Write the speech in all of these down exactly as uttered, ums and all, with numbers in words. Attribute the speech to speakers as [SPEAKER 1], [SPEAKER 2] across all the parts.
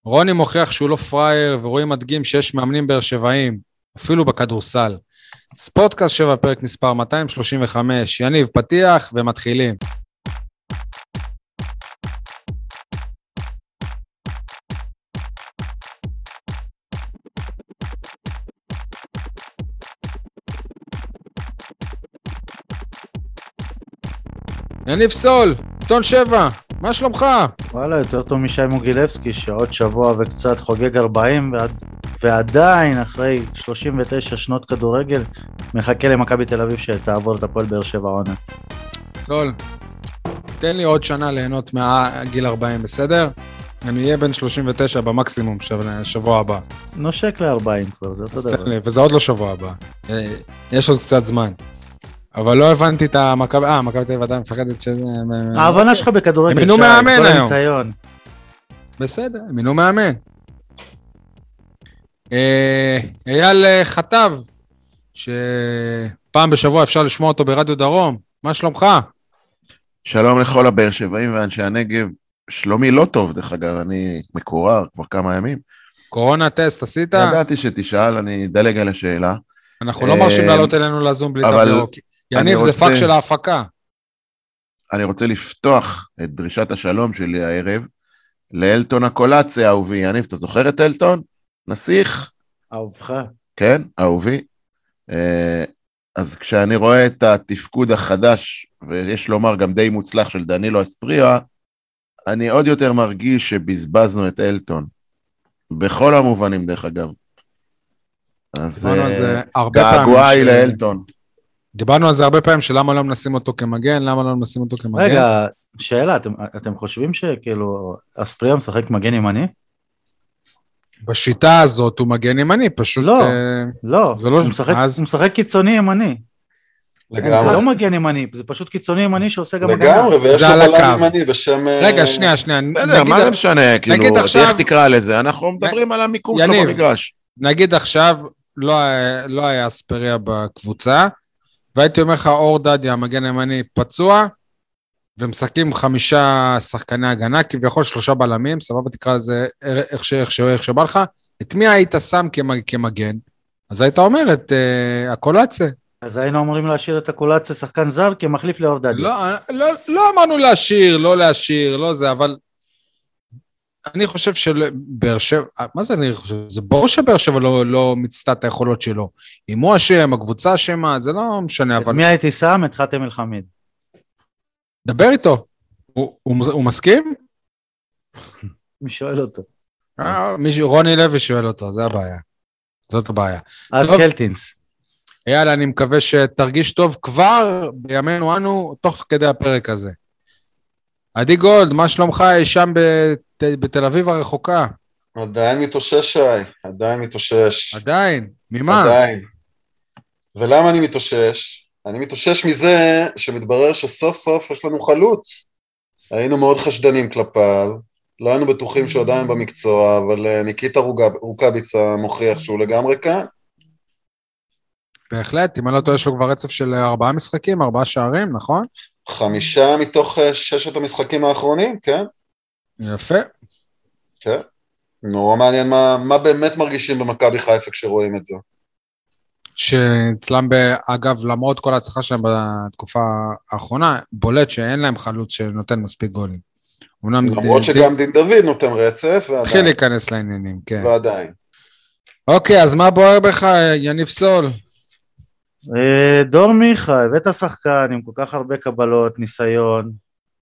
[SPEAKER 1] רוני מוכיח שהוא לא פרייר, ורואים מדגים שיש מאמנים באר שבעים, אפילו בכדורסל. ספורטקאסט שבע, פרק מספר מאתיים שלושים וחמש, יניב פתיח ומתחילים. יניב סול, עיתון שבע, מה שלומך?
[SPEAKER 2] וואלה, יותר טוב משי מוגילבסקי, שעוד שבוע וקצת חוגג ארבעים, ועד, ועדיין אחרי שלושים ותשע שנות כדורגל, מחכה למכבי תל אביב שתעבור את הפועל באר שבע עונה.
[SPEAKER 1] סול, תן לי עוד שנה ליהנות מהגיל ארבעים, בסדר? אני אהיה בין שלושים ותשע במקסימום שבוע הבא.
[SPEAKER 2] נושק ל-ארבעים כבר, זה אותו דבר.
[SPEAKER 1] לי, וזה עוד לא שבוע הבא, יש עוד קצת זמן. אבל לא הבנתי את המכבי, אה, מכבי תל אביב עדיין מפחדת שזה...
[SPEAKER 2] ההבנה שלך בכדורגל,
[SPEAKER 1] מינו מאמן
[SPEAKER 2] כל
[SPEAKER 1] היום.
[SPEAKER 2] הניסיון.
[SPEAKER 1] בסדר, מינו מאמן. אייל חטב, שפעם בשבוע אפשר לשמוע אותו ברדיו דרום. מה שלומך?
[SPEAKER 3] שלום לכל הבאר שבעים ואנשי הנגב. שלומי לא טוב, דרך אגב, אני מקורר כבר כמה ימים.
[SPEAKER 1] קורונה טסט, עשית?
[SPEAKER 3] ידעתי שתשאל, אני דלג על השאלה.
[SPEAKER 1] אנחנו לא מרשים לעלות אלינו לזום בלי תו. יניב, זה פאק של ההפקה.
[SPEAKER 3] אני רוצה לפתוח את דרישת השלום שלי הערב, לאלטון הקולציה, אהובי. יניב, אתה זוכר את אלטון? נסיך?
[SPEAKER 2] אהובך.
[SPEAKER 3] כן, אהובי. אז כשאני רואה את התפקוד החדש, ויש לומר גם די מוצלח של דנילו אספריה, אני עוד יותר מרגיש שבזבזנו את אלטון. בכל המובנים, דרך אגב. אז געגועי לאלטון.
[SPEAKER 1] דיברנו על זה הרבה פעמים, שלמה לא מנסים אותו כמגן, למה לא מנסים אותו כמגן.
[SPEAKER 2] רגע, שאלה, אתם, אתם חושבים שכאילו, אספריה משחק מגן ימני?
[SPEAKER 1] בשיטה הזאת הוא מגן ימני, פשוט...
[SPEAKER 2] לא, לא, הוא משחק קיצוני ימני.
[SPEAKER 4] לגמרי.
[SPEAKER 2] זה לא מגן ימני, זה פשוט קיצוני ימני שעושה גם
[SPEAKER 4] מגן. לגמרי, ויש לו בלם ימני בשם...
[SPEAKER 1] רגע, שנייה, שנייה.
[SPEAKER 3] מה זה משנה, כאילו, איך תקרא לזה? אנחנו מדברים על המיקום שלו במגרש.
[SPEAKER 1] נגיד עכשיו, לא היה אספריה בקבוצה, והייתי אומר לך, אור דדיה, המגן הימני פצוע, ומשחקים חמישה שחקני הגנה, כביכול שלושה בלמים, סבבה תקרא לזה איך, ש, איך, ש, איך שבא לך, את מי היית שם כמגן? אז היית אומר את uh, הקולציה.
[SPEAKER 2] אז היינו אמורים להשאיר את הקולציה שחקן זר, כמחליף לאור דדיה.
[SPEAKER 1] לא, לא, לא אמרנו להשאיר, לא להשאיר, לא זה, אבל אני חושב שבאר שבע, מה זה אני חושב? זה ברור שבאר שבע לא, לא מצטע את היכולות שלו. אם הוא השם, הקבוצה השמה, זה לא משנה, אבל...
[SPEAKER 2] את מי הייתי שם? את חתם אל חמיד.
[SPEAKER 1] דבר איתו. הוא, הוא, הוא מסכים?
[SPEAKER 2] מי שואל אותו?
[SPEAKER 1] אה, מישהו, רוני לוי שואל אותו, זה הבעיה. זאת הבעיה.
[SPEAKER 2] אז טוב, קלטינס.
[SPEAKER 1] יאללה, אני מקווה שתרגיש טוב כבר בימינו אנו, תוך כדי הפרק הזה. עדי גולד, מה שלומך שם בת, בתל אביב הרחוקה?
[SPEAKER 4] עדיין מתאושש, שי, עדיין מתאושש.
[SPEAKER 1] עדיין? ממה?
[SPEAKER 4] עדיין. ולמה אני מתאושש? אני מתאושש מזה שמתברר שסוף סוף יש לנו חלוץ. היינו מאוד חשדנים כלפיו, לא היינו בטוחים שהוא עדיין במקצוע, אבל ניקיטה רוקאביצה מוכיח שהוא לגמרי כאן.
[SPEAKER 1] בהחלט, אם אני לא טועה, יש לו כבר רצף של ארבעה משחקים, ארבעה שערים, נכון?
[SPEAKER 4] חמישה מתוך ששת המשחקים האחרונים, כן?
[SPEAKER 1] יפה.
[SPEAKER 4] כן. נורא מעניין מה, מה באמת מרגישים במכבי חיפה כשרואים את זה.
[SPEAKER 1] שאצלם, אגב, למרות כל ההצלחה שלהם בתקופה האחרונה, בולט שאין להם חלוץ שנותן מספיק גולים.
[SPEAKER 4] למרות שגם דין דוד נותן רצף, ועדיין.
[SPEAKER 1] התחיל להיכנס לעניינים, כן.
[SPEAKER 4] ועדיין.
[SPEAKER 1] אוקיי, אז מה בוער בך, יניב סול?
[SPEAKER 2] דור מיכה, הבאת שחקן עם כל כך הרבה קבלות, ניסיון,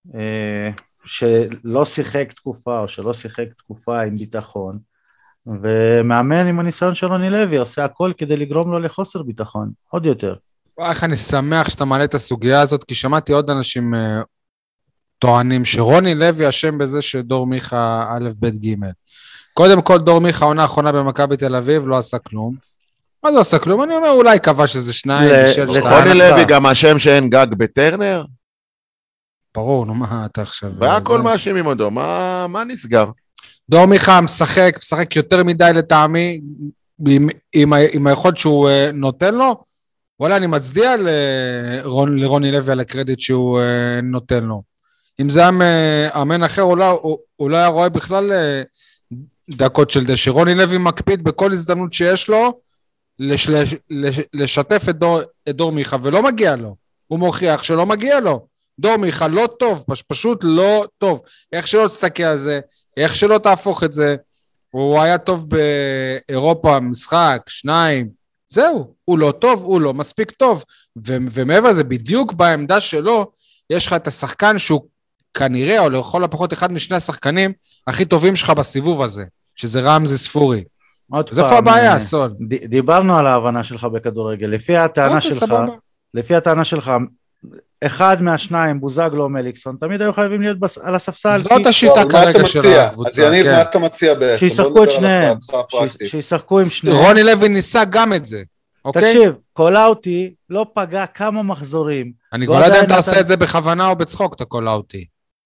[SPEAKER 2] שלא שיחק תקופה, או שלא שיחק תקופה עם ביטחון, ומאמן עם הניסיון של רוני לוי, עושה הכל כדי לגרום לו לחוסר ביטחון, עוד יותר.
[SPEAKER 1] איך אני שמח שאתה מעלה את הסוגיה הזאת, כי שמעתי עוד אנשים טוענים, שרוני לוי אשם בזה שדור מיכה א' ב' ג'. קודם כל דור מיכה עונה האחרונה במכבי תל אביב, לא עשה כלום. מה זה עושה כלום? אני אומר, אולי קבע שזה שניים, בשל שתיים.
[SPEAKER 3] רוני לוי גם השם שאין גג בטרנר?
[SPEAKER 1] ברור, נו מה אתה עכשיו...
[SPEAKER 3] והכל מאשים עם עודו, מה נסגר?
[SPEAKER 1] דור מיכה משחק, משחק יותר מדי לטעמי, עם היכולת שהוא נותן לו, וואלה, אני מצדיע לרוני לוי על הקרדיט שהוא נותן לו. אם זה היה מאמן אחר, הוא לא היה רואה בכלל דקות של דשא. רוני לוי מקפיד בכל הזדמנות שיש לו, לש, לש, לש, לשתף את דור, את דור מיכה, ולא מגיע לו. הוא מוכיח שלא מגיע לו. דור מיכה לא טוב, פש, פשוט לא טוב. איך שלא תסתכל על זה, איך שלא תהפוך את זה, הוא היה טוב באירופה, משחק, שניים, זהו, הוא לא טוב, הוא לא מספיק טוב, ו- ומעבר לזה, בדיוק בעמדה שלו, יש לך את השחקן שהוא כנראה, או לכל הפחות אחד משני השחקנים, הכי טובים שלך בסיבוב הזה, שזה רמזי ספורי. אז איפה הבעיה, סול?
[SPEAKER 2] ד- דיברנו על ההבנה שלך בכדורגל, לפי הטענה שלך,
[SPEAKER 1] סבבה.
[SPEAKER 2] לפי הטענה שלך, אחד מהשניים, בוזגלו או מליקסון, תמיד היו חייבים להיות בס... על הספסל.
[SPEAKER 1] זאת כי... השיטה כרגע של הקבוצה.
[SPEAKER 4] אז יניב, כן. מה אתה מציע בעצם?
[SPEAKER 2] שישחקו את שניהם, שישחקו עם שניהם.
[SPEAKER 1] רוני לוי ניסה גם את זה, אוקיי?
[SPEAKER 2] תקשיב, קולאוטי לא פגע כמה מחזורים.
[SPEAKER 1] אני כבר לא יודע אם אתה עושה את זה בכוונה או בצחוק, אתה קולאוטי.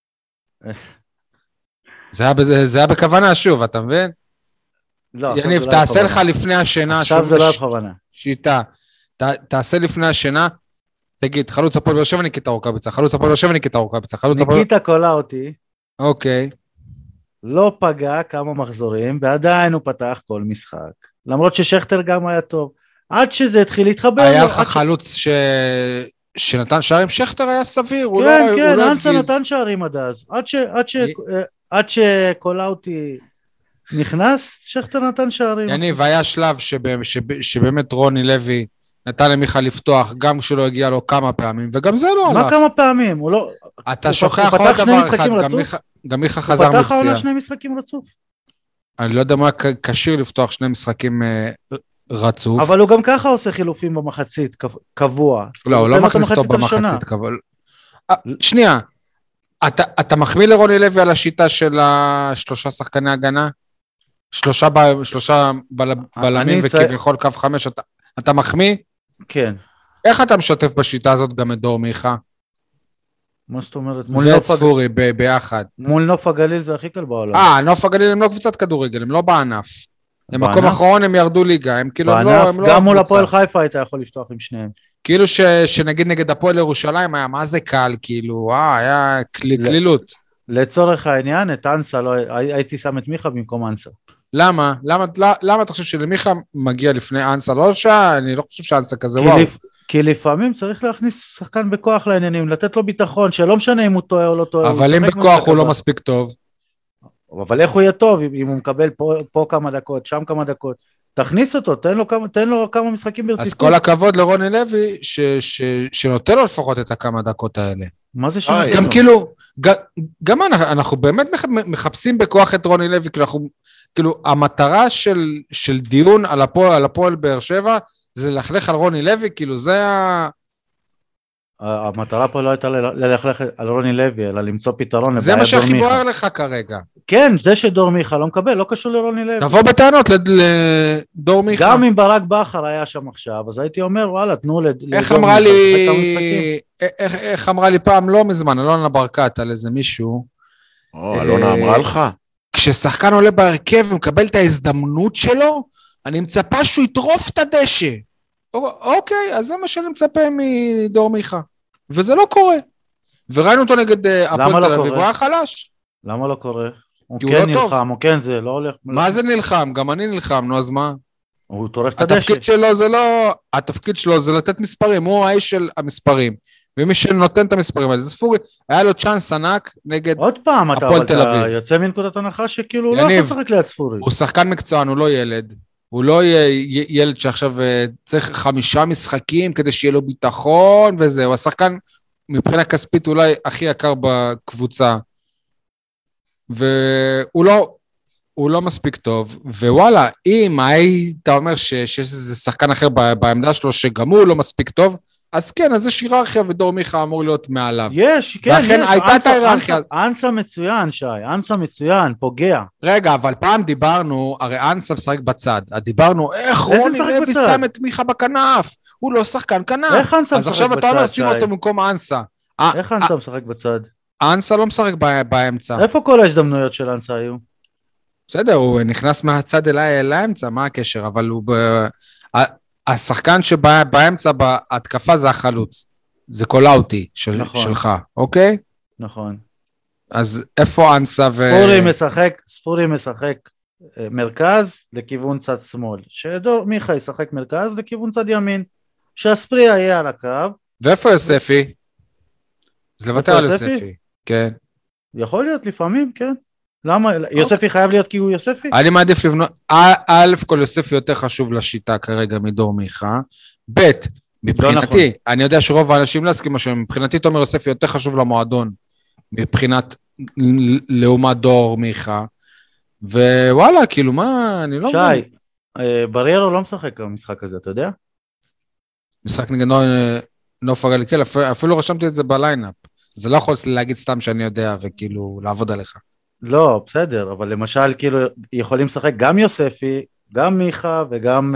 [SPEAKER 1] זה היה בכוונה שוב, אתה מבין? יניב, תעשה לך לפני השינה.
[SPEAKER 2] עכשיו זה לא בכוונה.
[SPEAKER 1] שיטה, תעשה לפני השינה, תגיד, חלוץ הפועל באר שבע ניקיטה רוקאביצה, חלוץ הפועל באר שבע ניקיטה רוקאביצה, חלוץ הפועל...
[SPEAKER 2] ניקיטה קולאוטי.
[SPEAKER 1] אוקיי.
[SPEAKER 2] לא פגע כמה מחזורים, ועדיין הוא פתח כל משחק. למרות ששכטר גם היה טוב. עד שזה התחיל להתחבר.
[SPEAKER 1] היה לך חלוץ שנתן שערים, שכטר היה סביר.
[SPEAKER 2] כן, כן, אנסה נתן שערים עד אז. עד שקולאוטי נכנס, שכטר נתן שערים.
[SPEAKER 1] יניב, היה שלב שבאמת רוני לוי נתן למיכה לפתוח, גם כשלא הגיע לו כמה פעמים, וגם זה לא הלך.
[SPEAKER 2] מה כמה פעמים? הוא לא...
[SPEAKER 1] אתה שוכח עוד דבר אחד, גם מיכה חזר מפציעה.
[SPEAKER 2] הוא פתח העונה שני משחקים רצוף.
[SPEAKER 1] אני לא יודע מה קשיר לפתוח שני משחקים רצוף.
[SPEAKER 2] אבל הוא גם ככה עושה חילופים במחצית, קבוע.
[SPEAKER 1] לא, הוא לא מכניס טוב במחצית, קבוע. שנייה, אתה מחמיא לרוני לוי על השיטה של השלושה שחקני הגנה? שלושה בלמים וכביכול קו חמש, אתה מחמיא?
[SPEAKER 2] כן.
[SPEAKER 1] איך אתה משתף בשיטה הזאת גם את דור מיכה?
[SPEAKER 2] מה זאת אומרת?
[SPEAKER 1] ואת ספורי ביחד.
[SPEAKER 2] מול נוף הגליל זה הכי קל בעולם.
[SPEAKER 1] אה, נוף הגליל הם לא קבוצת כדורגל, הם לא בענף. הם מקום אחרון, הם ירדו ליגה, הם כאילו הם לא...
[SPEAKER 2] גם מול הפועל חיפה היית יכול לפתוח עם שניהם.
[SPEAKER 1] כאילו שנגיד נגד הפועל ירושלים היה מה זה קל, כאילו, אה, היה כלילות.
[SPEAKER 2] לצורך העניין, את אנסה, הייתי שם את מיכה במקום אנסה.
[SPEAKER 1] למה? למה, למה אתה חושב שלמיכה מגיע לפני אנסה? לא שעה, אני לא חושב שאנסה כזה וואו.
[SPEAKER 2] כי לפעמים צריך להכניס שחקן בכוח לעניינים, לתת לו ביטחון, שלא משנה אם הוא טועה או לא טועה.
[SPEAKER 1] אבל אם בכוח הוא לא מספיק טוב.
[SPEAKER 2] אבל איך הוא יהיה טוב, אם הוא מקבל פה, פה כמה דקות, שם כמה דקות, תכניס אותו, תן לו כמה, תן לו כמה משחקים ברציפות. אז
[SPEAKER 1] כל הכבוד לרוני לוי, ש, ש, שנותן לו לפחות את הכמה דקות האלה.
[SPEAKER 2] מה זה שנותן לו?
[SPEAKER 1] גם כאילו, גם, גם אנחנו, אנחנו באמת מחפשים בכוח את רוני לוי, כאילו, אנחנו, כאילו המטרה של, של דיון על הפועל, על הפועל באר שבע, זה ללכלך על רוני לוי, כאילו זה ה...
[SPEAKER 2] המטרה פה לא הייתה ללכלך על רוני לוי, אלא למצוא פתרון.
[SPEAKER 1] זה מה שהכי בוער לך כרגע.
[SPEAKER 2] כן, זה שדור מיכה לא מקבל, לא קשור לרוני לוי.
[SPEAKER 1] תבוא בטענות לדור מיכה.
[SPEAKER 2] גם אם ברק בכר היה שם עכשיו, אז הייתי אומר, וואלה, תנו לדור מיכה.
[SPEAKER 1] איך אמרה לי, איך אמרה לי פעם לא מזמן, אלונה ברקת, על איזה מישהו.
[SPEAKER 3] או, אלונה אמרה לך?
[SPEAKER 1] כששחקן עולה בהרכב ומקבל את ההזדמנות שלו, אני מצפה שהוא יטרוף את הדשא. אוקיי, אז זה מה שאני מצפה מדור מיכה. וזה לא קורה. וראינו אותו נגד הפועל תל אביב, הוא היה חלש.
[SPEAKER 2] למה לא קורה? הוא כן נלחם, הוא כן זה, לא הולך...
[SPEAKER 1] מה זה נלחם? גם אני נלחם, נו אז מה?
[SPEAKER 2] הוא טורף את הדשא.
[SPEAKER 1] התפקיד שלו זה לא... התפקיד שלו זה לתת מספרים, הוא האיש של המספרים. ומי שנותן את המספרים האלה, זה ספורי, היה לו צ'אנס ענק נגד
[SPEAKER 2] עוד פעם, אתה יוצא מנקודת הנחה שכאילו הוא לא יכול לשחק ליד ספורי.
[SPEAKER 1] הוא שחקן מקצוען, הוא לא ילד. הוא לא יהיה ילד שעכשיו צריך חמישה משחקים כדי שיהיה לו ביטחון וזה, הוא השחקן מבחינה כספית אולי הכי יקר בקבוצה, והוא לא, הוא לא מספיק טוב, ווואלה, אם היית אומר שיש איזה שחקן אחר בעמדה שלו שגם הוא לא מספיק טוב, אז כן, אז יש היררכיה ודור מיכה אמור להיות מעליו.
[SPEAKER 2] יש, כן,
[SPEAKER 1] ואכן יש. הייתה את ההיררכיה.
[SPEAKER 2] אנסה מצוין, שי, אנסה מצוין, פוגע.
[SPEAKER 1] רגע, אבל פעם דיברנו, הרי אנסה משחק בצד, דיברנו, איך רוני לוי שם את מיכה בכנף? הוא לא שחקן כנף.
[SPEAKER 2] איך אנסה משחק בצד,
[SPEAKER 1] אז עכשיו אתה אומר, שים אותו במקום אנסה.
[SPEAKER 2] איך אנסה משחק בצד?
[SPEAKER 1] אנסה לא משחק באמצע.
[SPEAKER 2] איפה כל ההזדמנויות של אנסה היו?
[SPEAKER 1] בסדר, הוא נכנס מהצד אליי אל האמצע, מה הקשר? אבל הוא... השחקן שבא באמצע בהתקפה זה החלוץ, זה קולאוטי של, נכון. שלך, אוקיי?
[SPEAKER 2] נכון.
[SPEAKER 1] אז איפה אנסה ו...
[SPEAKER 2] ספורי משחק, ספורי משחק מרכז לכיוון צד שמאל, שדור מיכה ישחק מרכז לכיוון צד ימין, שאספריה יהיה על הקו.
[SPEAKER 1] ואיפה יוספי? זה לוותר על יוספי. כן.
[SPEAKER 2] יכול להיות לפעמים, כן. למה? יוספי חייב להיות כי הוא יוספי?
[SPEAKER 1] אני מעדיף לבנות, א' כל יוספי יותר חשוב לשיטה כרגע מדור מיכה, ב' מבחינתי, אני יודע שרוב האנשים לא הסכימו שמבחינתי תומר יוספי יותר חשוב למועדון, מבחינת לעומת דור מיכה, ווואלה, כאילו מה, אני לא
[SPEAKER 2] מבין. שי, בריירו לא משחק במשחק הזה, אתה יודע?
[SPEAKER 1] משחק נגד נוף הגליל, אפילו רשמתי את זה בליינאפ, זה לא יכול להגיד סתם שאני יודע, וכאילו לעבוד עליך.
[SPEAKER 2] לא, בסדר, אבל למשל, כאילו, יכולים לשחק גם יוספי, גם מיכה, וגם,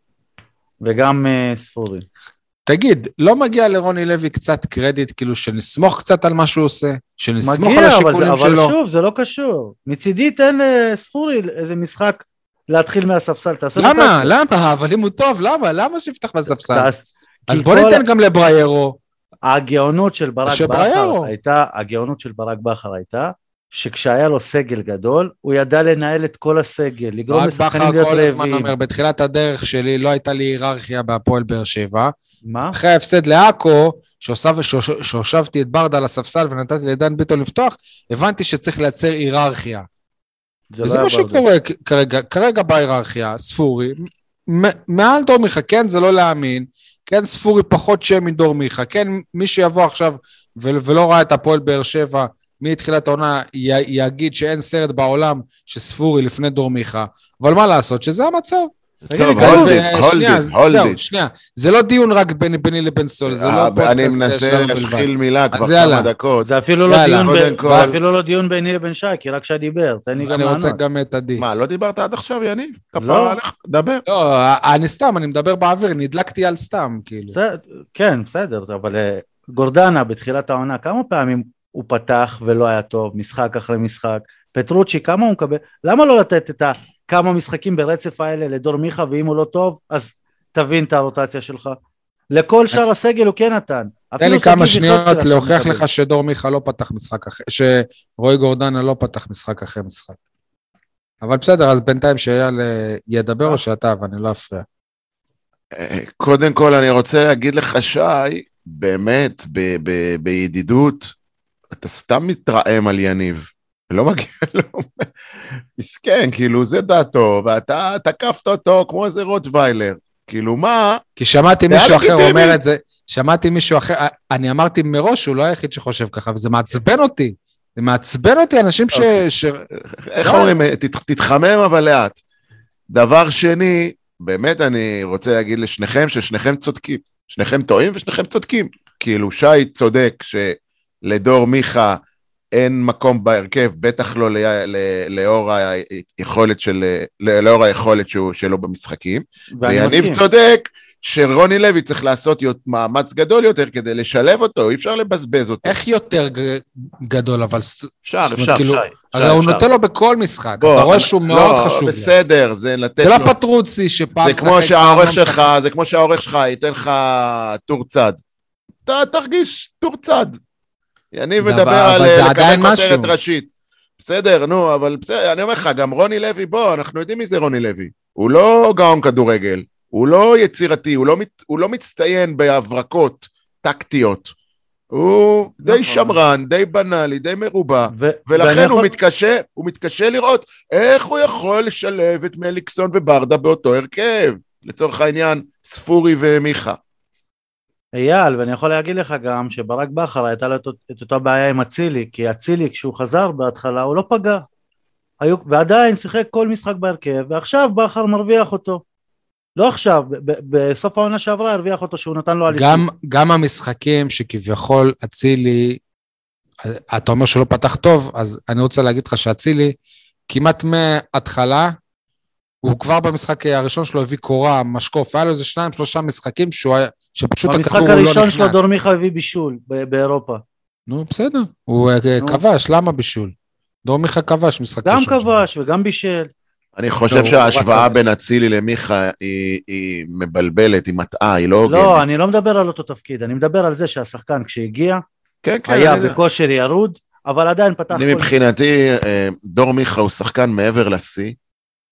[SPEAKER 2] וגם ספורי.
[SPEAKER 1] תגיד, לא מגיע לרוני לוי קצת קרדיט, כאילו שנסמוך קצת על מה שהוא עושה, שנסמוך על השיקולים שלו?
[SPEAKER 2] מגיע, אבל שוב, זה לא קשור. מצידי תן לספורי איזה משחק להתחיל מהספסל.
[SPEAKER 1] למה? למה? אבל אם הוא טוב, למה? למה שיפתח בספסל? אז בוא ניתן גם לבריירו.
[SPEAKER 2] הגאונות של ברק בכר הייתה, הגאונות של ברק בכר הייתה, שכשהיה לו סגל גדול, הוא ידע לנהל את כל הסגל, לגרום לשחקנים להיות רעבים. כל הזמן אומר,
[SPEAKER 1] בתחילת הדרך שלי לא הייתה לי היררכיה בהפועל באר שבע. מה? אחרי ההפסד לעכו, שהושבתי את ברדה לספסל ונתתי לדן ביטון לפתוח, הבנתי שצריך לייצר היררכיה. וזה מה שקורה כרגע, כרגע בהיררכיה, ספורי, מעל דור מיכה, כן, זה לא להאמין, כן, ספורי פחות שם מדור מיכה, כן, מי שיבוא עכשיו ולא ראה את הפועל באר שבע, מתחילת העונה יגיד שאין סרט בעולם שספורי לפני דור מיכה, אבל מה לעשות שזה המצב.
[SPEAKER 3] טוב, הולדיט, הולדיט, הולדיט.
[SPEAKER 1] שנייה, זה לא דיון רק ביני לבין סול, זה לא פודקאסט.
[SPEAKER 3] אני מנסה להשחיל מילה כבר כמה דקות.
[SPEAKER 2] זה אפילו לא דיון ביני לבין שי, כי רק שי דיבר, תן לי גם לענות.
[SPEAKER 1] אני רוצה גם את עדי.
[SPEAKER 3] מה, לא דיברת עד עכשיו, יניב? כפרה עליך, דבר.
[SPEAKER 1] לא, אני סתם, אני מדבר באוויר, נדלקתי על סתם, כאילו.
[SPEAKER 2] כן, בסדר, אבל גורדנה בתחילת העונה, כמה פעמים הוא פתח ולא היה טוב, משחק אחרי משחק, פטרוצ'י, כמה הוא מקבל, למה לא לתת את כמה משחקים ברצף האלה לדור מיכה, ואם הוא לא טוב, אז תבין את הרוטציה שלך. לכל שאר הסגל הוא כן נתן.
[SPEAKER 1] תן לי כמה שניות להוכיח לך שדור מיכה לא פתח משחק אחר, שרועי גורדנה לא פתח משחק אחרי משחק. אבל בסדר, אז בינתיים שאייל ידבר או שאתה, ואני לא אפריע.
[SPEAKER 3] קודם כל אני רוצה להגיד לך שי, באמת, בידידות, אתה סתם מתרעם על יניב, לא מגיע לו, מסכן, כאילו זה דעתו, ואתה תקפת אותו כמו איזה רוטוויילר, כאילו מה?
[SPEAKER 1] כי שמעתי מישהו אחר אומר את זה, שמעתי מישהו אחר, אני אמרתי מראש, הוא לא היחיד שחושב ככה, וזה מעצבן אותי, זה מעצבן אותי, אנשים ש...
[SPEAKER 3] איך אומרים, תתחמם אבל לאט. דבר שני, באמת אני רוצה להגיד לשניכם, ששניכם צודקים, שניכם טועים ושניכם צודקים, כאילו שי צודק ש... לדור מיכה אין מקום בהרכב, בטח לא לאור היכולת של, לאור היכולת שלו במשחקים, ויניב צודק שרוני לוי צריך לעשות מאמץ גדול יותר כדי לשלב אותו, אי אפשר לבזבז אותו.
[SPEAKER 1] איך יותר גדול, אבל...
[SPEAKER 3] אפשר, אפשר, שי.
[SPEAKER 1] הרי הוא נותן לו בכל משחק, אתה רואה שהוא מאוד חשוב.
[SPEAKER 3] לא, בסדר, זה לתת לו...
[SPEAKER 1] זה לא פטרוצי שפעם...
[SPEAKER 3] זה כמו שהעורך שלך, זה כמו שהעורך שלך ייתן לך טור צד. אתה תרגיש טור צד. יניב מדבר על לקבל כותרת ראשית. בסדר, נו, אבל בסדר, אני אומר לך, גם רוני לוי, בוא, אנחנו יודעים מי זה רוני לוי. הוא לא גאון כדורגל, הוא לא יצירתי, הוא לא, הוא לא מצטיין בהברקות טקטיות. הוא די שמרן, די בנאלי, די מרובע, ו- ולכן הוא מתקשה, הוא מתקשה לראות איך הוא יכול לשלב את מליקסון וברדה באותו הרכב. לצורך העניין, ספורי ומיכה.
[SPEAKER 2] אייל, ואני יכול להגיד לך גם שברק בכר הייתה לו את אותה בעיה עם אצילי, כי אצילי כשהוא חזר בהתחלה הוא לא פגע, היו, ועדיין שיחק כל משחק בהרכב, ועכשיו בכר מרוויח אותו, לא עכשיו, ב- ב- בסוף העונה שעברה הרוויח אותו שהוא נתן לו על
[SPEAKER 1] גם, גם המשחקים שכביכול אצילי, אתה אומר שלא פתח טוב, אז אני רוצה להגיד לך שאצילי, כמעט מההתחלה, הוא כבר במשחק הראשון שלו הביא קורה, משקוף, היה לו איזה שניים, שלושה משחקים שהוא היה, שפשוט הכדור הוא לא נכנס.
[SPEAKER 2] במשחק הראשון שלו דור מיכה הביא בישול באירופה.
[SPEAKER 1] נו, בסדר, הוא כבש, למה בישול? דור מיכה כבש משחק
[SPEAKER 2] ראשון. גם כבש וגם בישל.
[SPEAKER 3] אני חושב שההשוואה בין אצילי למיכה היא מבלבלת, היא מטעה, היא לא הוגנת.
[SPEAKER 2] לא, אני לא מדבר על אותו תפקיד, אני מדבר על זה שהשחקן כשהגיע, היה בכושר ירוד, אבל עדיין פתח...
[SPEAKER 3] אני מבחינתי, דור מיכה הוא שחקן מעבר לשיא,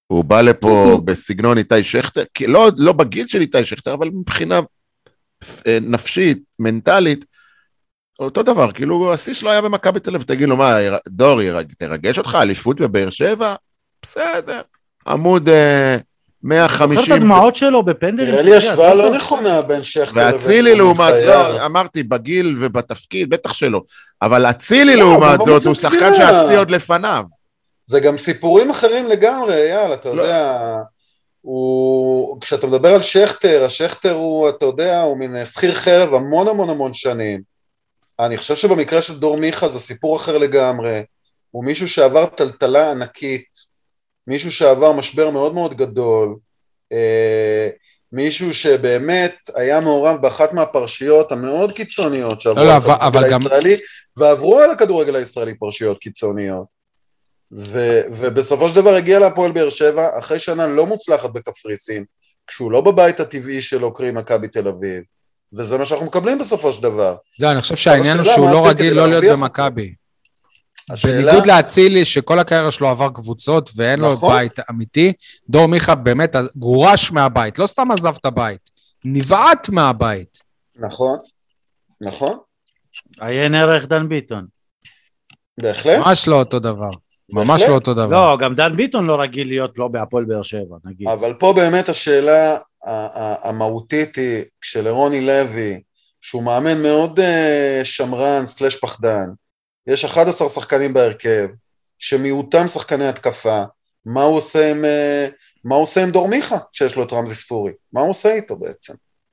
[SPEAKER 3] הוא בא לפה בסגנון איתי שכטר, לא, לא בגיל של איתי שכטר, אבל מבחינה נפשית, מנטלית, אותו דבר, כאילו השיא שלו היה במכבי תל אביב, תגיד לו, מה, דור, תרגש אותך, אליפות בבאר שבע? בסדר, עמוד מאה וחמישים.
[SPEAKER 2] זוכר את הדמעות שלו בפנדלים?
[SPEAKER 4] נראה לי השוואה לא נכונה בין שכטר
[SPEAKER 3] ואצילי לעומת, לא, אמרתי, בגיל ובתפקיד, בטח שלא, אבל אצילי לעומת זאת, הוא שחקן שהשיא עוד לפניו.
[SPEAKER 4] זה גם סיפורים אחרים לגמרי, יאללה, אתה יודע, הוא, כשאתה מדבר על שכטר, השכטר הוא, אתה יודע, הוא מין שכיר חרב המון המון המון שנים. אני חושב שבמקרה של דור מיכה זה סיפור אחר לגמרי, הוא מישהו שעבר טלטלה ענקית, מישהו שעבר משבר מאוד מאוד גדול, אה, מישהו שבאמת היה מעורב באחת מהפרשיות המאוד קיצוניות שעברו
[SPEAKER 1] לא,
[SPEAKER 4] על
[SPEAKER 1] אבל,
[SPEAKER 4] הכדורגל
[SPEAKER 1] אבל
[SPEAKER 4] הישראלי,
[SPEAKER 1] גם...
[SPEAKER 4] ועברו על הכדורגל הישראלי פרשיות קיצוניות. ו, ובסופו של דבר הגיע להפועל באר שבע, אחרי שנה לא מוצלחת בקפריסין, כשהוא לא בבית הטבעי שלו, קרי מכבי תל אביב, וזה מה שאנחנו מקבלים בסופו של דבר.
[SPEAKER 1] זה, אני חושב שהעניין הוא שהוא לא רגיל לא להיות במכבי. בניגוד להצילי שכל הקריירה שלו עבר קבוצות ואין לו בית אמיתי, דור מיכה באמת גורש מהבית, לא סתם עזב את הבית, נבעט מהבית.
[SPEAKER 4] נכון, נכון.
[SPEAKER 2] עיין ערך דן ביטון.
[SPEAKER 4] בהחלט.
[SPEAKER 1] ממש לא אותו דבר. ממש לא אותו דבר.
[SPEAKER 2] לא, גם דן ביטון לא רגיל להיות לא בהפועל באר שבע, נגיד.
[SPEAKER 4] אבל פה באמת השאלה המהותית היא, כשלרוני לוי, שהוא מאמן מאוד שמרן סלש פחדן, יש אחד עשר שחקנים בהרכב, שמיעוטם שחקני התקפה, מה הוא עושה עם, מה הוא עושה עם דור מיכה, שיש לו את רמזי ספורי? מה הוא עושה איתו בעצם?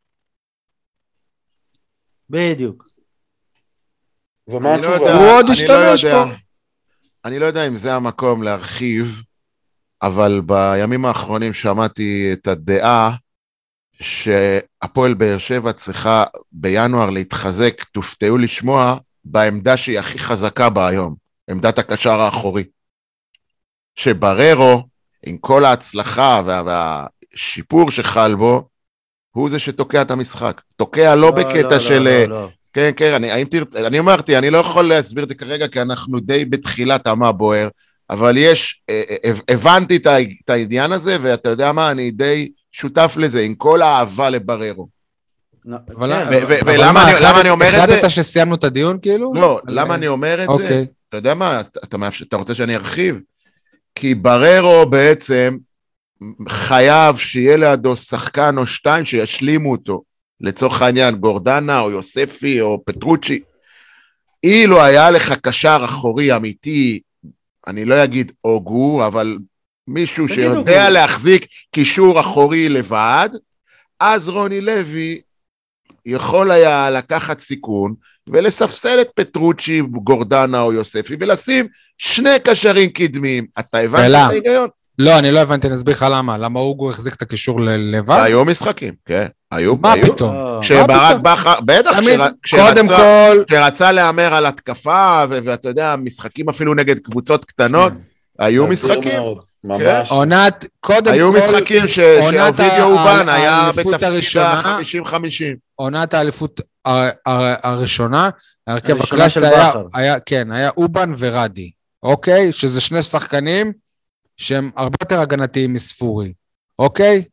[SPEAKER 2] בדיוק.
[SPEAKER 4] ומה התשובה?
[SPEAKER 3] לא יודע,
[SPEAKER 1] הוא עוד השתמש
[SPEAKER 3] לא
[SPEAKER 1] פה.
[SPEAKER 3] אני לא יודע אם זה המקום להרחיב, אבל בימים האחרונים שמעתי את הדעה, שהפועל באר שבע צריכה בינואר להתחזק, תופתעו לשמוע, בעמדה שהיא הכי חזקה בה היום, עמדת הקשר האחורי. שבררו, עם כל ההצלחה וה, והשיפור שחל בו, הוא זה שתוקע את המשחק. תוקע לא, לא בקטע
[SPEAKER 2] לא,
[SPEAKER 3] של...
[SPEAKER 2] לא, לא, לא.
[SPEAKER 3] כן, כן, אני, אני, אני אמרתי, אני לא יכול להסביר את זה כרגע, כי אנחנו די בתחילת המה בוער, אבל יש, הבנתי את העניין הזה, ואתה יודע מה, אני די שותף לזה, עם כל האהבה לבררו. ולמה אני אומר את זה?
[SPEAKER 1] החלטת שסיימנו את הדיון כאילו?
[SPEAKER 3] לא, למה אני אומר את זה? אתה יודע מה, אתה רוצה שאני ארחיב? כי בררו בעצם חייב שיהיה לידו שחקן או שתיים שישלימו אותו, לצורך העניין גורדנה או יוספי או פטרוצ'י. אילו היה לך קשר אחורי אמיתי, אני לא אגיד אוגו, אבל מישהו שיודע להחזיק קישור אחורי לבד, אז רוני לוי יכול היה לקחת סיכון, ולספסל את פטרוצ'י, גורדנה או יוספי, ולשים שני קשרים קדמיים. אתה הבנת את ההיגיון?
[SPEAKER 1] לא, אני לא הבנתי, נסביר לך למה. למה אוגו החזיק את הקישור לבד?
[SPEAKER 3] היו משחקים, כן. היו,
[SPEAKER 1] מה פתאום?
[SPEAKER 3] כשברק בכר, בטח, כשרצה לאמר על התקפה, ואתה יודע, משחקים אפילו נגד קבוצות קטנות, היו משחקים.
[SPEAKER 4] ממש.
[SPEAKER 1] עונת, קודם כל...
[SPEAKER 3] היו משחקים שאובידיו אובן היה בתפקיד ה-חמישים חמישים.
[SPEAKER 1] עונת האליפות הראשונה, ההרכב הקלאסי היה, כן, היה אובן ורדי, אוקיי? שזה שני שחקנים שהם הרבה יותר הגנתיים מספורי, אוקיי?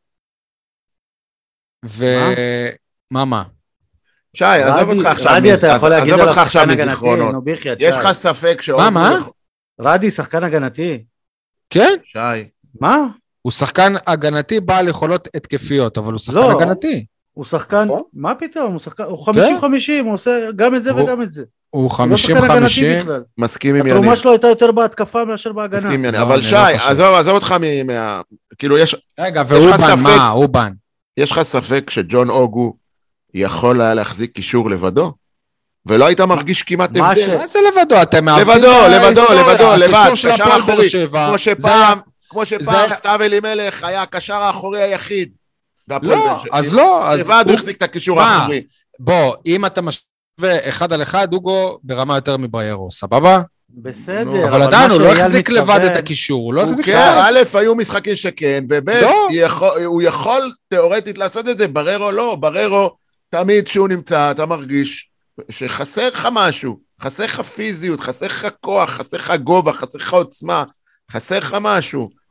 [SPEAKER 1] ו... מה מה?
[SPEAKER 3] שי, עזוב אותך עכשיו,
[SPEAKER 2] רדי, אתה יכול להגיד עליו שחקן הגנתי, נו ביחי,
[SPEAKER 3] יש לך ספק
[SPEAKER 1] מה, מה?
[SPEAKER 2] רדי, שחקן הגנתי.
[SPEAKER 1] כן?
[SPEAKER 3] שי.
[SPEAKER 2] מה?
[SPEAKER 1] הוא שחקן הגנתי בעל יכולות התקפיות, אבל הוא שחקן הגנתי.
[SPEAKER 2] הוא שחקן, מה פתאום? הוא חמישים חמישים, הוא עושה גם את זה וגם את זה.
[SPEAKER 1] הוא חמישים חמישים.
[SPEAKER 3] מסכים עם יניב.
[SPEAKER 2] התרומה שלו הייתה יותר בהתקפה מאשר בהגנה.
[SPEAKER 3] מסכים עם יניב, אבל שי, עזוב אותך מה... כאילו יש...
[SPEAKER 1] רגע, ואובן, מה? אובן.
[SPEAKER 3] יש לך ספק שג'ון אוגו יכול היה להחזיק קישור לבדו? ולא היית מרגיש כמעט הבדל.
[SPEAKER 1] מה זה לבדו? אתם מעבדים
[SPEAKER 3] לבדו, לבדו, לבדו, לבד,
[SPEAKER 1] קשר
[SPEAKER 3] אחורי. כמו שפעם, כמו שפעם סתיו אלימלך היה הקשר האחורי היחיד.
[SPEAKER 1] לא, אז לא.
[SPEAKER 3] לבד הוא החזיק את הקישור האחורי.
[SPEAKER 1] בוא, אם אתה משווה אחד על אחד, אוגו ברמה יותר מבריירו, סבבה?
[SPEAKER 2] בסדר.
[SPEAKER 1] אבל עדיין הוא לא החזיק לבד את הקישור, הוא לא החזיק לבד.
[SPEAKER 3] א', היו משחקים שכן, וב', הוא יכול תיאורטית לעשות את זה, בררו לא, בררו תמיד שהוא נמצא, אתה מרגיש שחסר לך משהו, חסר לך פיזיות, חסר לך כוח, חסר לך גובה, חסר לך עוצמה, חסר לך משהו.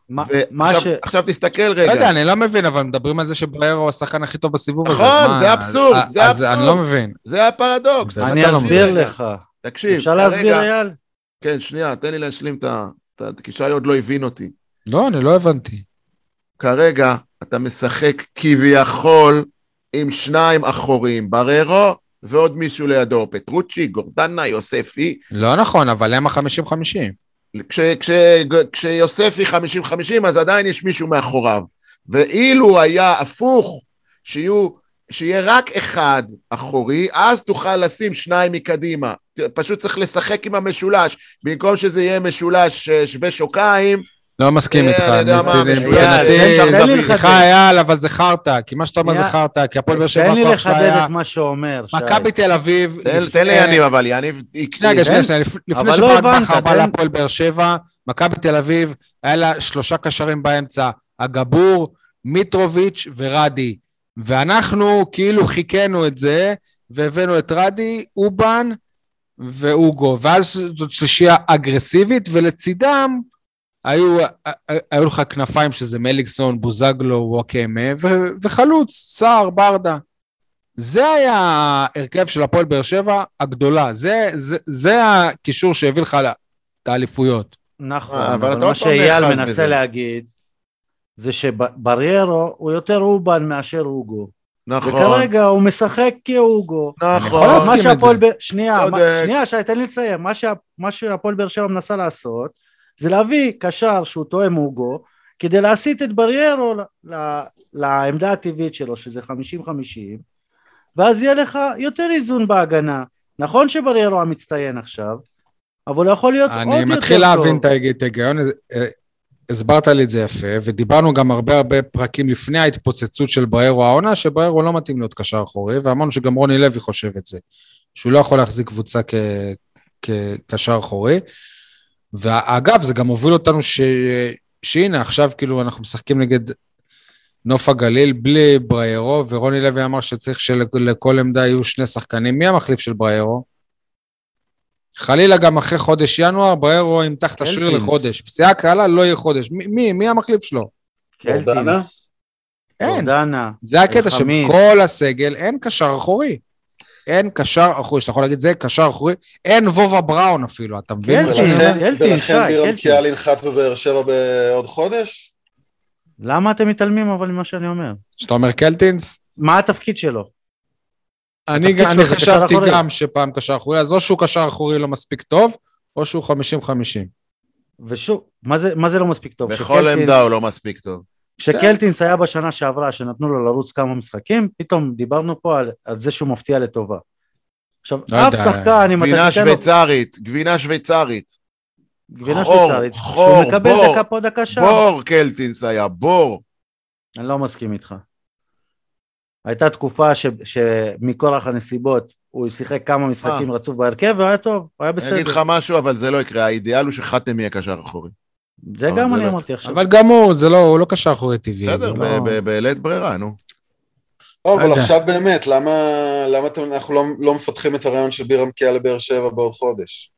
[SPEAKER 2] מה- מה ש...
[SPEAKER 3] ועכשיו תסתכל
[SPEAKER 1] לא
[SPEAKER 3] רגע.
[SPEAKER 1] יודע, אני לא מבין, אבל מדברים על זה שבריירו הוא השחקן הכי טוב בסיבוב הזה.
[SPEAKER 3] נכון,
[SPEAKER 1] אז מה-
[SPEAKER 3] זה אבסורד,
[SPEAKER 1] אז-
[SPEAKER 3] זה
[SPEAKER 1] אז אני לא
[SPEAKER 3] אבסורד.
[SPEAKER 1] מבין.
[SPEAKER 3] זה הפרדוקס.
[SPEAKER 1] באמת
[SPEAKER 2] אני
[SPEAKER 1] אתה לא
[SPEAKER 2] אסביר
[SPEAKER 3] רגע.
[SPEAKER 2] לך.
[SPEAKER 3] תקשיב,
[SPEAKER 2] אפשר להסביר,
[SPEAKER 3] כרגע-
[SPEAKER 2] אייל?
[SPEAKER 3] כן, שנייה, תן לי להשלים את ה... את- כי שי עוד לא הבין אותי.
[SPEAKER 1] לא, אני לא הבנתי.
[SPEAKER 3] כרגע אתה משחק כביכול עם שניים אחוריים, בררו ועוד מישהו לידו, פטרוצ'י, גורדנה, יוספי.
[SPEAKER 1] לא נכון, אבל הם ה-חמישים חמישים.
[SPEAKER 3] כש, כש, כשיוספי חמישים חמישים, אז עדיין יש מישהו מאחוריו. ואילו היה הפוך, שיהיו, שיהיה רק אחד אחורי, אז תוכל לשים שניים מקדימה. פשוט צריך לשחק עם המשולש, במקום שזה יהיה משולש אה, שווה שוקיים,
[SPEAKER 1] לא מסכים
[SPEAKER 3] אה,
[SPEAKER 1] איתך.
[SPEAKER 3] אני יודע מה,
[SPEAKER 1] מצידי-
[SPEAKER 3] משולש,
[SPEAKER 1] מבחינתי-
[SPEAKER 3] תן- תן לי
[SPEAKER 2] לחדד.
[SPEAKER 1] סליחה אייל, אבל זה חרטא, כי מה שאתה אומר זה
[SPEAKER 2] שנייה.
[SPEAKER 1] חרטא, כי הפועל באר שבע
[SPEAKER 2] תן לי
[SPEAKER 1] הכוח שלה
[SPEAKER 2] לחדד
[SPEAKER 1] היה...
[SPEAKER 2] את מה שאומר, שי.
[SPEAKER 1] מכבי תל אביב...
[SPEAKER 3] תן,
[SPEAKER 1] לפני-
[SPEAKER 3] תן לי יניב, אבל יניב...
[SPEAKER 1] שנייה, רגע, שנייה, שנייה, לפ- לפני
[SPEAKER 2] אבל לא
[SPEAKER 1] שברק
[SPEAKER 2] הבנת,
[SPEAKER 1] בכר בא
[SPEAKER 2] תן-
[SPEAKER 1] להפועל באר שבע, מכבי תל אביב, היה לה שלושה קשרים באמצע, הגבור, מיטרוביץ' ורדי, ואנחנו כאילו חיכינו את זה, והבאנו את רדי, אובן ואוגו, ואז זאת שלישייה אגרסיבית, ולצידם היו, היו לך כנפיים שזה מליקסון, בוזגלו, ווקמה, ו- וחלוץ, סער, ברדה. זה היה ההרכב של הפועל באר שבע הגדולה, זה, זה, זה הקישור שהביא לך את האליפויות.
[SPEAKER 2] נכון,
[SPEAKER 3] אה, אבל
[SPEAKER 2] אבל
[SPEAKER 3] אתה
[SPEAKER 2] מה
[SPEAKER 3] עוד פעם
[SPEAKER 2] שאייל
[SPEAKER 3] נאחז
[SPEAKER 2] מנסה
[SPEAKER 3] בזה.
[SPEAKER 2] להגיד, זה שבריירו הוא יותר אובן מאשר אוגו.
[SPEAKER 3] נכון,
[SPEAKER 2] וכרגע הוא משחק כאוגו.
[SPEAKER 3] נכון.
[SPEAKER 2] מה
[SPEAKER 1] להסכים את
[SPEAKER 2] שהפועל
[SPEAKER 1] זה.
[SPEAKER 2] ב... שנייה, מה...
[SPEAKER 3] צודק.
[SPEAKER 2] שנייה, שי, תן לי לסיים. מה, שה... מה שהפועל באר שבע מנסה לעשות, זה להביא קשר שהוא תואם אוגו, כדי להסיט את בריירו ל... ל... לעמדה הטבעית שלו, שזה חמישים חמישים, ואז יהיה לך יותר איזון בהגנה. נכון שבריירו המצטיין עכשיו, אבל הוא יכול להיות עוד יותר
[SPEAKER 1] אני
[SPEAKER 2] טוב.
[SPEAKER 1] מתחיל להבין את ההיגיון, הסברת לי את זה יפה, ודיברנו גם הרבה הרבה פרקים לפני ההתפוצצות של בריירו העונה, שבריירו לא מתאים להיות קשר אחורי, ואמרנו שגם רוני לוי חושב את זה, שהוא לא יכול להחזיק קבוצה כ... כקשר אחורי, ואגב, זה גם הוביל אותנו ש... שהנה, עכשיו כאילו אנחנו משחקים נגד נוף הגליל בלי בריירו, ורוני לוי אמר שצריך שלכל עמדה יהיו שני שחקנים. מי המחליף של בריירו? חלילה גם אחרי חודש ינואר, בריירו ימתח את השריר לחודש. פציעה קלה לא יהיה חודש. מי, מי המחליף שלו?
[SPEAKER 4] גורדנה?
[SPEAKER 2] קלטינס.
[SPEAKER 1] אין.
[SPEAKER 2] גורדנה.
[SPEAKER 1] זה הקטע
[SPEAKER 2] אלחמיד.
[SPEAKER 1] שבכל הסגל אין קשר אחורי. אין קשר אחורי, שאתה יכול להגיד, זה קשר אחורי. אין וובה בראון אפילו, אתה מבין?
[SPEAKER 2] קלטינס.
[SPEAKER 4] ולכן
[SPEAKER 2] קלטינס, שי,
[SPEAKER 4] ולכן בירם
[SPEAKER 2] קלטינס.
[SPEAKER 4] קיאל ינחת בבאר שבע בעוד חודש?
[SPEAKER 2] למה אתם מתעלמים אבל ממה שאני אומר?
[SPEAKER 1] שאתה אומר קלטינס?
[SPEAKER 2] מה התפקיד שלו?
[SPEAKER 1] אני,
[SPEAKER 2] התפקיד
[SPEAKER 1] אני
[SPEAKER 2] שלו זה קשר
[SPEAKER 1] חשבתי
[SPEAKER 2] אחורי.
[SPEAKER 1] גם שפעם קשר אחורי, אז או שהוא קשר אחורי לא מספיק טוב, או שהוא חמישים חמישים.
[SPEAKER 2] ושוב, מה זה, מה זה לא מספיק טוב?
[SPEAKER 3] בכל
[SPEAKER 2] שקלטינס-
[SPEAKER 3] עמדה הוא לא מספיק טוב.
[SPEAKER 2] כשקלטינס היה בשנה שעברה, שנתנו לו לרוץ כמה משחקים, פתאום דיברנו פה על, על זה שהוא מפתיע לטובה. עכשיו,
[SPEAKER 1] לא
[SPEAKER 2] אף
[SPEAKER 1] יודע.
[SPEAKER 2] שחקן, אם
[SPEAKER 3] גבינה
[SPEAKER 2] אתה תיתן לו
[SPEAKER 3] שוויצרית, גבינה שוויצרית.
[SPEAKER 2] גבינה
[SPEAKER 3] חור,
[SPEAKER 2] שוויצרית,
[SPEAKER 3] חור,
[SPEAKER 2] שהוא מקבל
[SPEAKER 3] בור,
[SPEAKER 2] דקה פה דקה שם.
[SPEAKER 3] בור קלטינס היה, בור.
[SPEAKER 2] אני לא מסכים איתך. הייתה תקופה ש, שמכורח הנסיבות, הוא שיחק כמה משחקים רצוף בהרכב, והוא היה טוב, הוא היה
[SPEAKER 3] אני אגיד לך
[SPEAKER 2] בסדר.
[SPEAKER 3] משהו, אבל זה לא יקרה. האידיאל הוא שחתם יהיה קשר אחורי.
[SPEAKER 2] זה
[SPEAKER 3] אבל
[SPEAKER 2] גם
[SPEAKER 3] זה
[SPEAKER 2] אני
[SPEAKER 3] לא-
[SPEAKER 2] אמרתי עכשיו.
[SPEAKER 1] אבל גם הוא, זה לא, הוא לא קשר אחורי טבעי.
[SPEAKER 3] בסדר,
[SPEAKER 1] זה לא...
[SPEAKER 3] ב- ב- בלית ברירה, נו.
[SPEAKER 4] לא, אבל
[SPEAKER 1] יודע.
[SPEAKER 4] עכשיו באמת, למה למה אתם- אנחנו לא- לא מפתחים את הרעיון של בירם קיאל לבאר שבע בעוד חודש?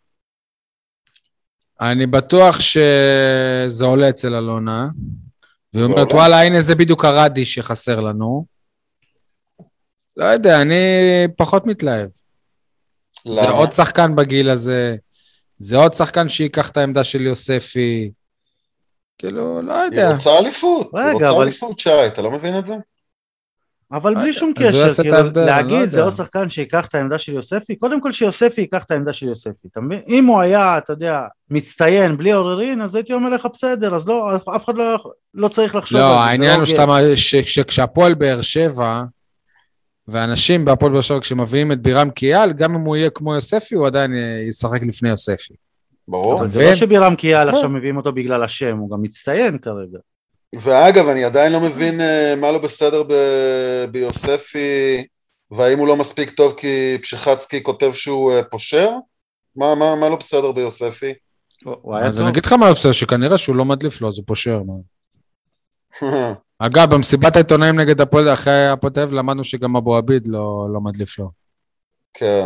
[SPEAKER 1] אני בטוח שזה עולה אצל אלונה, והיא
[SPEAKER 4] זה
[SPEAKER 1] אומרת,
[SPEAKER 4] עולה?
[SPEAKER 1] וואלה, הנה זה בדיוק הרדי שחסר לנו. לא יודע, אני פחות מתלהב. זה
[SPEAKER 4] למה?
[SPEAKER 1] עוד שחקן בגיל הזה, זה עוד שחקן שיקח את העמדה של יוספי, כאילו, לא
[SPEAKER 4] היא
[SPEAKER 1] יודע.
[SPEAKER 4] רוצה אליפות, היא
[SPEAKER 2] רגע,
[SPEAKER 4] רוצה
[SPEAKER 2] אבל-
[SPEAKER 4] אליפות, שי, אתה לא מבין את זה?
[SPEAKER 2] אבל בלי שום
[SPEAKER 1] אז הוא
[SPEAKER 2] קשר,
[SPEAKER 1] יעשה את
[SPEAKER 2] כאילו,
[SPEAKER 1] ההבדל, אני לא
[SPEAKER 2] להגיד
[SPEAKER 1] יודע.
[SPEAKER 2] זה עוד שחקן שיקח את העמדה של יוספי, קודם כל שיוספי ייקח את העמדה של יוספי, אתה מבין? אם הוא היה, אתה יודע, מצטיין בלי עוררין, אז הייתי אומר לך בסדר, אז לא, אף אחד לא, לא צריך לחשוב על זה.
[SPEAKER 1] לא,
[SPEAKER 2] זה
[SPEAKER 1] העניין הוא
[SPEAKER 2] הוגן.
[SPEAKER 1] שאתה, ש- שכשהפועל באר שבע, ואנשים בהפועל באר שבע, כשמביאים את בירם קיאל, גם אם הוא יהיה כמו יוספי, הוא עדיין ישחק לפני יוספי.
[SPEAKER 4] ברור.
[SPEAKER 2] אבל זה
[SPEAKER 1] מבין?
[SPEAKER 2] לא שבירם קיאל
[SPEAKER 1] נכון.
[SPEAKER 2] עכשיו מביאים אותו בגלל השם, הוא גם מצטיין כרגע.
[SPEAKER 4] ואגב, אני עדיין לא מבין אה, מה לא בסדר ב- ביוספי, והאם הוא לא מספיק טוב כי פשחצקי כותב שהוא אה, פושר? מה, מה, מה לא בסדר ביוספי?
[SPEAKER 2] הוא הוא היה
[SPEAKER 1] אז
[SPEAKER 2] טוב.
[SPEAKER 1] אני אגיד לך מה בסדר, שכנראה שהוא לא מדליף לו, אז הוא פושר. מה? אגב, במסיבת העיתונאים נגד הפועל, אחרי הפועל תל אביב, למדנו שגם אבו עביד לא, לא מדליף לו.
[SPEAKER 4] כן.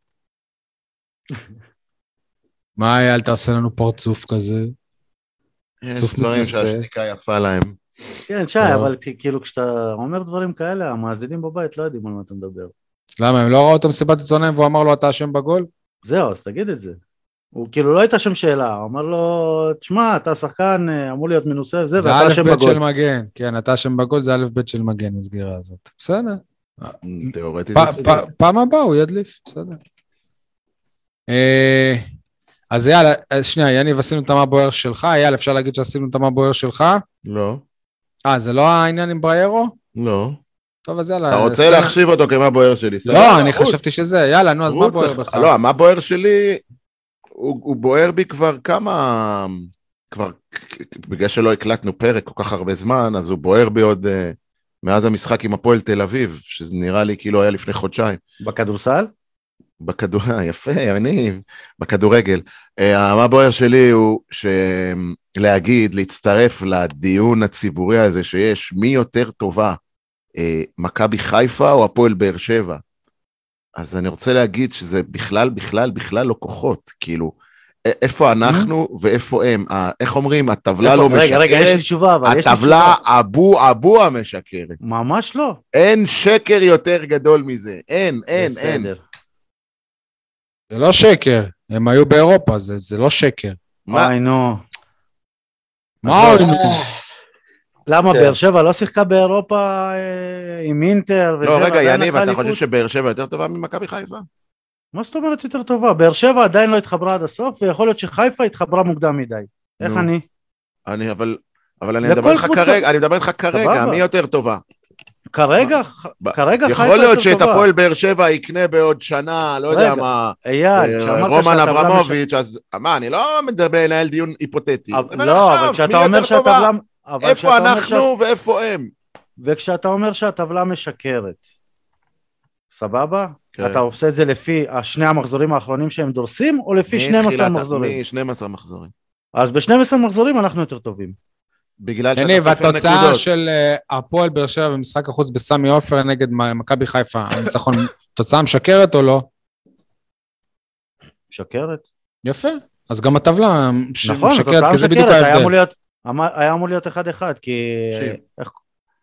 [SPEAKER 1] מה היה, אתה עושה לנו פרצוף כזה?
[SPEAKER 3] יש
[SPEAKER 1] צוף
[SPEAKER 3] דברים
[SPEAKER 1] מתנשא.
[SPEAKER 3] שהשתיקה יפה להם.
[SPEAKER 2] כן, שי,
[SPEAKER 1] טוב.
[SPEAKER 2] אבל כ- כאילו כשאתה אומר דברים כאלה, המאזינים בבית לא יודעים על מה אתה מדבר.
[SPEAKER 1] למה, הם לא ראו אותו מסיבת עיתונאים והוא אמר לו, אתה אשם בגול?
[SPEAKER 2] זהו, אז תגיד את זה. הוא כאילו לא הייתה שם שאלה, הוא אמר לו, תשמע, אתה שחקן, אה, אמור להיות מנוסה וזה,
[SPEAKER 1] זה
[SPEAKER 2] ואתה
[SPEAKER 1] א'
[SPEAKER 2] אשם
[SPEAKER 1] ב'
[SPEAKER 2] בגול.
[SPEAKER 1] של מגן. כן, אתה אשם בגול, זה א' ב' של מגן, הסגירה הזאת. בסדר.
[SPEAKER 3] תיאורטית.
[SPEAKER 1] פ- פ- פעם הבאה הוא ידליף, בסדר. אה, אז יאללה, אה, שנייה, יניב, עשינו את מה בוער שלך, יאללה, אפשר להגיד שעשינו את מה בוער שלך?
[SPEAKER 3] לא,
[SPEAKER 1] אה, זה לא העניין עם בריירו?
[SPEAKER 3] לא.
[SPEAKER 1] טוב, אז יאללה.
[SPEAKER 3] אתה רוצה
[SPEAKER 1] סתם-
[SPEAKER 3] להחשיב אותו כמה בוער שלי?
[SPEAKER 1] לא, אני חשבתי שזה, יאללה, נו, אז מה בוער בך?
[SPEAKER 3] לא, מה בוער שלי, הוא הוא בוער בי כבר כמה, כבר, בגלל שלא הקלטנו פרק כל כך הרבה זמן, אז הוא בוער בי עוד אה, מאז המשחק עם הפועל תל אביב, שזה נראה לי כאילו היה לפני חודשיים.
[SPEAKER 2] בכדורסל?
[SPEAKER 3] בכדור... יפה, יניב, בכדורגל. אה, מה בוער שלי הוא להגיד, להצטרף לדיון הציבורי הזה שיש מי יותר טובה, אה, מכבי חיפה או הפועל באר שבע. אז אני רוצה להגיד שזה בכלל, בכלל, בכלל לא כוחות, כאילו, א- איפה אנחנו ואיפה הם, ה- איך אומרים, הטבלה לא
[SPEAKER 2] רגע, רגע, יש לי
[SPEAKER 3] משקרת,
[SPEAKER 2] תשובה, אבל יש לי
[SPEAKER 3] הטבלה
[SPEAKER 2] תשובה.
[SPEAKER 3] אבו אבו המשקרת.
[SPEAKER 2] ממש לא.
[SPEAKER 3] אין שקר יותר גדול מזה, אין, אין, אין.
[SPEAKER 2] בסדר.
[SPEAKER 1] זה לא שקר, הם היו באירופה, זה זה לא שקר.
[SPEAKER 3] מה?
[SPEAKER 2] אוי, נו.
[SPEAKER 1] מה
[SPEAKER 2] אז
[SPEAKER 1] עוד?
[SPEAKER 2] למה
[SPEAKER 4] כן.
[SPEAKER 2] באר שבע לא שיחקה באירופה אה, עם אינטר וזה?
[SPEAKER 3] לא, רגע,
[SPEAKER 2] ועדיין
[SPEAKER 3] יניב,
[SPEAKER 2] לקחה
[SPEAKER 3] אתה
[SPEAKER 2] אליפות?
[SPEAKER 3] חושב שבאר שבע יותר טובה ממכבי חיפה?
[SPEAKER 2] מה זאת אומרת יותר טובה? באר שבע עדיין לא התחברה עד הסוף, ויכול להיות שחיפה התחברה מוקדם מדי. איך
[SPEAKER 3] נו.
[SPEAKER 2] אני?
[SPEAKER 3] אני, אבל, אבל אני
[SPEAKER 2] לכל
[SPEAKER 3] מדבר איתך
[SPEAKER 2] קבוצה-
[SPEAKER 3] כרגע, אני מדבר איתך כרגע,
[SPEAKER 2] סבבה.
[SPEAKER 3] מי יותר טובה?
[SPEAKER 2] כרגע,
[SPEAKER 3] ב-
[SPEAKER 2] כרגע חיפה
[SPEAKER 3] יכול להיות
[SPEAKER 2] יותר
[SPEAKER 3] שאת
[SPEAKER 2] טובה.
[SPEAKER 3] הפועל באר שבע יקנה בעוד שנה, לא יודע
[SPEAKER 2] רגע,
[SPEAKER 3] מה,
[SPEAKER 2] אייל,
[SPEAKER 3] אה,
[SPEAKER 2] כשאמרת
[SPEAKER 3] רומן
[SPEAKER 2] שהטבלה
[SPEAKER 3] אברמוביץ', אז מה, אני לא מדבר לנהל דיון היפותטי.
[SPEAKER 2] אבל-
[SPEAKER 3] אבל
[SPEAKER 2] לא,
[SPEAKER 3] עכשיו,
[SPEAKER 2] אבל כשאתה
[SPEAKER 3] מי
[SPEAKER 2] אומר
[SPEAKER 3] יותר טובה?
[SPEAKER 2] שהטבלה... אבל
[SPEAKER 3] איפה
[SPEAKER 2] כשאתה אומר
[SPEAKER 3] אנחנו ואיפה הם?
[SPEAKER 2] וכשאתה אומר שהטבלה משקרת, סבבה?
[SPEAKER 3] כן.
[SPEAKER 2] אתה עושה את זה לפי השני המחזורים האחרונים שהם דורסים, או לפי שנים עשר
[SPEAKER 3] מתחילת-
[SPEAKER 2] מחזורים?
[SPEAKER 3] מ-שנים עשר מחזורים.
[SPEAKER 2] אז ב-שנים עשר מחזורים אנחנו יותר טובים.
[SPEAKER 3] בגלל שאתה
[SPEAKER 1] יניב,
[SPEAKER 3] סופר
[SPEAKER 1] התוצאה
[SPEAKER 3] נקודות.
[SPEAKER 1] של אה, הפועל באר שבע במשחק החוץ בסמי עופר נגד מכבי חיפה, הניצחון, תוצאה משקרת או לא?
[SPEAKER 2] משקרת.
[SPEAKER 1] יפה, אז גם הטבלה ש-
[SPEAKER 2] נכון,
[SPEAKER 1] משקרת,
[SPEAKER 2] התוצאה
[SPEAKER 1] כי זה בדיוק
[SPEAKER 2] משקרת, היה
[SPEAKER 1] ההבדל.
[SPEAKER 2] אמור להיות- אמר- היה אמור להיות אחד אחד, כי
[SPEAKER 3] תקשיב,
[SPEAKER 2] איך-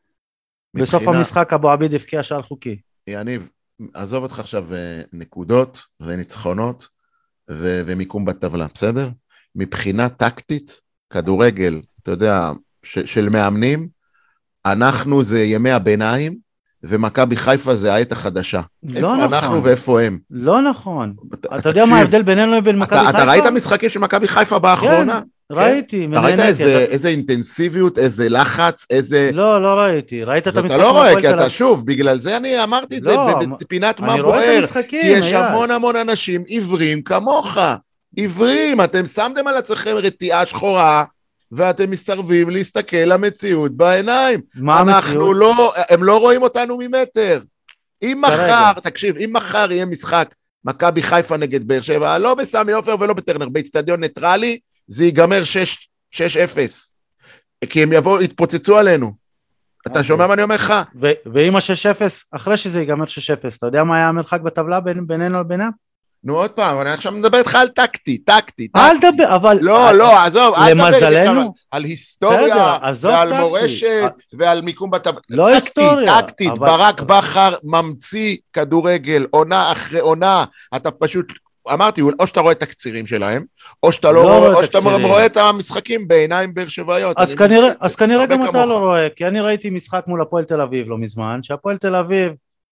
[SPEAKER 2] בסוף
[SPEAKER 3] מבחינה-
[SPEAKER 2] המשחק אבו עביד הבקיע שער חוקי.
[SPEAKER 3] יניב, עזוב אותך עכשיו אה, נקודות וניצחונות ו- ומיקום בטבלה, בסדר? מבחינה טקטית, כדורגל, אתה יודע, ש- של מאמנים, אנחנו זה ימי הביניים, ומכבי חיפה זה העת החדשה.
[SPEAKER 2] לא
[SPEAKER 3] איפה
[SPEAKER 2] נכון.
[SPEAKER 3] אנחנו ואיפה הם?
[SPEAKER 2] לא נכון.
[SPEAKER 3] אתה
[SPEAKER 2] אתה יודע מה ההבדל בינינו לבין מכבי
[SPEAKER 3] אתה,
[SPEAKER 2] חיפה?
[SPEAKER 3] אתה ראית משחקים של מכבי חיפה באחרונה?
[SPEAKER 2] כן, ראיתי.
[SPEAKER 3] אתה ראית
[SPEAKER 2] ונהניתי,
[SPEAKER 3] איזה,
[SPEAKER 2] אתה-
[SPEAKER 3] איזה אינטנסיביות, איזה לחץ, איזה...
[SPEAKER 2] לא, לא ראיתי. ראית את
[SPEAKER 3] אתה
[SPEAKER 2] המשחק?
[SPEAKER 3] לא
[SPEAKER 2] מול
[SPEAKER 3] רואה,
[SPEAKER 2] הפועל
[SPEAKER 3] כי
[SPEAKER 2] תל
[SPEAKER 3] אתה
[SPEAKER 2] אביב?
[SPEAKER 3] שוב, בגלל זה אני אמרתי את זה
[SPEAKER 2] לא,
[SPEAKER 3] בפינת מה
[SPEAKER 2] אני רואה את
[SPEAKER 3] בוער,
[SPEAKER 2] המשחקים,
[SPEAKER 3] כי יש
[SPEAKER 2] אייל.
[SPEAKER 3] המון המון אנשים עיוורים כמוך, עיוורים, אתם שמתם על עצמכם רתיעה שחורה, ואתם מסתרבים להסתכל למציאות בעיניים.
[SPEAKER 2] מה
[SPEAKER 3] אנחנו
[SPEAKER 2] המציאות?
[SPEAKER 3] לא, הם לא רואים אותנו ממטר. אם
[SPEAKER 2] כרגע.
[SPEAKER 3] מחר, תקשיב, אם מחר יהיה משחק מכבי חיפה נגד באר שבע, לא בסמי עופר ולא בטרנר, באצטדיון ניטרלי, זה ייגמר שש אפס. כי הם יבואו, יתפוצצו עלינו. אתה
[SPEAKER 2] אוקיי.
[SPEAKER 3] שומע מה אני אומר לך?
[SPEAKER 2] ו- ועם ה-שש אפס, אחרי שזה ייגמר שש אפס, אתה יודע מה היה המרחק בטבלה בין- בינינו לבינם?
[SPEAKER 3] נו עוד פעם, אני עכשיו מדבר איתך על טקטי, טקטי,
[SPEAKER 2] אל
[SPEAKER 3] טקטי.
[SPEAKER 2] תדבר, אבל...
[SPEAKER 3] לא, לא, עזוב, אל תדבר איתי
[SPEAKER 2] למזלנו-
[SPEAKER 3] עכשיו על היסטוריה,
[SPEAKER 2] בסדר, עזוב
[SPEAKER 3] ועל
[SPEAKER 2] טקטי.
[SPEAKER 3] מורשת, ועל מיקום בטבלה.
[SPEAKER 2] לא
[SPEAKER 3] טקטי,
[SPEAKER 2] היסטוריה,
[SPEAKER 3] טקטית,
[SPEAKER 2] אבל-
[SPEAKER 3] ברק בכר ממציא כדורגל, עונה אחרי עונה, אתה פשוט, אמרתי, או שאתה רואה את הקצירים שלהם, או שאתה לא
[SPEAKER 2] לא
[SPEAKER 3] רואה,
[SPEAKER 2] רואה
[SPEAKER 3] או
[SPEAKER 2] את
[SPEAKER 3] שאתה
[SPEAKER 2] הקצירים.
[SPEAKER 3] רואה את המשחקים בעיניים באר שבעיות.
[SPEAKER 2] אז
[SPEAKER 3] אני
[SPEAKER 2] כנראה,
[SPEAKER 3] מבין את
[SPEAKER 2] אז
[SPEAKER 3] זה,
[SPEAKER 2] כנראה
[SPEAKER 3] הרבה
[SPEAKER 2] גם אתה
[SPEAKER 3] כמוך.
[SPEAKER 2] לא רואה, כי אני ראיתי משחק מול הפועל תל אביב לא מזמן, שהפועל תל אביב,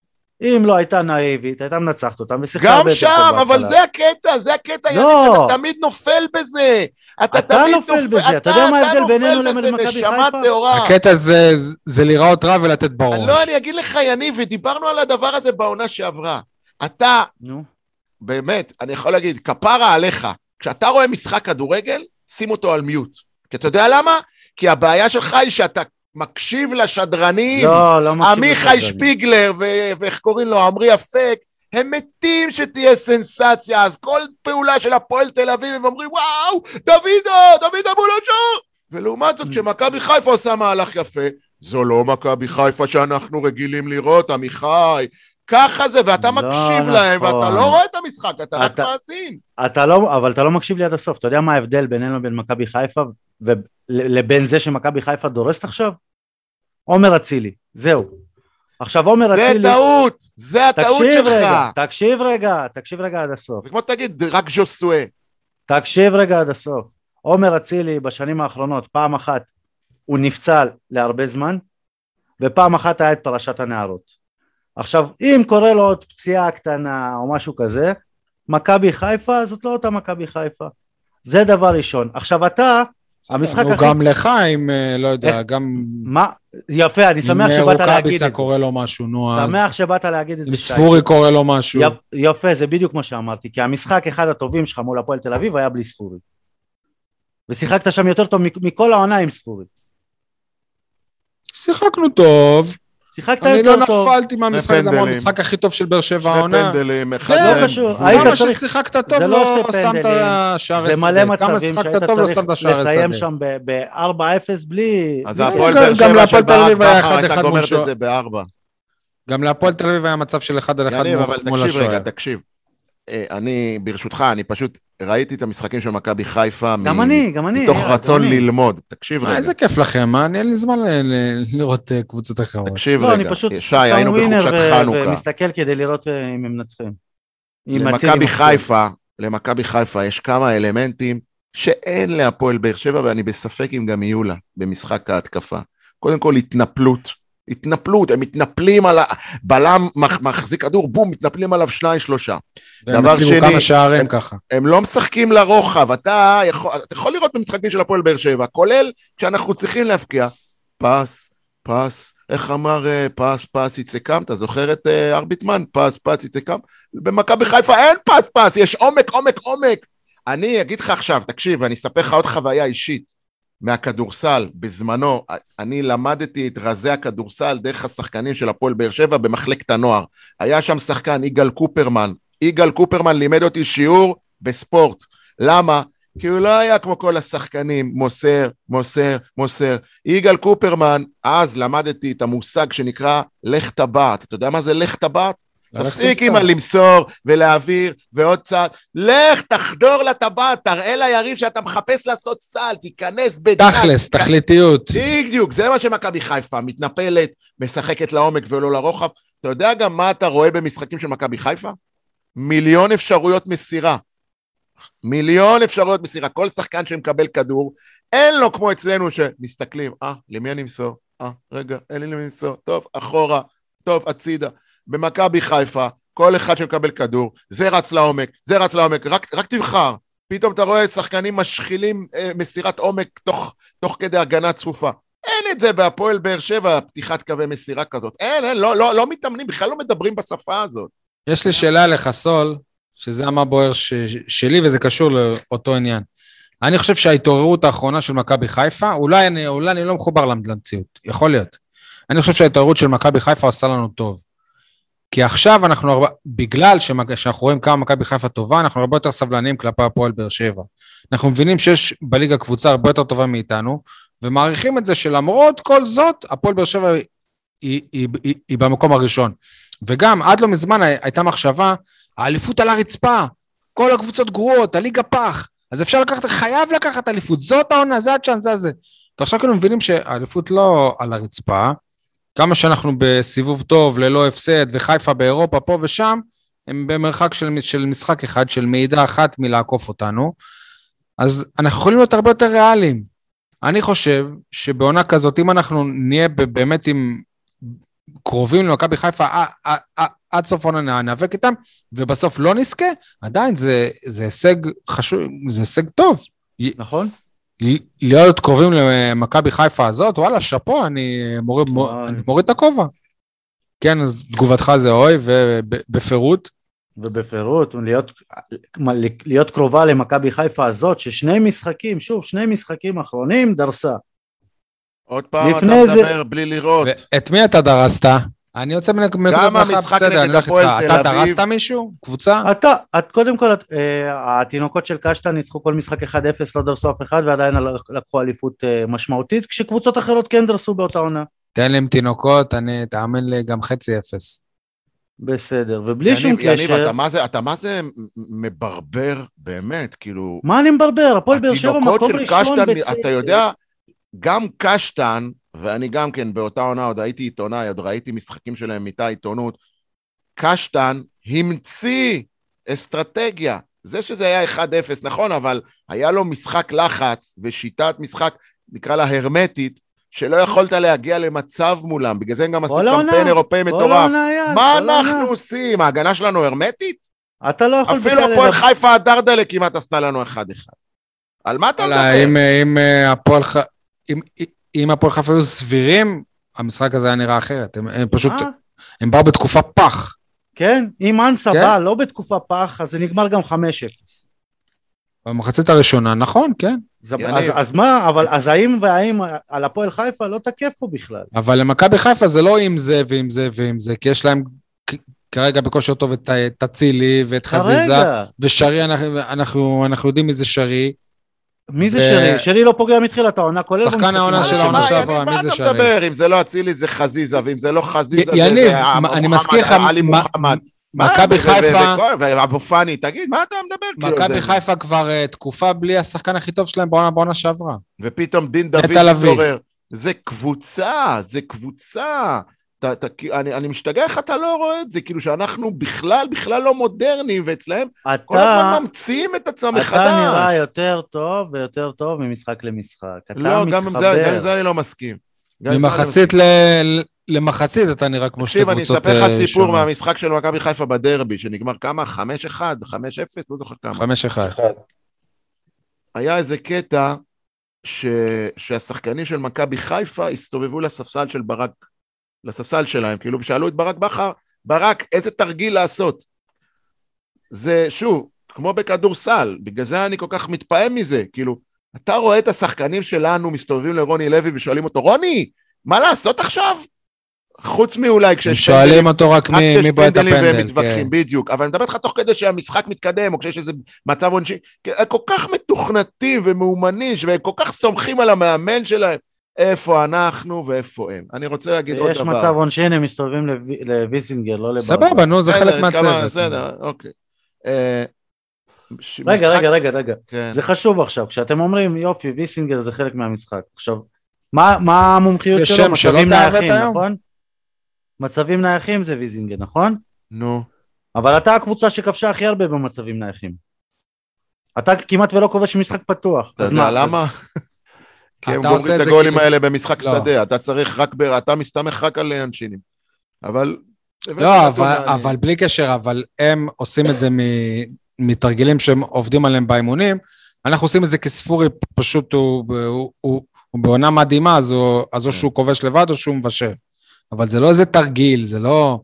[SPEAKER 2] אם לא הייתה נאיבית, הייתה מנצחת אותם, ושיחקה
[SPEAKER 3] גם
[SPEAKER 2] הרבה יותר
[SPEAKER 3] שם,
[SPEAKER 2] טוב
[SPEAKER 3] אבל
[SPEAKER 2] בהתחלה.
[SPEAKER 3] זה הקטע, זה הקטע,
[SPEAKER 2] לא.
[SPEAKER 3] יניב, אתה תמיד נופל בזה. אתה
[SPEAKER 2] אתה
[SPEAKER 3] תמיד
[SPEAKER 2] נופל בזה, אתה יודע מה ההבדל בינינו לבין מכבי
[SPEAKER 3] נשמה
[SPEAKER 2] חיפה?
[SPEAKER 3] טהורה.
[SPEAKER 1] הקטע זה, זה להיראות רע ולתת בראש.
[SPEAKER 3] לא, אני אגיד לך, יניב, ודיברנו על הדבר הזה בעונה שעברה. אתה,
[SPEAKER 2] נו,
[SPEAKER 3] באמת, אני יכול להגיד, כפרה עליך, כשאתה רואה משחק כדורגל, שים אותו על מיוט. כי אתה יודע למה? כי הבעיה שלך היא שאתה מקשיב לשדרנים,
[SPEAKER 2] לא, לא מקשיב
[SPEAKER 3] עמיחי
[SPEAKER 2] לשדרנים.
[SPEAKER 3] שפיגלר, ו- ואיך קוראים לו, עמרי אפק, הם מתים שתהיה סנסציה, אז כל פעולה של הפועל תל אביב, הם אומרים, וואו, דוידו, דוידו בולושו, ולעומת זאת, כשמכבי חיפה עושה מהלך יפה, זו לא מכבי חיפה שאנחנו רגילים לראות, עמיחי, ככה זה, ואתה
[SPEAKER 2] לא
[SPEAKER 3] מקשיב להם,
[SPEAKER 2] נכון.
[SPEAKER 3] ואתה לא רואה את המשחק, אתה רק
[SPEAKER 2] אתה-
[SPEAKER 3] מאזין.
[SPEAKER 2] אתה לא, אבל אתה לא מקשיב לי עד הסוף, אתה יודע מה ההבדל בינינו לבין מכבי חיפה, ולבין זה שמכבי חיפה דורסת עכשיו? עומר אצילי, זהו. עכשיו עומר אצילי...
[SPEAKER 3] זה טעות, זה הטעות שלך.
[SPEAKER 2] רגע, תקשיב רגע, תקשיב רגע עד הסוף.
[SPEAKER 3] זה כמו תגיד, רק ז'וסואה.
[SPEAKER 2] תקשיב רגע עד הסוף. עומר אצילי בשנים האחרונות, פעם אחת הוא נפצע להרבה זמן, ופעם אחת היה את פרשת הנערות. עכשיו, אם קורה לו עוד פציעה קטנה או משהו כזה, מכבי חיפה זאת לא אותה מכבי חיפה. זה דבר ראשון. עכשיו אתה, המשחק הכי...
[SPEAKER 1] גם לך, אם לא יודע, גם...
[SPEAKER 2] מה? יפה, אני שמח שבאת להגיד את זה.
[SPEAKER 1] אם רוקאביצה קורא לו משהו, נו אז...
[SPEAKER 2] שמח שבאת להגיד את זה.
[SPEAKER 1] אם ספורי קורא לו משהו.
[SPEAKER 2] יפה, זה בדיוק מה שאמרתי, כי המשחק אחד הטובים שלך מול הפועל תל אביב היה בלי ספורי. ושיחקת שם יותר טוב מכל העונה עם ספורי.
[SPEAKER 1] שיחקנו טוב.
[SPEAKER 2] שיחקת
[SPEAKER 1] אני
[SPEAKER 2] יותר
[SPEAKER 1] לא
[SPEAKER 2] טוב.
[SPEAKER 1] נפלתי מהמשחק הזה, אמרו המשחק הכי טוב של באר שבע העונה.
[SPEAKER 3] שני פנדלים, אחד...
[SPEAKER 2] לא קשור.
[SPEAKER 1] כמה ששיחקת טוב לא שמת שער
[SPEAKER 2] זה מלא מצבים
[SPEAKER 1] שהיית צריך
[SPEAKER 2] לסיים שם ב-ארבע אפס בלי...
[SPEAKER 3] אז הפועל באר שבע של בכר הייתה גומרת את זה בארבע.
[SPEAKER 1] גם להפועל תל אביב היה מצב של אחד על אחד מול השוער.
[SPEAKER 3] תקשיב רגע, תקשיב. אני, ברשותך, אני פשוט ראיתי את המשחקים של מכבי חיפה.
[SPEAKER 2] גם אני, גם אני.
[SPEAKER 3] מתוך רצון ללמוד. תקשיב רגע.
[SPEAKER 1] איזה כיף לכם, אני אין לי זמן לראות קבוצות אחרות.
[SPEAKER 3] תקשיב
[SPEAKER 2] רגע. לא, אני פשוט
[SPEAKER 3] שי, היינו בחופשת חנוכה.
[SPEAKER 2] ומסתכל כדי לראות אם הם מנצחים.
[SPEAKER 3] למכבי חיפה, למכבי חיפה יש כמה אלמנטים שאין להפועל באר שבע, ואני בספק אם גם יהיו לה במשחק ההתקפה. קודם כל, התנפלות. התנפלות, הם מתנפלים על הבלם, מחזיק כדור, בום, מתנפלים עליו שניים, שלושה.
[SPEAKER 1] והם הסירו כמה שערים ככה.
[SPEAKER 3] הם לא משחקים לרוחב, אתה יכול, אתה יכול לראות במשחקים של הפועל באר שבע, כולל כשאנחנו צריכים להפקיע, פס, פס, איך אמר פס, פס, יצקם, אתה זוכר את ארביטמן, פס, פס, יצקם, במכבי בחיפה אין פס, פס, יש עומק, עומק, עומק. אני אגיד לך עכשיו, תקשיב, אני אספר לך עוד חוויה אישית, מהכדורסל, בזמנו, אני למדתי את רזי הכדורסל דרך השחקנים של הפועל באר שבע במחלקת הנוער. היה שם שחקן, יגאל קופרמן. יגאל קופרמן לימד אותי שיעור בספורט. למה? כי הוא לא היה כמו כל השחקנים, מוסר, מוסר, מוסר. יגאל קופרמן, אז למדתי את המושג שנקרא לך טבעת. אתה יודע מה זה לך טבעת? תפסיק עם הלמסור ולהעביר ועוד צעד, לך תחדור לטבעת, תראה ליריב שאתה מחפש לעשות סל, תיכנס בדק.
[SPEAKER 1] תכלס, תכליתיות.
[SPEAKER 3] בדיוק, זה מה שמכבי חיפה, מתנפלת, משחקת לעומק ולא לרוחב. אתה יודע גם מה אתה רואה במשחקים של מכבי חיפה? מיליון אפשרויות מסירה. מיליון אפשרויות מסירה. כל שחקן שמקבל כדור, אין לו כמו אצלנו שמסתכלים, אה, למי אני אמסור? אה, רגע, אין לי למי למסור. טוב, אחורה, טוב, הצידה. במכבי חיפה, כל אחד שמקבל כדור, זה רץ לעומק, זה רץ לעומק, רק, רק תבחר. פתאום אתה רואה שחקנים משחילים אה, מסירת עומק תוך, תוך כדי הגנה צפופה. אין את זה בהפועל באר שבע, פתיחת קווי מסירה כזאת. אין, אין, לא, לא, לא מתאמנים, בכלל לא מדברים בשפה הזאת.
[SPEAKER 1] יש לי שאלה לחסול, שזה מה בוער ש... שלי, וזה קשור לאותו עניין. אני חושב שההתעוררות האחרונה של מכבי חיפה, אולי אני, אולי אני לא מחובר למציאות, יכול להיות. אני חושב שההתעוררות של מכבי חיפה עושה לנו טוב. כי עכשיו אנחנו, הרבה, בגלל שאנחנו רואים כמה מכבי חיפה טובה, אנחנו הרבה יותר סבלניים כלפי הפועל באר שבע. אנחנו מבינים שיש בליגה קבוצה הרבה יותר טובה מאיתנו, ומעריכים את זה שלמרות כל זאת, הפועל באר שבע היא, היא, היא, היא, היא במקום הראשון. וגם עד לא מזמן הייתה מחשבה, האליפות על הרצפה, כל הקבוצות גרועות, הליגה פח, אז אפשר לקחת, חייב לקחת אליפות, זאת העונה, זה הצ'אנס, זה זה. ועכשיו כאילו מבינים שהאליפות לא על הרצפה, כמה שאנחנו בסיבוב טוב, ללא הפסד, וחיפה באירופה, פה ושם, הם במרחק של, של משחק אחד, של מידע אחת מלעקוף אותנו, אז אנחנו יכולים להיות הרבה יותר ריאליים. אני חושב שבעונה כזאת, אם אנחנו נהיה באמת עם קרובים למכבי חיפה, עד סוף עונה נאבק איתם, ובסוף לא נזכה, עדיין זה, זה הישג חשוב, זה הישג טוב.
[SPEAKER 2] נכון?
[SPEAKER 1] להיות קרובים למכבי חיפה הזאת, וואלה, שפו, אני מוריד, אני מוריד את הכובע. כן, אז תגובתך זה אוי, ובפירוט.
[SPEAKER 2] ובפירוט, להיות, להיות קרובה למכבי חיפה הזאת, ששני משחקים, שוב, שני משחקים אחרונים, דרסה.
[SPEAKER 3] עוד פעם אתה מדבר זה... בלי לראות.
[SPEAKER 1] את מי אתה דרסת? אני יוצא מנקודת מחר, בסדר, אני הולך איתך. אתה דרסת מישהו? קבוצה?
[SPEAKER 2] אתה, את קודם כל, התינוקות של קשטה ניצחו כל משחק אחד אפס, לא דרסו אף אחד, ועדיין לקחו אליפות משמעותית, כשקבוצות אחרות כן דרסו באותה עונה.
[SPEAKER 1] תן להם תינוקות, אני תאמן לי גם חצי אפס.
[SPEAKER 2] בסדר, ובלי שום
[SPEAKER 3] יניב,
[SPEAKER 2] קשר...
[SPEAKER 3] אתה מה זה, אתה מה זה מברבר, באמת, כאילו...
[SPEAKER 2] מה אני מברבר? הפועל באר שבע מקום ראשון בצעיר.
[SPEAKER 3] אתה יודע, גם קשטן, ואני גם כן באותה עונה, עוד הייתי עיתונאי, עוד ראיתי משחקים שלהם מיטה עיתונות, קשטן המציא אסטרטגיה. זה שזה היה אחד אפס, נכון, אבל היה לו משחק לחץ ושיטת משחק, נקרא לה הרמטית, שלא יכולת להגיע למצב מולם, בגלל זה הם גם עשו קמפיין אירופאי מטורף. מה אנחנו עושים? ההגנה שלנו הרמטית?
[SPEAKER 2] אתה לא יכול...
[SPEAKER 3] אפילו הפועל חיפה הדרדלה כמעט עשתה לנו אחד אחד. על מה אתה מדבר?
[SPEAKER 1] אם הפועל חיפה היו סבירים, המשחק הזה היה נראה אחרת. הם פשוט, הם באו בתקופה פח.
[SPEAKER 2] כן, אם אנסה בא לא בתקופה פח, אז זה נגמר גם חמש אפס.
[SPEAKER 1] במחצית הראשונה, נכון, כן.
[SPEAKER 2] אז מה, אבל אז האם והאם על הפועל חיפה לא תקף פה בכלל.
[SPEAKER 1] אבל למכבי חיפה זה לא עם זה ועם זה ועם זה, כי יש להם כרגע בכושר טוב את הצילי ואת חזיזה, ושרי, אנחנו יודעים מי זה שרי.
[SPEAKER 2] מי זה שרי? שרי לא פוגע מתחילת העונה, כולל...
[SPEAKER 1] שחקן העונה של העונה שעברה, מי זה שרי?
[SPEAKER 3] מה אתה מדבר? אם זה לא הצילי זה חזיזה, ואם זה לא חזיזה זה...
[SPEAKER 1] יניב, אני מזכיר לך...
[SPEAKER 3] עלי מוחמד.
[SPEAKER 1] מכבי חיפה...
[SPEAKER 3] ואבו פאני, תגיד, מה אתה מדבר?
[SPEAKER 1] מכבי חיפה כבר תקופה בלי השחקן הכי טוב שלהם בעונה בעונה שעברה.
[SPEAKER 3] ופתאום דין דוד מתעורר. זה קבוצה, זה קבוצה. אני משתגע איך אתה לא רואה את זה, כאילו שאנחנו בכלל, בכלל לא מודרניים, ואצלהם כל הזמן ממציאים את עצמם מחדש.
[SPEAKER 2] אתה נראה יותר טוב ויותר טוב ממשחק למשחק.
[SPEAKER 3] לא, גם עם זה אני לא מסכים.
[SPEAKER 1] ממחצית למחצית אתה נראה כמו שתי קבוצות שונות.
[SPEAKER 3] אני אספר לך סיפור מהמשחק של מכבי חיפה בדרבי, שנגמר כמה? חמש אחד, חמש אפס, לא זוכר כמה.
[SPEAKER 1] חמש אחד.
[SPEAKER 3] היה איזה קטע שהשחקנים של מכבי חיפה הסתובבו לספסל של ברק, לספסל שלהם, כאילו, ושאלו את ברק בכר, ברק, איזה תרגיל לעשות? זה, שוב, כמו בכדורסל, בגלל זה אני כל כך מתפעם מזה, כאילו, אתה רואה את השחקנים שלנו מסתובבים לרוני לוי ושואלים אותו, רוני, מה לעשות עכשיו? חוץ מאולי כשיש
[SPEAKER 1] פנדלים, שואלים אותו רק מי בוא את הפנדל,
[SPEAKER 3] כן. בדיוק, אבל אני מדבר לך תוך כדי שהמשחק מתקדם, או כשיש איזה מצב עונשי, כל כך מתוכנתים ומאומנים, וכל כך סומכים על המאמן שלהם, איפה אנחנו ואיפה הם. אני רוצה להגיד עוד דבר.
[SPEAKER 2] יש מצב עונשין, הם מסתובבים לוויסינגר, לא לברק.
[SPEAKER 1] סבבה, נו, זה חלק מהצוות.
[SPEAKER 3] בסדר, אוקיי.
[SPEAKER 2] רגע, רגע, רגע, רגע. זה חשוב עכשיו, כשאתם אומרים, יופי, ויסינגר זה חלק מהמשחק. עכשיו, מה המומחיות שלו? מצבים נייחים, נכון? מצבים נייחים זה ויסינגר, נכון?
[SPEAKER 3] נו.
[SPEAKER 2] אבל אתה הקבוצה שכבשה הכי הרבה במצבים נייחים. אתה כמעט ולא כובש משחק פתוח.
[SPEAKER 3] אתה יודע למה? כי הם גורמים את הגולים האלה במשחק שדה, אתה צריך רק, אתה מסתמך רק על אנשינים. אבל...
[SPEAKER 1] לא, אבל בלי קשר, אבל הם עושים את זה מתרגילים שהם עובדים עליהם באימונים, אנחנו עושים את זה כספורי, פשוט הוא בעונה מדהימה, אז או שהוא כובש לבד או שהוא מבשל. אבל זה לא איזה תרגיל, זה לא...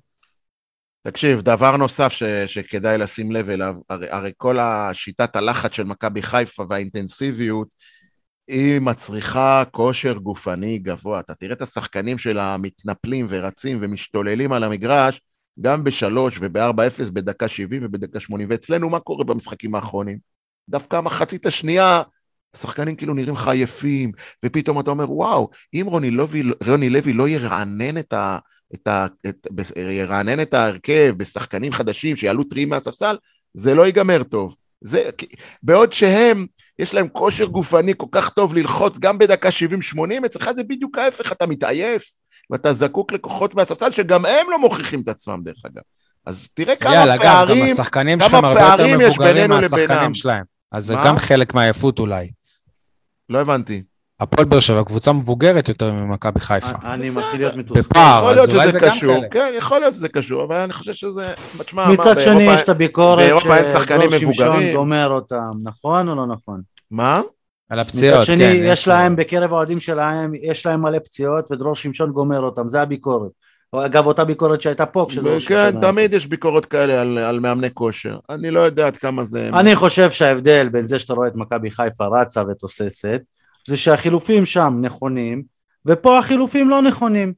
[SPEAKER 3] תקשיב, דבר נוסף ש, שכדאי לשים לב אליו, הרי, הרי כל השיטת הלחץ של מכבי חיפה והאינטנסיביות, היא מצריכה כושר גופני גבוה. אתה תראה את השחקנים של המתנפלים ורצים ומשתוללים על המגרש, גם בשלוש ובארבע אפס בדקה שבעים ובדקה שמונים, ואצלנו מה קורה במשחקים האחרונים? דווקא המחצית השנייה, השחקנים כאילו נראים חייפים, ופתאום אתה אומר, וואו, אם רוני לוי, רוני לוי לא ירענן את ה... את ה... את... ירענן את ההרכב בשחקנים חדשים שיעלו טריים מהספסל, זה לא ייגמר טוב. זה... בעוד שהם, יש להם כושר גופני כל כך טוב ללחוץ, גם בדקה שבעים שמונים, אצלך זה בדיוק ההפך, אתה מתעייף, ואתה זקוק לכוחות מהספסל, שגם הם לא מוכיחים את עצמם דרך אגב. אז תראה כמה
[SPEAKER 1] יאללה,
[SPEAKER 3] פערים,
[SPEAKER 1] גם השחקנים שלהם הרבה יותר מבוגרים מהשחקנים שלהם. אז זה גם חלק מהעייפות אולי.
[SPEAKER 3] לא הבנתי.
[SPEAKER 1] הפועל באר שבע, קבוצה מבוגרת יותר ממכבי חיפה.
[SPEAKER 2] אני מתחיל להיות מתוסכל.
[SPEAKER 1] בפער, אז אולי זה גם חלק.
[SPEAKER 3] כן, יכול להיות שזה קשור, אבל אני חושב שזה...
[SPEAKER 2] מצד שני יש את הביקורת שדור שמשון גומר אותם, נכון או לא נכון?
[SPEAKER 3] מה?
[SPEAKER 1] על הפציעות, כן.
[SPEAKER 2] מצד שני, יש להם, בקרב האוהדים שלהם, יש להם מלא פציעות, ודרור שמשון גומר אותם, זה הביקורת. אגב, אותה ביקורת שהייתה פה,
[SPEAKER 3] כן, תמיד יש ביקורות כאלה על, על מאמני כושר. אני לא יודע עד כמה זה...
[SPEAKER 2] אני חושב שההבדל בין זה שאתה רואה את מכבי חיפה רצה ותוססת, זה שהחילופים שם נכונים, ופה החילופים לא נכונים.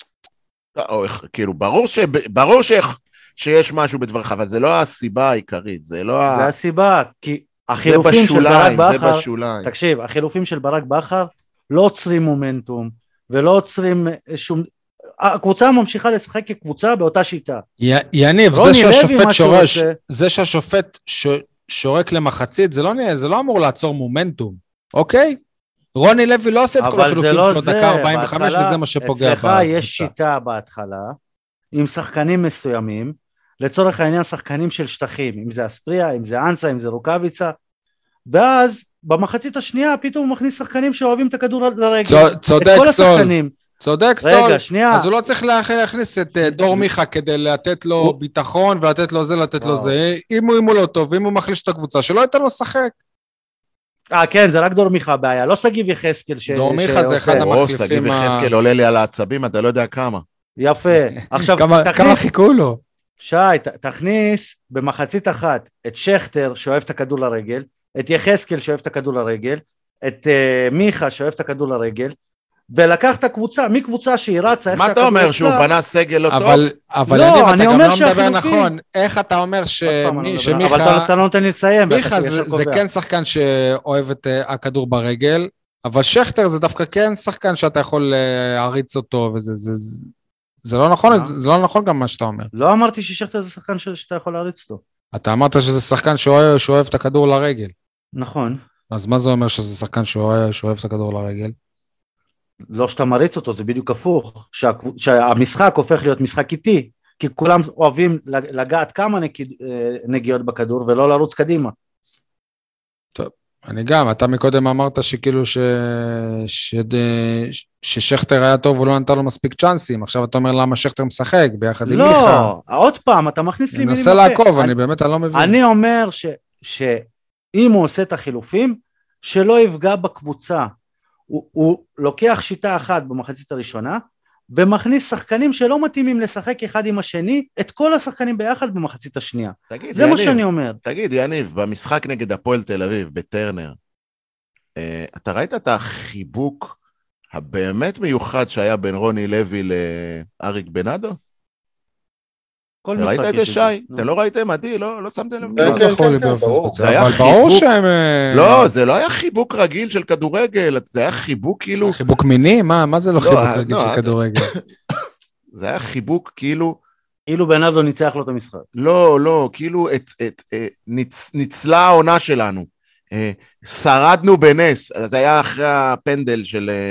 [SPEAKER 3] כאילו, ברור, ש... ברור ש... שיש משהו בדברך, אבל זה לא הסיבה העיקרית, זה לא...
[SPEAKER 2] זה הסיבה, כי החילופים של ברק בכר, תקשיב, החילופים של ברק בכר לא עוצרים מומנטום, ולא עוצרים שום... הקבוצה ממשיכה לשחק כקבוצה באותה שיטה.
[SPEAKER 1] י, יניב, זה שהשופט שורש, זה שהשופט ש, שורק למחצית, זה לא, זה לא אמור לעצור מומנטום, אוקיי? רוני לוי לא עושה את כל החילופים
[SPEAKER 2] לא
[SPEAKER 1] שלו דקה ארבעים וחמש, וזה מה שפוגע.
[SPEAKER 2] אצלך יש שיטה בהתחלה, עם שחקנים מסוימים, לצורך העניין שחקנים של שטחים, אם זה אספריה, אם זה אנסה, אם זה רוקביצה, ואז במחצית השנייה פתאום הוא מכניס שחקנים שאוהבים את הכדור לרגל.
[SPEAKER 1] צודק סול, צודק סול, אז הוא לא צריך להכניס את דור מיכה כדי לתת לו ביטחון ולתת לו זה, לתת לו זה, אם הוא לא טוב, אם הוא מחליש את הקבוצה, שלא ייתן לו לשחק.
[SPEAKER 2] אה כן, זה רק דור מיכה הבעיה, לא סגיב יחזקאל.
[SPEAKER 1] דור מיכה זה אחד המחליפים.
[SPEAKER 3] סגיב יחזקאל עולה לי על העצבים, אתה לא יודע כמה.
[SPEAKER 2] יפה. עכשיו,
[SPEAKER 1] כמה חיכו לו?
[SPEAKER 2] שי, תכניס במחצית אחת את שכטר שאוהב את הכדור לרגל, את יחזקאל שאוהב את הכדור לרגל, את מיכה שאוהב את הכדור לרגל, ולקח את הקבוצה, מקבוצה שהיא רצה,
[SPEAKER 3] מה אתה אומר, שהוא בנה סגל לא טוב?
[SPEAKER 1] אבל לא, אני אומר שהחילופים... איך אתה אומר שמיכה...
[SPEAKER 2] אבל אתה לא נותן לי לסיים.
[SPEAKER 1] מיכה זה כן שחקן שאוהב את הכדור ברגל, אבל שכטר זה דווקא כן שחקן שאתה יכול להריץ אותו, וזה... זה לא נכון, זה לא נכון גם מה שאתה אומר.
[SPEAKER 2] לא אמרתי ששכטר זה שחקן שאתה יכול להריץ אותו.
[SPEAKER 1] אתה אמרת שזה שחקן שאוהב את הכדור לרגל.
[SPEAKER 2] נכון.
[SPEAKER 1] אז מה זה אומר שזה שחקן שאוהב את הכדור לרגל?
[SPEAKER 2] לא שאתה מריץ אותו, זה בדיוק הפוך. שהמשחק הופך להיות משחק איטי, כי כולם אוהבים לגעת כמה נגיעות בכדור ולא לרוץ קדימה.
[SPEAKER 1] טוב, אני גם, אתה מקודם אמרת שכאילו ש... ש... ששכטר היה טוב ולא נתן לו מספיק צ'אנסים, עכשיו אתה אומר למה שכטר משחק ביחד עם מיכה.
[SPEAKER 2] לא, עוד פעם, אתה מכניס לי מילים.
[SPEAKER 1] אני מנסה לעקוב, אני באמת לא מבין.
[SPEAKER 2] אני אומר ש... שאם הוא עושה את החילופים, שלא יפגע בקבוצה. הוא, הוא לוקח שיטה אחת במחצית הראשונה, ומכניס שחקנים שלא מתאימים לשחק אחד עם השני, את כל השחקנים ביחד במחצית השנייה. תגיד, זה יניב, מה שאני אומר.
[SPEAKER 3] תגיד, יניב, במשחק נגד הפועל תל אביב, בטרנר, אה, אתה ראית את החיבוק הבאמת מיוחד שהיה בין רוני לוי לאריק בנאדו? ראית את זה שי? אתם לא ראיתם? עדי, לא שמתם לב?
[SPEAKER 4] כן, כן, כן, ברור.
[SPEAKER 1] אבל ברור שהם...
[SPEAKER 3] לא, זה לא היה חיבוק רגיל של כדורגל, זה היה חיבוק כאילו...
[SPEAKER 1] חיבוק מיני? מה זה לא חיבוק רגיל של כדורגל?
[SPEAKER 3] זה היה חיבוק כאילו...
[SPEAKER 2] כאילו בנאדו ניצח לו את המשחק.
[SPEAKER 3] לא, לא, כאילו ניצלה העונה שלנו. שרדנו בנס, זה היה אחרי הפנדל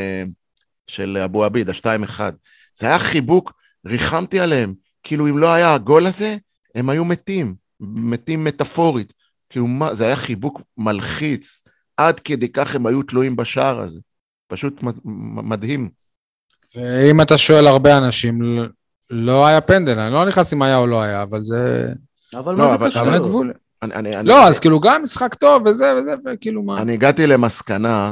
[SPEAKER 3] של אבו עביד, ה-שתיים אחד. זה היה חיבוק, ריחמתי עליהם. כאילו אם לא היה הגול הזה, הם היו מתים, מתים מטאפורית. כאילו מה, זה היה חיבוק מלחיץ, עד כדי כך הם היו תלויים בשער הזה. פשוט מדהים.
[SPEAKER 1] ואם אתה שואל הרבה אנשים, לא היה פנדל, אני לא נכנס אם היה או לא היה, אבל זה...
[SPEAKER 2] אבל מה זה קשור?
[SPEAKER 1] גבול. לא, אז כאילו גם משחק טוב וזה וזה, וכאילו מה...
[SPEAKER 3] אני הגעתי למסקנה,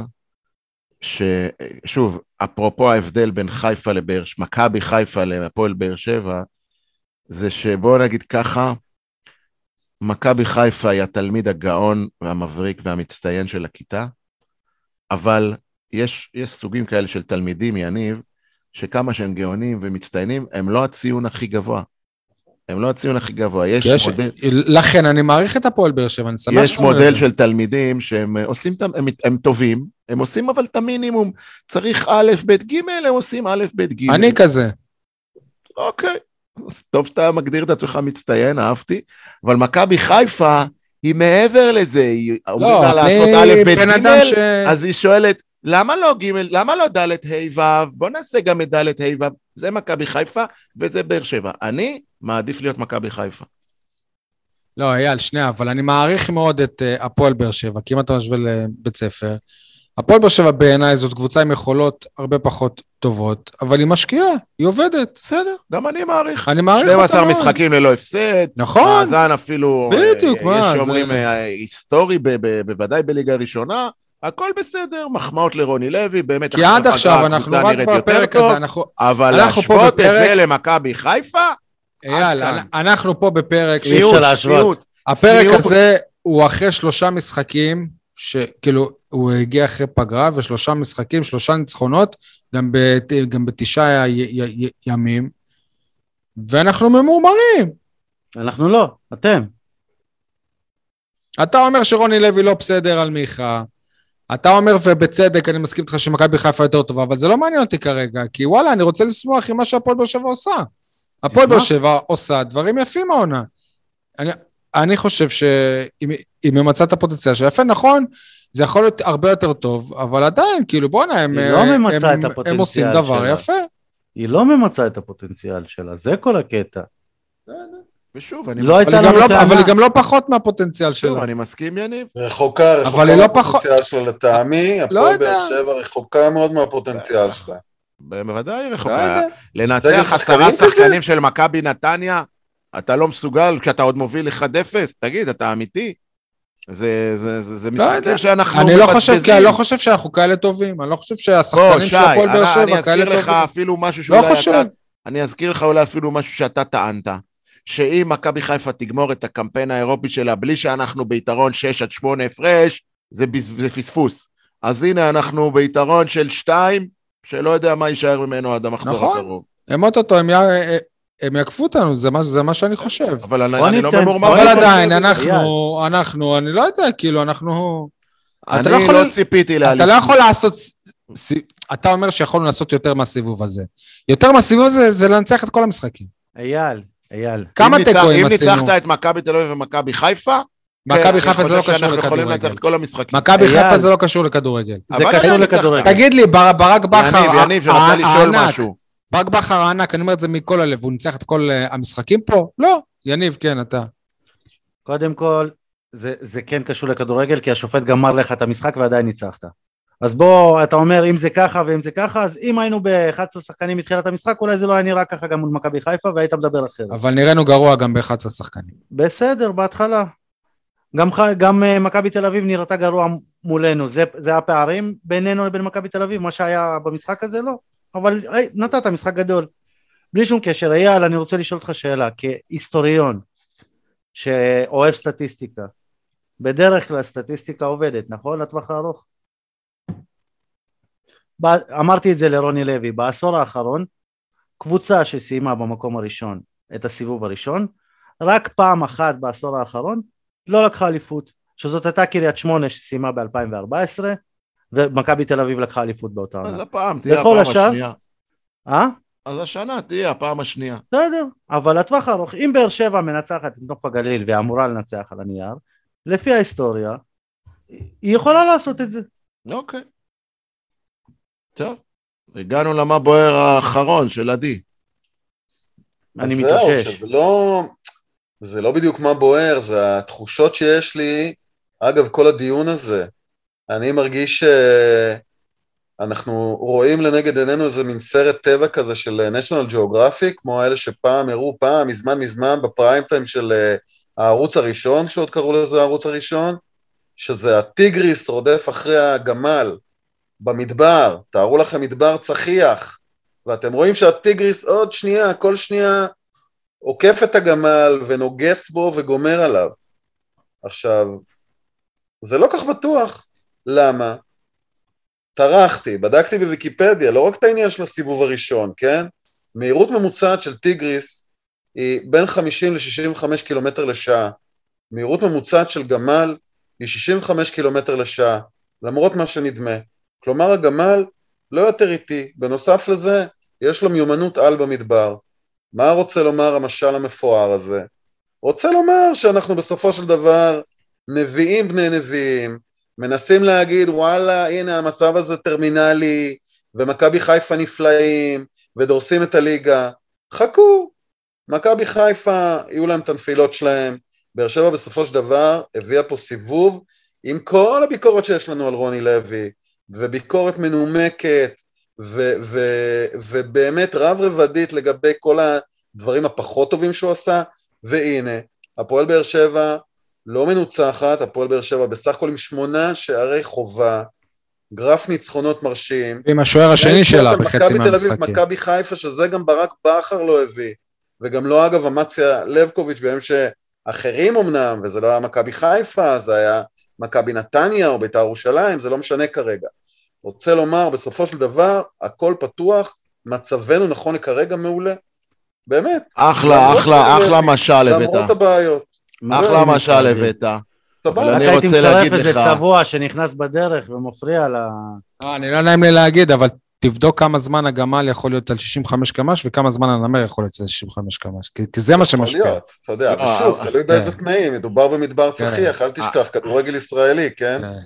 [SPEAKER 3] ששוב, אפרופו ההבדל בין חיפה לבאר, מכבי חיפה להפועל באר שבע, זה שבוא נגיד ככה, מכבי חיפה היא התלמיד הגאון והמבריק והמצטיין של הכיתה, אבל יש, יש סוגים כאלה של תלמידים, יניב, שכמה שהם גאונים ומצטיינים, הם לא הציון הכי גבוה. הם לא הציון הכי גבוה. יש יש מודל...
[SPEAKER 1] לכן אני מעריך את הפועל באר שבע, אני שמח.
[SPEAKER 3] יש מודל של תלמידים שהם עושים, הם, הם טובים, הם עושים אבל את המינימום, צריך א' ב' ג', הם עושים א' ב' ג'.
[SPEAKER 1] אני כזה.
[SPEAKER 3] אוקיי. טוב שאתה מגדיר את עצמך מצטיין, אהבתי, אבל מכבי חיפה היא מעבר לזה, היא אומרת לה לעשות א' ב' ג', ש... אז היא שואלת, למה לא ג', למה לא ד' ה' ו', בוא נעשה גם את ד' ה' ו', זה מכבי חיפה וזה באר שבע, אני מעדיף להיות מכבי חיפה.
[SPEAKER 1] לא, אייל, שנייה, אבל אני מעריך מאוד את uh, הפועל באר שבע, כי אם אתה משווה לבית ספר, הפועל באר שבע בעיניי זאת קבוצה עם יכולות הרבה פחות טובות, אבל היא משקיעה, היא עובדת.
[SPEAKER 3] בסדר, גם אני מעריך.
[SPEAKER 1] אני מעריך
[SPEAKER 3] אותה מאוד. שנים עשר משחקים ללא הפסד.
[SPEAKER 1] נכון.
[SPEAKER 3] מאזן אפילו,
[SPEAKER 1] בדיוק, מה?
[SPEAKER 3] יש שאומרים היסטורי, בוודאי בליגה הראשונה, הכל בסדר, מחמאות לרוני לוי, באמת.
[SPEAKER 1] כי עד עכשיו אנחנו רק בפרק הזה,
[SPEAKER 3] אבל להשוות את זה למכבי חיפה?
[SPEAKER 1] אייל, אנחנו פה בפרק...
[SPEAKER 3] שפיות.
[SPEAKER 1] הפרק הזה הוא אחרי שלושה משחקים, שכאילו הוא הגיע אחרי פגרה, ושלושה משחקים, שלושה ניצחונות, גם, בת, גם בתשעה י, י, י, ימים, ואנחנו ממורמרים.
[SPEAKER 2] אנחנו לא, אתם.
[SPEAKER 1] אתה אומר שרוני לוי לא בסדר על מיכה, אתה אומר, ובצדק, אני מסכים איתך שמכבי חיפה יותר טובה, אבל זה לא מעניין אותי כרגע, כי וואלה, אני רוצה לשמוח עם מה שהפועל באר שבע עושה. הפועל באר שבע עושה דברים יפים העונה. אני, אני חושב שאם היא ממצא את הפוטנציאל שיפה, נכון, זה יכול להיות הרבה יותר טוב, אבל עדיין, כאילו, בוא נה, הם,
[SPEAKER 2] לא
[SPEAKER 1] הם, הם, הם עושים דבר
[SPEAKER 2] שלה.
[SPEAKER 1] יפה.
[SPEAKER 2] היא לא ממצא את הפוטנציאל שלה, זה כל הקטע.
[SPEAKER 3] ושוב, אני
[SPEAKER 2] לא
[SPEAKER 1] אבל, היא לא, אבל היא גם לא פחות מהפוטנציאל שלה.
[SPEAKER 3] שוב, אני מסכים, יניב.
[SPEAKER 4] רחוקה, רחוקה מהפוטנציאל שלה לטעמי, הפועל באר שבע רחוקה מאוד מהפוטנציאל שלה.
[SPEAKER 3] בוודאי רחוקה. לנצח עשרה שחקנים של מכבי נתניה, אתה לא מסוגל, כשאתה עוד מוביל אחד אפס, תגיד, אתה אמיתי? זה, זה, זה, זה מסתכל שאנחנו
[SPEAKER 1] אני לא חושב, כי אני לא חושב שאנחנו כאלה טובים, אני לא חושב שהשחקנים של הפועל באר שבע כאלה טובים.
[SPEAKER 3] אני אזכיר לך אפילו משהו שאולי אתה, אני אזכיר לך אולי אפילו משהו שאתה טענת, שאם מכבי חיפה תגמור את הקמפיין האירופי שלה, בלי שאנחנו ביתרון שש עד שמונה הפרש, זה, זה פספוס. אז הנה אנחנו ביתרון של שתיים, שלא יודע מה יישאר ממנו עד המחזור
[SPEAKER 1] נכון.
[SPEAKER 3] הקרוב.
[SPEAKER 1] הם אותו, הם, י... הם יקפו אותנו, זה מה, זה מה שאני חושב.
[SPEAKER 3] אבל אני, אני לא ממורמר.
[SPEAKER 1] אבל עדיין, אנחנו, אנחנו, אני לא יודע, כאילו, אנחנו...
[SPEAKER 3] אני לא, יכול... לא ציפיתי
[SPEAKER 1] להליך. אתה לא יכול לעשות... אתה אומר שיכולנו לעשות יותר מהסיבוב הזה. יותר מהסיבוב הזה, זה לנצח את כל המשחקים.
[SPEAKER 2] אייל, אייל.
[SPEAKER 1] כמה תיקויים
[SPEAKER 3] עשינו? אם ניצחת את מכבי תל אביב ומכבי חיפה,
[SPEAKER 1] מכבי חיפה זה לא קשור לכדורגל. מכבי חיפה זה לא קשור לכדורגל.
[SPEAKER 2] זה קשור לכדורגל.
[SPEAKER 1] תגיד לי, ברק בכר,
[SPEAKER 3] יניב, יניב, שרצה לשאול משהו.
[SPEAKER 1] ברק בכר הענק, אני אומר את זה מכל הלב, הוא ניצח את כל המשחקים פה? לא. יניב, כן, אתה.
[SPEAKER 2] קודם כל, זה כן קשור לכדורגל, כי השופט גמר לך את המשחק ועדיין ניצחת. אז בוא, אתה אומר, אם זה ככה ואם זה ככה, אז אם היינו ב-אחד עשר שחקנים מתחילת המשחק, אולי זה לא היה נראה ככה גם מול מכבי חיפה, והיית מדבר אחרת.
[SPEAKER 1] אבל נראינו גרוע גם ב-אחד עשר שחקנים.
[SPEAKER 2] בסדר, בהתחלה. גם, גם מכבי תל אביב נראתה גרוע מולנו, זה, זה הפערים בינינו לבין מכבי תל אביב, מה שהיה במשחק הזה לא, אבל היי, נתת משחק גדול. בלי שום קשר, אייל, אני רוצה לשאול אותך שאלה, כהיסטוריון שאוהב סטטיסטיקה, בדרך כלל סטטיסטיקה עובדת, נכון? לטווח הארוך? אמרתי את זה לרוני לוי, בעשור האחרון, קבוצה שסיימה במקום הראשון את הסיבוב הראשון, רק פעם אחת בעשור האחרון, לא לקחה אליפות, שזאת הייתה קריית שמונה שסיימה ב-אלפיים וארבע עשרה, ומכבי תל אביב לקחה אליפות באותה עונה.
[SPEAKER 3] אז הפעם תהיה הפעם השנייה.
[SPEAKER 2] אה?
[SPEAKER 3] אז השנה תהיה הפעם השנייה.
[SPEAKER 2] בסדר, אבל לטווח הארוך, אם באר שבע מנצחת את נוף הגליל, ואמורה לנצח על הנייר, לפי ההיסטוריה, היא יכולה לעשות את זה.
[SPEAKER 3] אוקיי. טוב, הגענו למה בוער האחרון של עדי.
[SPEAKER 2] אני מתאושש.
[SPEAKER 4] שזה לא, זה לא בדיוק מה בוער, זה התחושות שיש לי, אגב, כל הדיון הזה. אני מרגיש שאנחנו רואים לנגד עינינו איזה מין סרט טבע כזה של National Geographic, כמו האלה שפעם הראו פעם, מזמן מזמן, בפריים טיים של הערוץ הראשון, שעוד קראו לזה הערוץ הראשון, שזה הטיגריס רודף אחרי הגמל, במדבר, תארו לכם מדבר צחיח, ואתם רואים שהטיגריס עוד שנייה, כל שנייה, עוקף את הגמל ונוגס בו וגומר עליו. עכשיו, זה לא כך בטוח. למה? טרחתי, בדקתי בוויקיפדיה, לא רק את העניין של הסיבוב הראשון, כן? מהירות ממוצעת של טיגריס היא בין חמישים ל-שישים וחמישה קילומטר לשעה. מהירות ממוצעת של גמל היא שישים וחמישה קילומטר לשעה, למרות מה שנדמה. כלומר, הגמל לא יותר איטי. בנוסף לזה, יש לו מיומנות על במדבר. מה רוצה לומר המשל המפואר הזה? רוצה לומר שאנחנו בסופו של דבר נביאים בני נביאים, מנסים להגיד, וואלה, הנה המצב הזה טרמינלי, ומכבי חיפה נפלאים, ודורסים את הליגה. חכו, מכבי חיפה, יהיו להם את הנפילות שלהם. באר שבע בסופו של דבר הביאה פה סיבוב, עם כל הביקורת שיש לנו על רוני לוי, וביקורת מנומקת, ו- ו- ובאמת רב רבדית לגבי כל הדברים הפחות טובים שהוא עשה, והנה, הפועל באר שבע לא מנוצחת, הפועל באר שבע בסך הכל עם שמונה שערי חובה, גרף ניצחונות מרשים.
[SPEAKER 1] עם השוער השני שלה בחצי מהמשחקים.
[SPEAKER 4] מכבי תל אביב, מכבי חיפה, שזה גם ברק בכר לא הביא, וגם לא אגב אמציה לבקוביץ' בימים שאחרים אמנם, וזה לא היה מכבי חיפה, זה היה מכבי נתניה או בית"ר ירושלים, זה לא משנה כרגע. רוצה לומר, בסופו של דבר, הכל פתוח, מצבנו נכון לכרגע מעולה. באמת.
[SPEAKER 3] אחלה, אחלה, אחלה משל הבאת.
[SPEAKER 4] למרות הבעיות.
[SPEAKER 3] אחלה משל הבאת.
[SPEAKER 4] סבבה.
[SPEAKER 3] אבל
[SPEAKER 2] רק
[SPEAKER 3] אני
[SPEAKER 2] הייתי
[SPEAKER 3] רוצה
[SPEAKER 2] מצרף
[SPEAKER 3] להגיד
[SPEAKER 2] איזה
[SPEAKER 3] לך-
[SPEAKER 2] צבוע שנכנס בדרך ומפריע ל...
[SPEAKER 1] אה, אני לא נעים לי להגיד, אבל תבדוק כמה זמן הגמל יכול להיות על שישים וחמש קמ"ש, וכמה זמן הנמר יכול להיות על שישים וחמש קמ"ש, כי כי זה מה
[SPEAKER 4] יכול
[SPEAKER 1] שמשפיע.
[SPEAKER 4] להיות, אתה יודע,
[SPEAKER 3] לא,
[SPEAKER 4] ושוב,
[SPEAKER 3] אה,
[SPEAKER 4] תלוי באיזה
[SPEAKER 1] כן.
[SPEAKER 4] תנאים, מדובר במדבר צחיח, אל תשכח, כדורגל ישראלי, כן?
[SPEAKER 1] כן.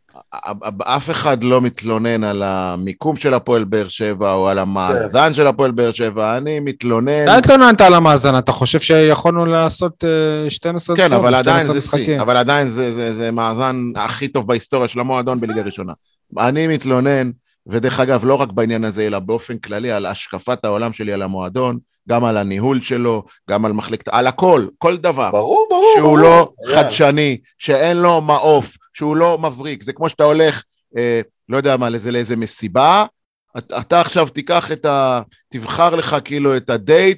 [SPEAKER 3] אף אחד לא מתלונן על המיקום של הפועל באר שבע, או על המאזן של הפועל באר שבע, אני מתלונן...
[SPEAKER 1] אתה התלוננת על המאזן, אתה חושב שיכולנו לעשות אה, שתים עשרה
[SPEAKER 3] כן, אבל עדיין
[SPEAKER 1] שתים עשרה
[SPEAKER 3] זה
[SPEAKER 1] משחקים.
[SPEAKER 3] שיא, אבל עדיין זה, זה, זה מאזן הכי טוב בהיסטוריה של המועדון בליגה ראשונה. אני מתלונן, ודרך אגב, לא רק בעניין הזה, אלא באופן כללי, על השקפת העולם שלי על המועדון, גם על הניהול שלו, גם על מחלקת, על הכל, כל דבר.
[SPEAKER 4] ברור, ברור.
[SPEAKER 3] שהוא
[SPEAKER 4] ברור.
[SPEAKER 3] לא
[SPEAKER 4] היה.
[SPEAKER 3] חדשני, שאין לו מעוף, שהוא לא מבריק. זה כמו שאתה הולך, אה, לא יודע מה, לזה, לאיזה מסיבה, אתה, אתה עכשיו תיקח את ה... תבחר לך כאילו את הדייט,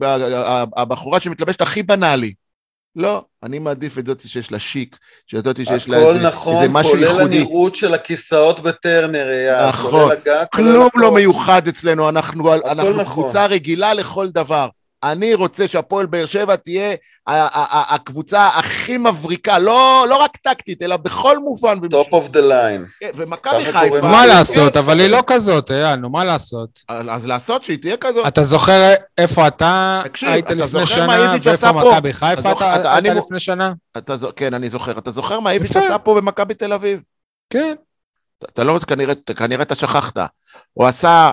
[SPEAKER 3] שהבחורה שמתלבשת הכי בנאלי. לא, אני מעדיף את זאת שיש לה שיק, שזאת שיש לה
[SPEAKER 4] הכל
[SPEAKER 3] איזה,
[SPEAKER 4] נכון,
[SPEAKER 3] איזה משהו
[SPEAKER 4] כולל
[SPEAKER 3] ייחודי.
[SPEAKER 4] הנראות של הכיסאות בטרנר, אייל,
[SPEAKER 3] נכון.
[SPEAKER 4] כולל הגג, כולל
[SPEAKER 3] כלום
[SPEAKER 4] הכל.
[SPEAKER 3] לא מיוחד אצלנו, אנחנו, אנחנו
[SPEAKER 4] נכון.
[SPEAKER 3] קבוצה רגילה לכל דבר. אני רוצה שהפועל באר שבע תהיה ה- ה- ה- הקבוצה הכי מבריקה, לא, לא רק טקטית, אלא בכל מובן.
[SPEAKER 4] טופ אוף דה ליין.
[SPEAKER 3] כן, ומכבי
[SPEAKER 4] ככה
[SPEAKER 3] חיפה...
[SPEAKER 4] קוראים
[SPEAKER 1] נו, מה
[SPEAKER 4] כן,
[SPEAKER 1] לעשות,
[SPEAKER 4] כן,
[SPEAKER 1] אבל היא
[SPEAKER 4] כן.
[SPEAKER 1] לא כזאת, אייל, נו, מה לעשות?
[SPEAKER 3] אז לעשות שהיא תהיה כזאת.
[SPEAKER 1] אתה זוכר איפה אתה
[SPEAKER 3] תקשיב,
[SPEAKER 1] היית
[SPEAKER 3] אתה
[SPEAKER 1] לפני
[SPEAKER 3] זוכר מה
[SPEAKER 1] שנה,
[SPEAKER 3] איביץ'
[SPEAKER 1] ואיפה
[SPEAKER 3] עשה פה?
[SPEAKER 1] מכבי חיפה
[SPEAKER 3] אתה זוכר-
[SPEAKER 1] אתה
[SPEAKER 3] אתה-
[SPEAKER 1] היית
[SPEAKER 3] אני-
[SPEAKER 1] לפני שנה?
[SPEAKER 3] אתה, ז- כן, אני זוכר. אתה זוכר מה איביץ'
[SPEAKER 1] יפה.
[SPEAKER 3] עשה פה במכבי תל אביב?
[SPEAKER 1] כן.
[SPEAKER 3] אתה- אתה לא, כנראה, כנראה אתה שכחת. הוא עשה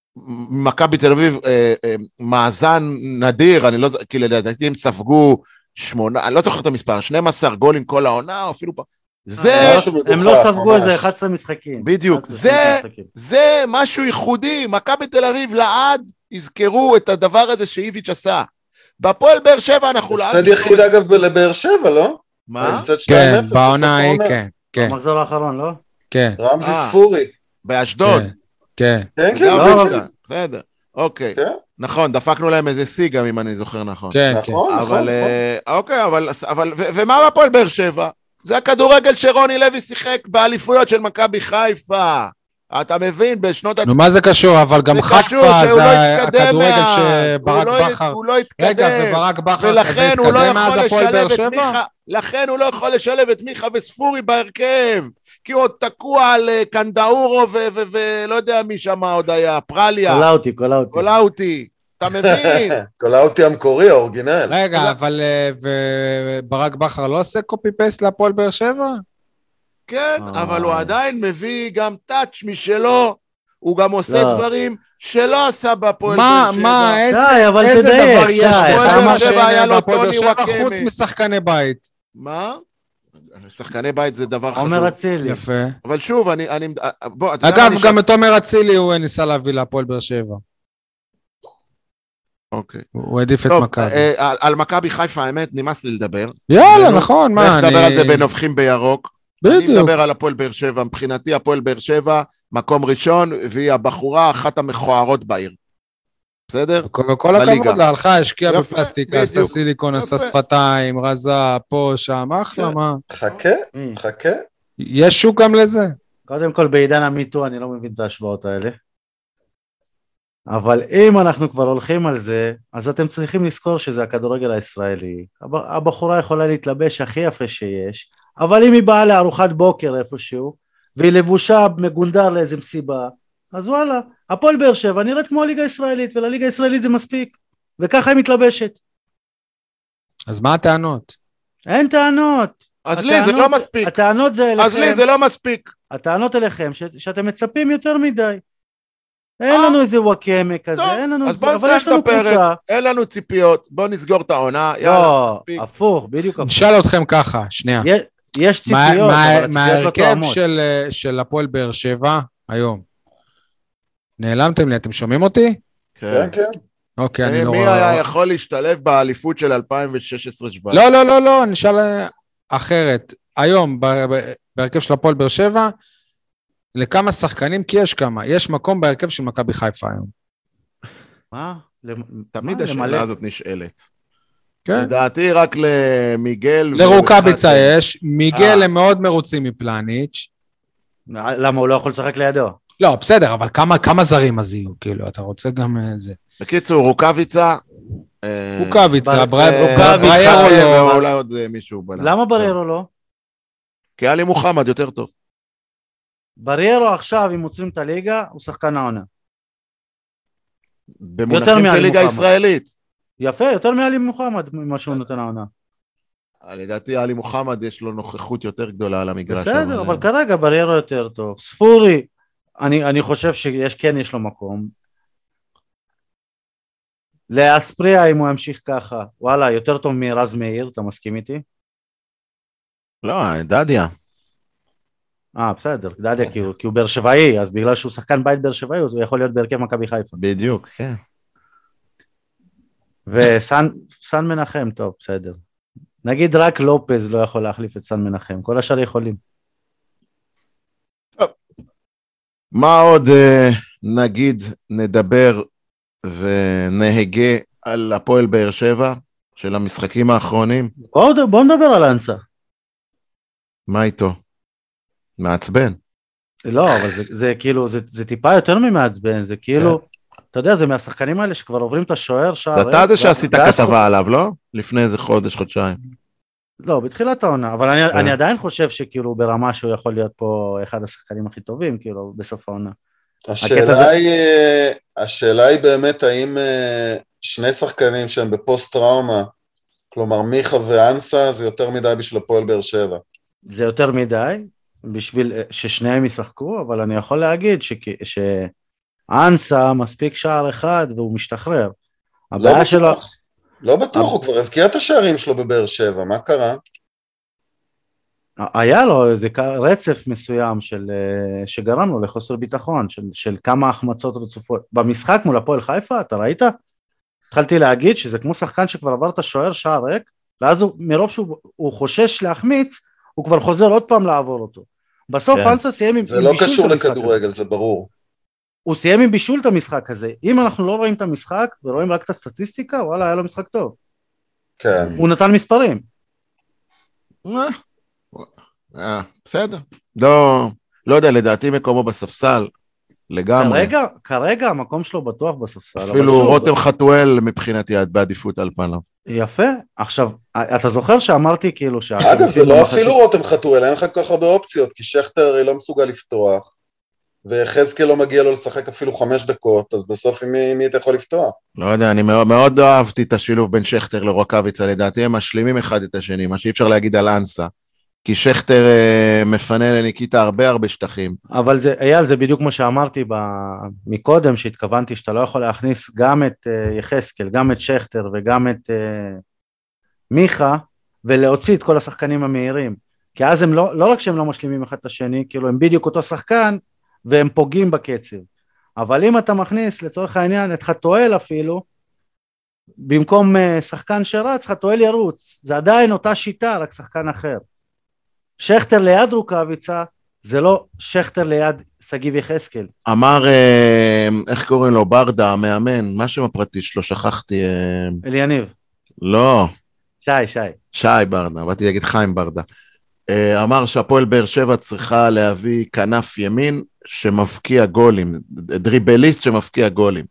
[SPEAKER 3] מכבי תל אביב אה, אה, מאזן נדיר, אני לא זוכר, כאילו, לדעתי הם ספגו שמונה, אני לא זוכר את המספר, שנים עשר גולים כל העונה, או אפילו פה. זה,
[SPEAKER 4] משהו
[SPEAKER 2] הם
[SPEAKER 4] מגוחך,
[SPEAKER 2] לא ספגו
[SPEAKER 4] ממש.
[SPEAKER 2] איזה אחד עשרה משחקים.
[SPEAKER 3] בדיוק,
[SPEAKER 2] אחד עשרה
[SPEAKER 3] זה-
[SPEAKER 2] משחקים.
[SPEAKER 3] זה משהו ייחודי, מכבי תל אביב לעד יזכרו את הדבר הזה שאיביץ' עשה. בפועל באר שבע אנחנו לעד...
[SPEAKER 4] הפסד יחיד אגב ב- לבאר שבע, לא?
[SPEAKER 3] מה?
[SPEAKER 4] הפסד שתיים
[SPEAKER 1] כן,
[SPEAKER 4] אפס
[SPEAKER 1] בעונה
[SPEAKER 4] בסוף
[SPEAKER 1] ההיא,
[SPEAKER 4] העונה.
[SPEAKER 1] כן, כן,
[SPEAKER 2] במחזור האחרון, לא?
[SPEAKER 1] כן,
[SPEAKER 4] רמזי
[SPEAKER 3] אה.
[SPEAKER 4] ספורי.
[SPEAKER 3] באשדוד.
[SPEAKER 1] כן, כן,
[SPEAKER 4] כן, כן,
[SPEAKER 3] גם
[SPEAKER 2] לא,
[SPEAKER 4] כן,
[SPEAKER 3] בליגה, בסדר, אוקיי.
[SPEAKER 4] כן.
[SPEAKER 3] נכון, דפקנו להם איזה שיא גם אם אני זוכר נכון.
[SPEAKER 1] כן, כן.
[SPEAKER 4] נכון, נכון,
[SPEAKER 3] אבל,
[SPEAKER 4] נכון.
[SPEAKER 3] אה, אוקיי, אבל, אבל, ו- ומה בפועל באר שבע? זה הכדורגל שרוני לוי שיחק באליפויות של מכבי חיפה. אתה מבין, בשנות...
[SPEAKER 1] נו, מה זה קשור? אבל גם
[SPEAKER 3] זה
[SPEAKER 1] חיפה
[SPEAKER 3] קשור שהוא
[SPEAKER 1] זה
[SPEAKER 3] לא התקדם
[SPEAKER 1] הכדורגל
[SPEAKER 3] מאז.
[SPEAKER 1] שברק
[SPEAKER 3] הוא לא-
[SPEAKER 1] בכר...
[SPEAKER 3] הוא לא
[SPEAKER 1] רגע,
[SPEAKER 3] התקדם.
[SPEAKER 1] וברק בכר כזה
[SPEAKER 3] ולכן הוא לא
[SPEAKER 1] התקדם מאז
[SPEAKER 3] יכול
[SPEAKER 1] הפועל באר
[SPEAKER 3] לשלב את
[SPEAKER 1] שבע?
[SPEAKER 3] מיכה, לכן הוא לא יכול לשלב את מיכה וספורי בהרכב, כי הוא עוד תקוע על אה, קנדאורו ולא יודע מי שם עוד היה, פרליה,
[SPEAKER 2] קולה אותי, קולה אותי.
[SPEAKER 3] קולה אותי, אתה מבין?
[SPEAKER 4] קולה אותי המקורי, האורגינל.
[SPEAKER 1] רגע, אבל אה, וברק בכר לא עושה קופי פייסט להפועל באר שבע?
[SPEAKER 3] כן,
[SPEAKER 2] אה.
[SPEAKER 3] אבל הוא עדיין מביא גם טאץ' משלו, הוא גם עושה
[SPEAKER 2] לא.
[SPEAKER 3] דברים שלא עשה בהפועל
[SPEAKER 1] מה,
[SPEAKER 3] באר שבע.
[SPEAKER 1] מה, איזה
[SPEAKER 2] שי, אבל
[SPEAKER 1] איזה
[SPEAKER 2] תדייק,
[SPEAKER 1] דבר יש
[SPEAKER 2] שי.
[SPEAKER 3] הפועל
[SPEAKER 1] לך,
[SPEAKER 3] באר
[SPEAKER 1] מה
[SPEAKER 3] שבע
[SPEAKER 1] שאין
[SPEAKER 3] היה
[SPEAKER 1] להם
[SPEAKER 3] לו
[SPEAKER 1] בהפועל באר
[SPEAKER 3] טוני
[SPEAKER 1] שבע,
[SPEAKER 3] וואקמה.
[SPEAKER 1] חוץ משחקני בית.
[SPEAKER 3] מה? שחקני בית זה דבר חשוב.
[SPEAKER 2] עומר אצילי.
[SPEAKER 1] יפה.
[SPEAKER 3] אבל שוב, אני... אני בוא, אתה יודע
[SPEAKER 1] אגב,
[SPEAKER 3] מה אני
[SPEAKER 1] גם את עומר אצילי הוא ניסה להביא להפועל באר שבע.
[SPEAKER 3] אוקיי.
[SPEAKER 1] הוא העדיף את
[SPEAKER 3] טוב,
[SPEAKER 1] מכבי.
[SPEAKER 3] אה, על, על מכבי חיפה, האמת, נמאס לי לדבר.
[SPEAKER 1] יאללה,
[SPEAKER 3] נו,
[SPEAKER 1] נכון, מה,
[SPEAKER 3] לך תדבר על זה
[SPEAKER 1] אני...
[SPEAKER 3] בנובחים בירוק. אני
[SPEAKER 1] בדיוק.
[SPEAKER 3] מדבר על הפועל באר שבע. מבחינתי, הפועל באר שבע, מקום ראשון, והיא הבחורה אחת המכוערות בעיר. בסדר?
[SPEAKER 1] וכל
[SPEAKER 3] בליגה.
[SPEAKER 1] הכבוד לה, הלכה, השקיעה
[SPEAKER 3] יפה,
[SPEAKER 1] בפלסטיקה, עשתה
[SPEAKER 3] בדיוק.
[SPEAKER 1] סיליקון, עשתה
[SPEAKER 3] יפה.
[SPEAKER 1] שפתיים, רזה, פה, שם, אחלה,
[SPEAKER 3] כן.
[SPEAKER 1] מה?
[SPEAKER 4] חכה,
[SPEAKER 2] מי?
[SPEAKER 4] חכה.
[SPEAKER 1] יש שוק גם לזה.
[SPEAKER 2] קודם כל בעידן המיטו אני לא מבין את ההשוואות האלה. אבל אם אנחנו כבר הולכים על זה, אז אתם צריכים לזכור שזה הכדורגל הישראלי. הב- הבחורה יכולה להתלבש הכי יפה שיש, אבל אם היא באה לארוחת בוקר איפשהו, והיא לבושה מגונדר לאיזה מסיבה, אז וואלה, הפועל באר שבע נראית כמו הליגה הישראלית, ולליגה הישראלית זה מספיק, וככה היא מתלבשת.
[SPEAKER 1] אז מה הטענות?
[SPEAKER 2] אין טענות.
[SPEAKER 3] אז לי זה
[SPEAKER 2] הטענות-
[SPEAKER 3] לא מספיק.
[SPEAKER 2] הטענות זה אליכם.
[SPEAKER 3] אז לי זה לא מספיק.
[SPEAKER 2] הטענות אליכם ש- שאתם מצפים יותר מדי. אין
[SPEAKER 3] אה,
[SPEAKER 2] לנו איזה וואקמה כזה,
[SPEAKER 3] טוב,
[SPEAKER 2] אין לנו
[SPEAKER 3] אז
[SPEAKER 2] זה,
[SPEAKER 3] בוא
[SPEAKER 2] אבל
[SPEAKER 3] נסיים
[SPEAKER 2] יש לנו
[SPEAKER 3] את הפרק.
[SPEAKER 2] קבוצה.
[SPEAKER 3] אין לנו ציפיות, בוא נסגור את העונה, יאללה,
[SPEAKER 2] לא,
[SPEAKER 3] מספיק.
[SPEAKER 2] הפוך, בדיוק הפוך.
[SPEAKER 1] נשאל אתכם ככה, שנייה.
[SPEAKER 2] יש- יש
[SPEAKER 1] מה-
[SPEAKER 2] ציפיות,
[SPEAKER 1] מה-
[SPEAKER 2] אבל הציפיות לא
[SPEAKER 1] מההרכב
[SPEAKER 2] תואמות.
[SPEAKER 1] של, אה, של הפועל באר שבע היום, נעלמתם לי, אתם שומעים אותי?
[SPEAKER 4] כן, כן.
[SPEAKER 1] אוקיי, אני
[SPEAKER 3] אה,
[SPEAKER 1] לא...
[SPEAKER 3] מי היה יכול להשתלב באליפות של אלפיים ושש עשרה שבע עשרה?
[SPEAKER 1] לא, לא, לא, לא, אני אשאל אה, אחרת. היום, ב- ב- בהרכב של הפועל באר שבע, לכמה שחקנים? כי יש כמה. יש מקום בהרכב של מכבי חיפה היום.
[SPEAKER 2] מה? למ-
[SPEAKER 3] תמיד
[SPEAKER 2] מה,
[SPEAKER 3] השאלה
[SPEAKER 2] למלא?
[SPEAKER 3] הזאת נשאלת.
[SPEAKER 1] כן?
[SPEAKER 3] לדעתי רק למיגל...
[SPEAKER 1] לרוקאביצה
[SPEAKER 3] וחתם.
[SPEAKER 1] יש, מיגל
[SPEAKER 3] אה.
[SPEAKER 1] הם מאוד מרוצים מפלניץ'.
[SPEAKER 2] למה הוא לא יכול לשחק לידו?
[SPEAKER 1] לא, בסדר, אבל כמה, כמה זרים אז יהיו, כאילו, אתה רוצה גם אה, זה.
[SPEAKER 3] בקיצור, רוקאביצה... אה,
[SPEAKER 1] רוקאביצה,
[SPEAKER 2] בר-
[SPEAKER 1] ברי-
[SPEAKER 2] רוקאביצה,
[SPEAKER 1] בריירו
[SPEAKER 3] חתם,
[SPEAKER 1] לא,
[SPEAKER 3] ואולי עוד אה, מישהו בלם.
[SPEAKER 2] למה בררו לא?
[SPEAKER 3] כי עלי מוחמד יותר טוב.
[SPEAKER 2] בריירו עכשיו, אם עוצרים את הליגה, הוא שחקן העונה.
[SPEAKER 3] במונחים של ליגה ישראלית.
[SPEAKER 2] יפה, יותר מעלי מוחמד, ממה שהוא נותן העונה.
[SPEAKER 3] לדעתי, עלי מוחמד יש לו נוכחות יותר גדולה על המגרש.
[SPEAKER 2] בסדר, אבל כרגע בריירו יותר טוב. ספורי, אני חושב שיש, כן יש לו מקום. לאספריה, אם הוא ימשיך ככה, וואלה, יותר טוב מרז מאיר, אתה מסכים איתי?
[SPEAKER 3] לא, דדיה.
[SPEAKER 2] אה, בסדר, דדיה, כי הוא, כי הוא באר שבעי, אז בגלל שהוא שחקן בית באר שבעי, אז הוא יכול להיות בהרכב מכבי חיפה.
[SPEAKER 3] בדיוק, כן.
[SPEAKER 2] וסן סן מנחם, טוב, בסדר. נגיד רק לופז לא יכול להחליף את סן מנחם, כל השאר יכולים.
[SPEAKER 3] טוב. מה עוד uh, נגיד, נדבר ונהגה על הפועל באר שבע, של המשחקים האחרונים?
[SPEAKER 2] בוא, בוא נדבר על אנסה.
[SPEAKER 3] מה איתו? מעצבן.
[SPEAKER 2] לא, אבל זה, זה כאילו, זה, זה טיפה יותר ממעצבן, זה כאילו, כן. אתה יודע, זה מהשחקנים האלה שכבר עוברים את השוער שער.
[SPEAKER 3] אתה זה שעשית כתבה עליו, לא? לפני איזה חודש, חודשיים.
[SPEAKER 2] לא, בתחילת העונה, אבל אני, אני עדיין חושב שכאילו ברמה שהוא יכול להיות פה אחד השחקנים הכי טובים, כאילו, בסוף העונה.
[SPEAKER 4] השאלה היא, השאלה היא באמת, האם שני שחקנים שהם בפוסט טראומה, כלומר מיכה ואנסה, זה יותר מדי בשביל הפועל באר שבע.
[SPEAKER 2] זה יותר מדי, בשביל ששניהם ישחקו, אבל אני יכול להגיד שאנסה מספיק שער אחד והוא משתחרר.
[SPEAKER 4] לא בטוח, שלו... לא בטוח, הוא כבר הבקיע את השערים שלו בבאר שבע, מה קרה?
[SPEAKER 2] היה לו איזה רצף מסוים של, שגרם לו לחוסר ביטחון, של, של כמה החמצות רצופות. במשחק מול הפועל חיפה, אתה ראית? התחלתי להגיד שזה כמו שחקן שכבר עבר את השוער שער ריק, ואז הוא, מרוב שהוא חושש להחמיץ, הוא כבר חוזר עוד פעם לעבור אותו. בסוף כן. אנסה סיים עם,
[SPEAKER 4] זה עם לא בישול קשור לכדורגל, זה ברור.
[SPEAKER 2] הוא סיים עם בישול את המשחק הזה. אם אנחנו לא רואים את המשחק, ורואים רק את הסטטיסטיקה, וואלה, היה לו משחק טוב.
[SPEAKER 4] כן.
[SPEAKER 2] הוא נתן מספרים.
[SPEAKER 3] אה, בסדר. לא, לא יודע, לדעתי מקומו בספסל, לגמרי.
[SPEAKER 2] כרגע, כרגע המקום שלו בטוח בספסל.
[SPEAKER 3] אפילו רותם חתואל מבחינתי בעדיפות על פניו.
[SPEAKER 2] יפה. עכשיו, אתה זוכר שאמרתי כאילו...
[SPEAKER 4] אגב, זה לא אפילו רותם חתואל, אין לך כל כך הרבה אופציות, כי שכטר הרי לא מסוגל לפתוח, וחזקאל לא מגיע לו לשחק אפילו חמש דקות, אז בסוף מי, מי אתה יכול לפתוח?
[SPEAKER 3] לא יודע, אני מאוד, מאוד אהבתי את השילוב בין שכטר לרוקאביצה, לדעתי הם משלימים אחד את השני, מה שאי אפשר להגיד על אנסה. כי שכטר אה, מפנה לניקיטה הרבה הרבה שטחים.
[SPEAKER 2] אבל זה, אייל, זה בדיוק מה שאמרתי ב... מקודם, שהתכוונתי שאתה לא יכול להכניס גם את אה, יחזקאל, גם את שכטר וגם את אה, מיכה, ולהוציא את כל השחקנים המהירים. כי אז הם לא, לא רק שהם לא משלימים אחד את השני, כאילו הם בדיוק אותו שחקן, והם פוגעים בקצב. אבל אם אתה מכניס לצורך העניין את חתואל אפילו, במקום אה, שחקן שרץ, חתואל ירוץ. זה עדיין אותה שיטה, רק שחקן אחר. שכטר ליד רוקאביצה, זה לא שכטר ליד סגיב יחזקאל.
[SPEAKER 3] אמר, איך קוראים לו, ברדה, המאמן, מה שם הפרטי שלו, שכחתי.
[SPEAKER 2] אליניב.
[SPEAKER 3] לא.
[SPEAKER 2] שי, שי.
[SPEAKER 3] שי ברדה, באתי להגיד חיים ברדה. אמר שהפועל באר שבע צריכה להביא כנף ימין שמפקיע גולים, דריבליסט שמפקיע גולים.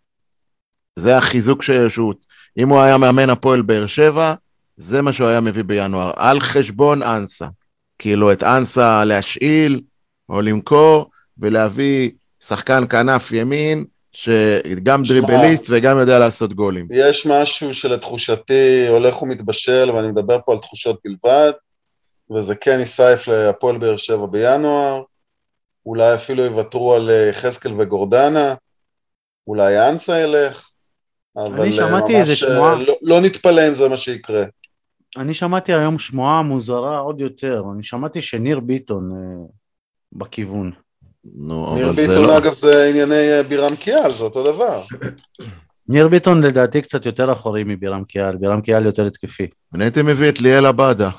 [SPEAKER 3] זה החיזוק שהוא, אם הוא היה מאמן הפועל באר שבע, זה מה שהוא היה מביא בינואר, על חשבון אנסה. כאילו את אנסה להשאיל או למכור ולהביא שחקן כנף ימין שגם דריבליסט וגם יודע לעשות גולים.
[SPEAKER 4] יש משהו שלתחושתי הולך ומתבשל, ואני מדבר פה על תחושות בלבד, וזה כן יסייף להפועל באר שבע בינואר, אולי אפילו יוותרו על חזקאל וגורדנה, אולי אנסה ילך, אבל ממש לא, לא נתפלא אם זה מה שיקרה.
[SPEAKER 2] אני שמעתי היום שמועה מוזרה עוד יותר, אני שמעתי שניר ביטון אה, בכיוון.
[SPEAKER 3] נו,
[SPEAKER 4] ניר ביטון לא... אגב זה ענייני בירם קיאל, זה אותו דבר.
[SPEAKER 2] ניר ביטון לדעתי קצת יותר אחורי מבירם קיאל, בירם קיאל יותר התקפי.
[SPEAKER 3] אני הייתי מביא את ליאל עבדה.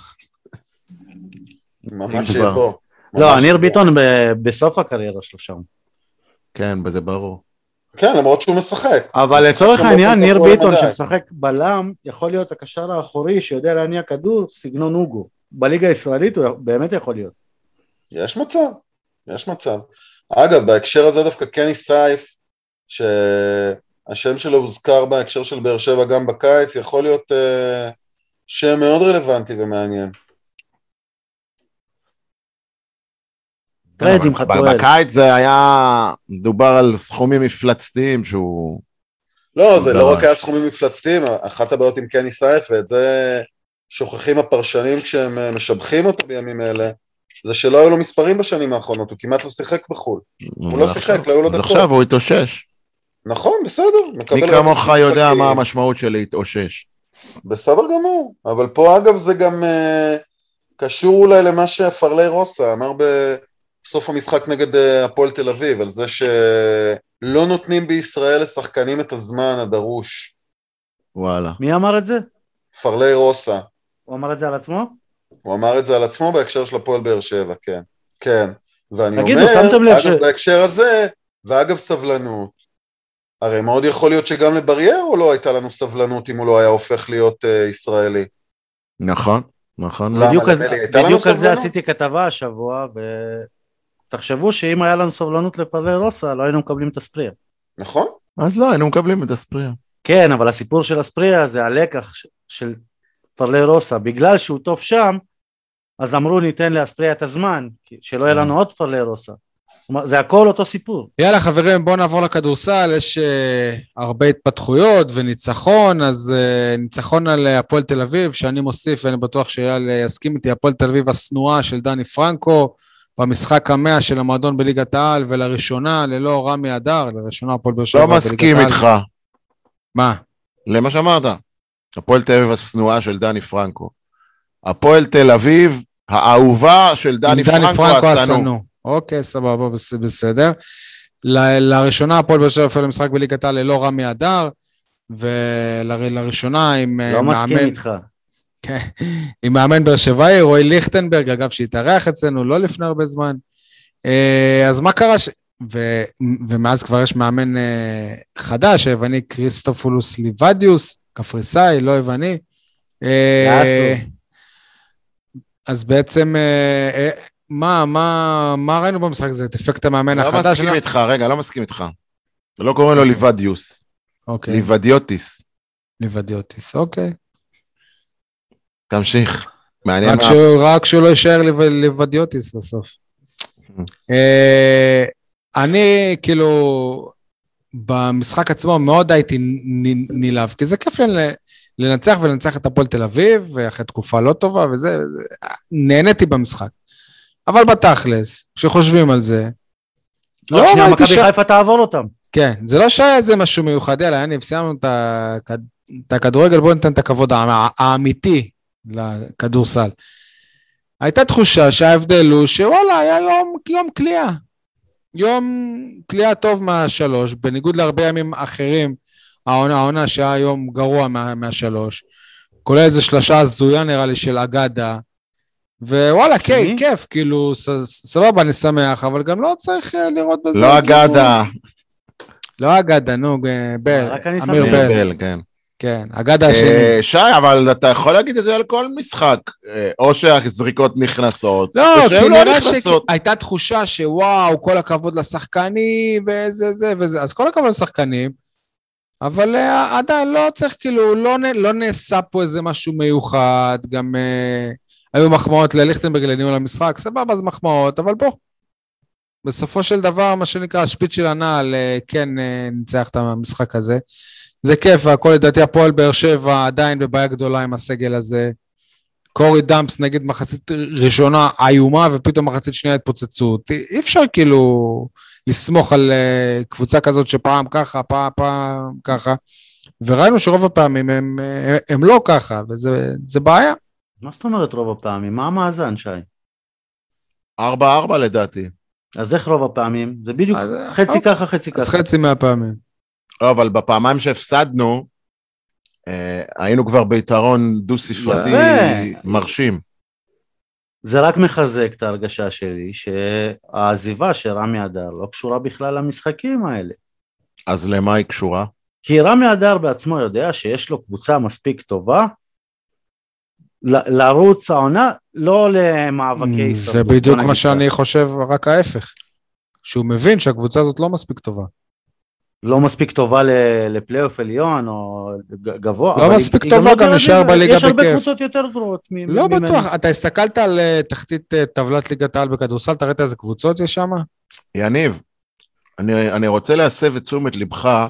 [SPEAKER 4] ממש יבוא.
[SPEAKER 2] לא, ניר ביטון ב- בסוף הקריירה שלו שם.
[SPEAKER 3] כן, זה ברור.
[SPEAKER 4] כן, למרות שהוא משחק.
[SPEAKER 2] אבל לצורך העניין, ניר ביטון שמשחק בלם, יכול להיות הקשר האחורי שיודע להניע כדור, סגנון אוגו. בליגה הישראלית הוא באמת יכול להיות.
[SPEAKER 4] יש מצב, יש מצב. אגב, בהקשר הזה דווקא קני סייף, שהשם שלו הוזכר בהקשר של באר שבע גם בקיץ, יכול להיות uh, שם מאוד רלוונטי ומעניין.
[SPEAKER 2] טרייד עם חתואל.
[SPEAKER 3] בקיץ זה היה, מדובר על סכומים מפלצתיים שהוא...
[SPEAKER 4] לא, זה לא רק היה סכומים מפלצתיים, אחת הבעיות עם קני סייף, ואת זה שוכחים הפרשנים כשהם משבחים אותו בימים אלה, זה שלא היו לו מספרים בשנים האחרונות, הוא כמעט לא שיחק בחול. הוא לא שיחק, לא היו לו דקות.
[SPEAKER 3] אז עכשיו הוא התאושש.
[SPEAKER 4] נכון, בסדר.
[SPEAKER 3] מי כמוך יודע מה המשמעות של להתאושש.
[SPEAKER 4] בסדר גמור, אבל פה אגב זה גם קשור אולי למה שפרלי רוסה אמר בסוף המשחק נגד הפועל תל אביב, על זה שלא נותנים בישראל לשחקנים את הזמן הדרוש.
[SPEAKER 3] וואלה.
[SPEAKER 2] מי אמר את זה?
[SPEAKER 4] פרלי רוסה.
[SPEAKER 2] הוא אמר את זה על עצמו?
[SPEAKER 4] הוא אמר את זה על עצמו בהקשר של הפועל באר שבע, כן. כן. ואני
[SPEAKER 2] תגידו,
[SPEAKER 4] אומר,
[SPEAKER 2] שמתם לב
[SPEAKER 4] אגב,
[SPEAKER 2] ש...
[SPEAKER 4] בהקשר הזה, ואגב סבלנות, הרי מאוד יכול להיות שגם לבריארו לא הייתה לנו סבלנות אם הוא לא היה הופך להיות uh, ישראלי.
[SPEAKER 3] נכון, נכון.
[SPEAKER 4] למה?
[SPEAKER 2] בדיוק,
[SPEAKER 4] למלי, הייתה
[SPEAKER 2] בדיוק
[SPEAKER 4] לנו
[SPEAKER 2] על זה
[SPEAKER 4] סבלנות?
[SPEAKER 2] עשיתי כתבה השבוע, ותחשבו שאם היה לנו סבלנות לפרלי רוסה, לא היינו מקבלים את הספריה.
[SPEAKER 4] נכון?
[SPEAKER 3] אז לא, היינו מקבלים את הספריה.
[SPEAKER 2] כן, אבל הסיפור של הספריה זה הלקח של פרלי רוסה, בגלל שהוא טוב שם, אז אמרו ניתן להספריה את הזמן, שלא יהיה לנו עוד פרלי רוסה. זה הכל אותו סיפור.
[SPEAKER 1] יאללה חברים, בואו נעבור לכדורסל, יש uh, הרבה התפתחויות וניצחון, אז uh, ניצחון על הפועל תל אביב, שאני מוסיף, ואני בטוח שיאל יסכים איתי, הפועל תל אביב הסנועה של דני פרנקו, במשחק המאה של המועדון בליגת העל, ולראשונה ללא רמי אדר, לראשונה הפועל באר שבע
[SPEAKER 3] לא מסכים איתך.
[SPEAKER 1] מה?
[SPEAKER 3] למה שאמרת? הפועל תל אביב הסנועה של דני פרנקו. הפועל תל אביב האהובה של דני פרנקו הסנוע.
[SPEAKER 1] אוקיי, סבבה, בסדר. ל- לראשונה הפועל באר שבע יפה למשחק בליגת העל ללא רמי אדר, ולראשונה עם
[SPEAKER 2] לא
[SPEAKER 1] מאמן...
[SPEAKER 2] מסכים איתך.
[SPEAKER 1] כן, עם מאמן באר שבעי, רועי ליכטנברג, אגב שהתארח אצלנו לא לפני הרבה זמן. אז מה קרה? ש... ו... ומאז כבר יש מאמן חדש, היווני קריסטופולוס ליבדיוס, קפריסאי, לא היווני. אז בעצם... מה, מה, מה ראינו במשחק הזה? את אפקט המאמן החדש?
[SPEAKER 3] לא מסכים איתך, רגע, לא מסכים איתך. לא קוראים לו ליבדיוס.
[SPEAKER 1] אוקיי.
[SPEAKER 3] ליבדיוטיס.
[SPEAKER 1] ליבדיוטיס, אוקיי.
[SPEAKER 3] תמשיך. מעניין מה...
[SPEAKER 1] רק שהוא לא יישאר ליבדיוטיס בסוף. אני, כאילו, במשחק עצמו מאוד הייתי נלהב, כי זה כיף לנצח ולנצח את הפועל תל אביב, ואחרי תקופה לא טובה, וזה, נהניתי במשחק. אבל בתכלס, כשחושבים על זה,
[SPEAKER 2] לא שנייה, מכבי חיפה תעבור אותם.
[SPEAKER 1] כן, זה לא שהיה איזה משהו מיוחד, אלא אני סיימנו את הכדורגל, בואו ניתן את הכבוד האמיתי לכדורסל. הייתה תחושה שההבדל הוא שוואלה, היה יום, יום קליעה. יום קליעה טוב מהשלוש, בניגוד להרבה ימים אחרים, העונה, העונה שהיה יום גרוע מה, מהשלוש, כולל איזה שלושה זויה נראה לי של אגדה, ווואלה, כן, כיף, כאילו, סבבה, אני שמח, אבל גם לא צריך לראות בזה.
[SPEAKER 3] לא אגדה.
[SPEAKER 1] לא אגדה, נו, בל, אמיר בל,
[SPEAKER 3] כן.
[SPEAKER 1] כן, אגדה השני.
[SPEAKER 3] שי, אבל אתה יכול להגיד את זה על כל משחק, או שהזריקות נכנסות,
[SPEAKER 1] לא, כי נראה שהייתה תחושה שוואו, כל הכבוד לשחקנים, וזה, זה, וזה, אז כל הכבוד לשחקנים, אבל עדיין לא צריך, כאילו, לא נעשה פה איזה משהו מיוחד, גם... היו מחמאות לליכטנברג לניהול המשחק, סבבה, אז מחמאות, אבל בוא. בסופו של דבר, מה שנקרא, השפיץ של הנעל, כן ניצח את המשחק הזה. זה כיף, והכל לדעתי הפועל באר שבע עדיין בבעיה גדולה עם הסגל הזה. קורי דאמפס נגיד מחצית ראשונה איומה, ופתאום מחצית שנייה התפוצצות. אי אפשר כאילו לסמוך על קבוצה כזאת שפעם ככה, פעם, פעם ככה. וראינו שרוב הפעמים הם, הם לא ככה, וזה בעיה.
[SPEAKER 2] מה זאת אומרת רוב הפעמים? מה המאזן, שי?
[SPEAKER 3] ארבע ארבע לדעתי.
[SPEAKER 2] אז איך רוב הפעמים? זה בדיוק חצי ככה, חצי ככה.
[SPEAKER 1] אז חצי מהפעמים.
[SPEAKER 3] לא, אבל בפעמיים שהפסדנו, היינו כבר ביתרון דו-ספרתי מרשים.
[SPEAKER 2] זה רק מחזק את ההרגשה שלי, שהעזיבה של רמי אדר לא קשורה בכלל למשחקים האלה.
[SPEAKER 3] אז למה היא קשורה?
[SPEAKER 2] כי רמי אדר בעצמו יודע שיש לו קבוצה מספיק טובה, לרוץ העונה, לא למאבקי הישרדות.
[SPEAKER 1] זה בדיוק מה שאני חושב, רק ההפך. שהוא מבין שהקבוצה הזאת לא מספיק טובה.
[SPEAKER 2] לא מספיק טובה לפלייאוף עליון או גבוה.
[SPEAKER 1] לא מספיק טובה, גם נשאר בליגה בכיף.
[SPEAKER 2] יש הרבה קבוצות יותר גרועות.
[SPEAKER 1] לא בטוח, אתה הסתכלת על תחתית טבלת ליגת העל בכדורסל, אתה ראית איזה קבוצות יש שם?
[SPEAKER 3] יניב, אני, אני רוצה להסב את תשומת לבך,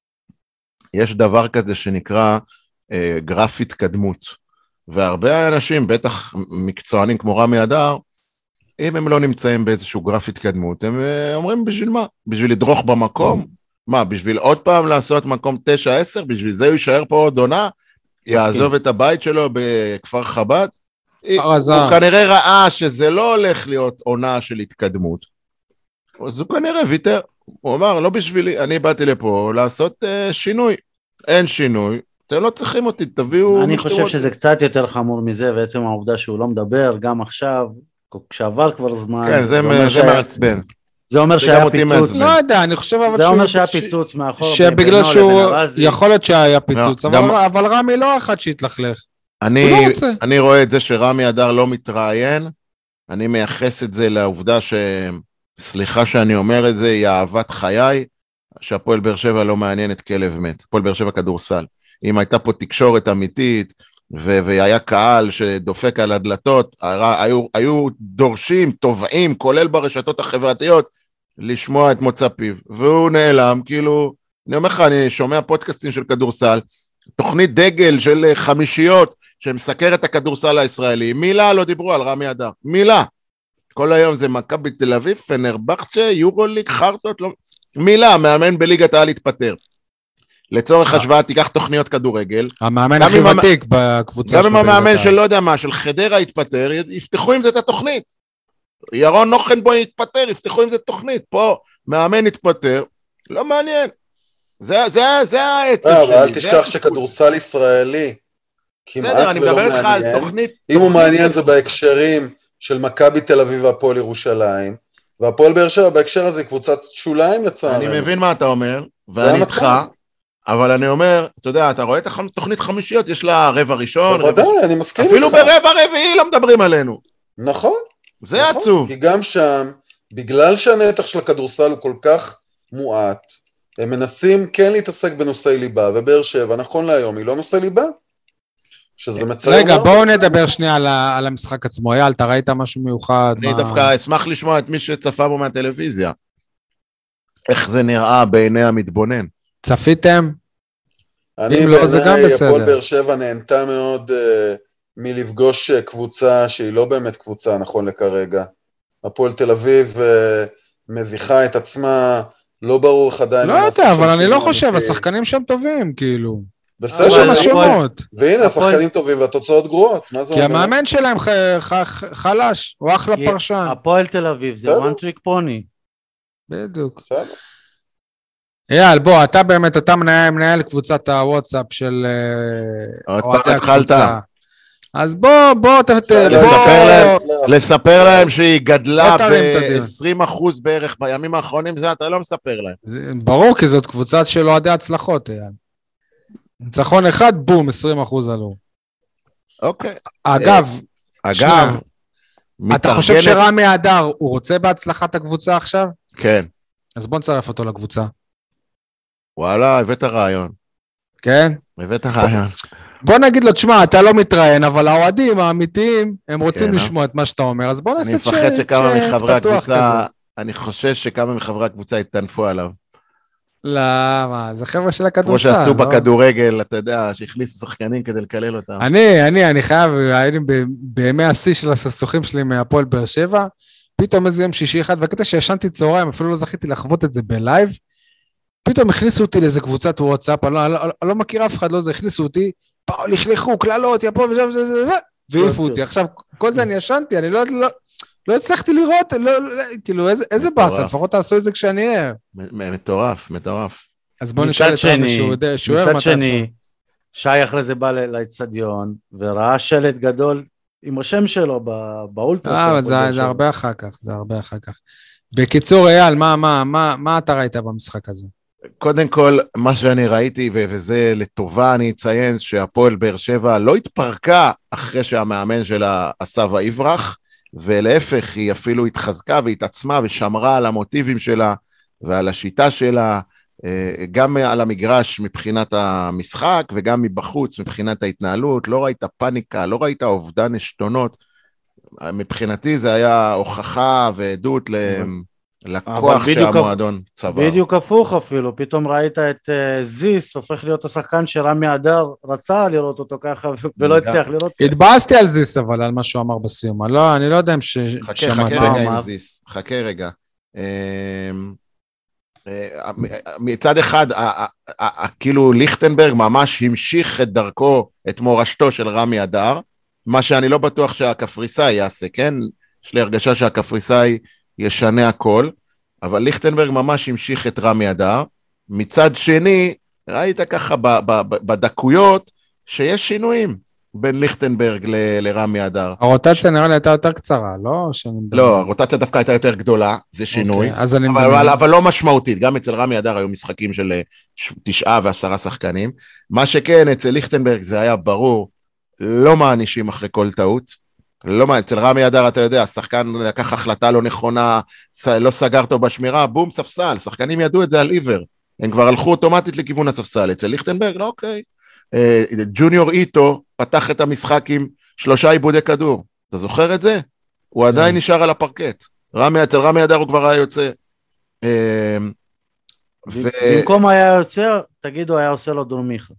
[SPEAKER 3] יש דבר כזה שנקרא אה, גרף התקדמות, והרבה אנשים, בטח מקצוענים כמו רמי אדר, אם הם לא נמצאים באיזשהו גרף התקדמות, הם אה, אומרים בשביל מה? בשביל לדרוך במקום? מה, בשביל עוד פעם לעשות מקום תשע עשר? בשביל זה הוא יישאר פה עוד עונה? יעזוב את הבית שלו בכפר חב"ד? הוא כנראה ראה שזה לא הולך להיות עונה של התקדמות, אז הוא כנראה ויתר, הוא אמר, לא בשבילי, אני באתי לפה לעשות uh, שינוי, אין שינוי, אתם לא צריכים אותי, תביאו...
[SPEAKER 2] אני חושב שזה קצת יותר חמור מזה, בעצם העובדה שהוא לא מדבר, גם עכשיו, כשעבר כבר זמן...
[SPEAKER 3] כן, זה מעצבן.
[SPEAKER 2] זה אומר שהיה פיצוץ.
[SPEAKER 1] לא יודע, אני חושב אבל
[SPEAKER 2] זה אומר שהיה פיצוץ מאחור.
[SPEAKER 1] שבגלל שהוא, יכול להיות שהיה פיצוץ, אבל רמי לא אחד שהתלכלך.
[SPEAKER 3] אני רואה את זה שרמי אדר לא מתראיין, אני מייחס את זה לעובדה ש... סליחה שאני אומר את זה, היא אהבת חיי, שהפועל באר שבע לא מעניינת כלב מת, הפועל באר שבע כדורסל. אם הייתה פה תקשורת אמיתית, ו- והיה קהל שדופק על הדלתות, היו, היו דורשים, תובעים, כולל ברשתות החברתיות, לשמוע את מוצא פיו, והוא נעלם, כאילו, אני אומר לך, אני שומע פודקאסטים של כדורסל, תוכנית דגל של חמישיות, שמסקר את הכדורסל הישראלי, מילה לא דיברו על רמי אדר, מילה. כל היום זה מכבי תל אביב, פנרבחצ'ה, יורוליג, חרטות, לא... מילה, מאמן בליגת העל התפטר. לצורך השוואה, תיקח תוכניות כדורגל.
[SPEAKER 1] המאמן הכי ותיק בקבוצה.
[SPEAKER 3] גם אם המאמן של לא יודע מה, של חדרה התפטר, יפתחו עם זה את התוכנית. ירון נוחנבוי התפטר, יפתחו עם זה את התוכנית. פה, מאמן התפטר, לא מעניין. זה, זה, זה העצב שלי.
[SPEAKER 4] אבל אל תשכח שכדורסל ישראלי, כמעט ולא מעניין. אם הוא מעניין זה בהקשרים של מכבי תל אביב והפועל ירושלים, והפועל באר שבע בהקשר הזה קבוצת שוליים לצערנו.
[SPEAKER 3] אני מבין מה אתה אומר, ואני איתך, אבל אני אומר, אתה יודע, אתה רואה את התוכנית חמישיות, יש לה רבע ראשון,
[SPEAKER 4] בוודאי, אני מסכים איתך.
[SPEAKER 3] אפילו ברבע רביעי לא מדברים עלינו.
[SPEAKER 4] נכון.
[SPEAKER 3] זה עצוב.
[SPEAKER 4] כי גם שם, בגלל שהנתח של הכדורסל הוא כל כך מועט, הם מנסים כן להתעסק בנושאי ליבה, ובאר שבע, נכון להיום, היא לא נושא ליבה? שזה מצער.
[SPEAKER 1] רגע, בואו נדבר שנייה על, על המשחק עצמו. אייל, אתה ראית משהו מיוחד?
[SPEAKER 3] אני מה... דווקא אשמח לשמוע את מי שצפה בו מהטלוויזיה. איך זה נראה בעיני המתבונן?
[SPEAKER 1] צפיתם?
[SPEAKER 4] אני לא, בעיניי, הפועל באר שבע נהנתה מאוד uh, מלפגוש קבוצה שהיא לא באמת קבוצה, נכון לכרגע. הפועל תל אביב uh, מביכה את עצמה, לא ברור איך עדיין...
[SPEAKER 1] לא יודע, אבל אני לא חושב, השחקנים שם טובים, כאילו.
[SPEAKER 4] בסדר, והנה השחקנים טובים והתוצאות גרועות, מה זה אומר?
[SPEAKER 1] כי המאמן שלהם חלש, הוא אחלה פרשן.
[SPEAKER 2] הפועל תל אביב זה one trick pony.
[SPEAKER 1] בדיוק. אייל, בוא, אתה באמת, אתה מנהל קבוצת הוואטסאפ של
[SPEAKER 3] אוהדי הקבוצה.
[SPEAKER 1] אז בוא, בוא,
[SPEAKER 3] לספר להם שהיא גדלה ב-עשרים אחוז בערך בימים האחרונים, זה אתה לא מספר להם.
[SPEAKER 1] ברור, כי זאת קבוצה של אוהדי הצלחות, אייל. ניצחון אחד, בום, עשרים אחוז עלו.
[SPEAKER 3] אוקיי.
[SPEAKER 1] אגב,
[SPEAKER 3] אגב,
[SPEAKER 1] אתה חושב שרמי אדר, הוא רוצה בהצלחת הקבוצה עכשיו?
[SPEAKER 3] כן.
[SPEAKER 1] אז בוא נצרף אותו לקבוצה.
[SPEAKER 3] וואלה, הבאת רעיון.
[SPEAKER 1] כן?
[SPEAKER 3] הבאת רעיון.
[SPEAKER 1] בוא נגיד לו, תשמע, אתה לא מתראיין, אבל האוהדים האמיתיים, הם רוצים לשמוע את מה שאתה אומר, אז בוא נעשה
[SPEAKER 3] אני מפחד שכמה מחברי הקבוצה, אני חושש שכמה מחברי הקבוצה יתנפו עליו.
[SPEAKER 1] למה? זה חבר'ה של הכדורסל.
[SPEAKER 3] כמו שעשו בכדורגל, אתה יודע, שהכניסו שחקנים כדי לקלל אותם.
[SPEAKER 1] אני, אני, אני חייב, הייתי בימי השיא של הסכסוכים שלי מהפועל באר שבע, פתאום איזה יום שישי אחד, והקטע שישנתי צהריים, אפילו לא זכיתי לחוות את זה בלייב, פתאום הכניסו אותי לאיזה קבוצת וואטסאפ, אני לא מכיר אף אחד, לא זה, הכניסו אותי, באו, לכלכו, כללות, יפה וזה וזה וזה, והעיפו אותי. עכשיו, כל זה אני ישנתי, אני לא... לא הצלחתי לראות, לא, לא, כאילו, איזה, איזה באסה, לפחות תעשו את זה כשאני אהיה.
[SPEAKER 3] מטורף, מטורף.
[SPEAKER 1] אז בוא נשאל את רמי שהוא יודע, שהוא ער מתי אפשר.
[SPEAKER 2] מצד שני, שי אחרי זה בא לאצטדיון, וראה שלט גדול עם השם שלו באולטרה.
[SPEAKER 1] אה, אבל זה, זה הרבה אחר כך, זה הרבה אחר כך. בקיצור, אייל, מה, מה, מה, מה אתה ראית במשחק הזה?
[SPEAKER 3] קודם כל, מה שאני ראיתי, וזה לטובה אני אציין, שהפועל באר שבע לא התפרקה אחרי שהמאמן שלה עשה ויברח, ולהפך, היא אפילו התחזקה והתעצמה ושמרה על המוטיבים שלה ועל השיטה שלה, גם על המגרש מבחינת המשחק, וגם מבחוץ מבחינת ההתנהלות, לא ראית פאניקה, לא ראית אובדן עשתונות, מבחינתי זה היה הוכחה ועדות לכוח שהמועדון צבר.
[SPEAKER 2] בדיוק הפוך אפילו, פתאום ראית את זיס, הופך להיות השחקן שרמי אדר רצה לראות אותו ככה, ולא הצליח לראות אותו.
[SPEAKER 1] התבאסתי על זיס, אבל על מה שהוא אמר בסיום, אני לא יודע אם שמעתי.
[SPEAKER 3] חכה רגע עם זיס, חכה רגע. מצד אחד, כאילו ליכטנברג ממש המשיך את דרכו, את מורשתו של רמי אדר, מה שאני לא בטוח שהקפריסאי יעשה, כן? יש לי הרגשה שהקפריסאי ישנה הכל, אבל ליכטנברג ממש המשיך את רמי אדר. מצד שני, ראית ככה בדקויות שיש שינויים בין ליכטנברג ל- לרמי אדר.
[SPEAKER 1] הרוטציה נראה לי הייתה יותר קצרה, לא?
[SPEAKER 3] לא, הרוטציה דווקא הייתה יותר גדולה, זה שינוי,
[SPEAKER 1] okay, אז אני
[SPEAKER 3] אבל, אבל, אבל לא משמעותית. גם אצל רמי אדר היו משחקים של תשעה ועשרה שחקנים. מה שכן, אצל ליכטנברג זה היה ברור, לא מענישים אחרי כל טעות, לא, אצל רמי אדר אתה יודע, השחקן לקח החלטה לא נכונה, לא סגר אותו בשמירה, בום, ספסל, שחקנים ידעו את זה על עיוור, הם כבר הלכו אוטומטית לכיוון הספסל, אצל ליכטנברג, לא אוקיי, ג'וניור איטו פתח את המשחק עם שלושה עיבודי כדור, אתה זוכר את זה? הוא עדיין נשאר על הפרקט, רמי, אצל רמי אדר הוא כבר היה יוצא.
[SPEAKER 2] במקום היה יוצא, תגידו היה עושה לו דורמיכה.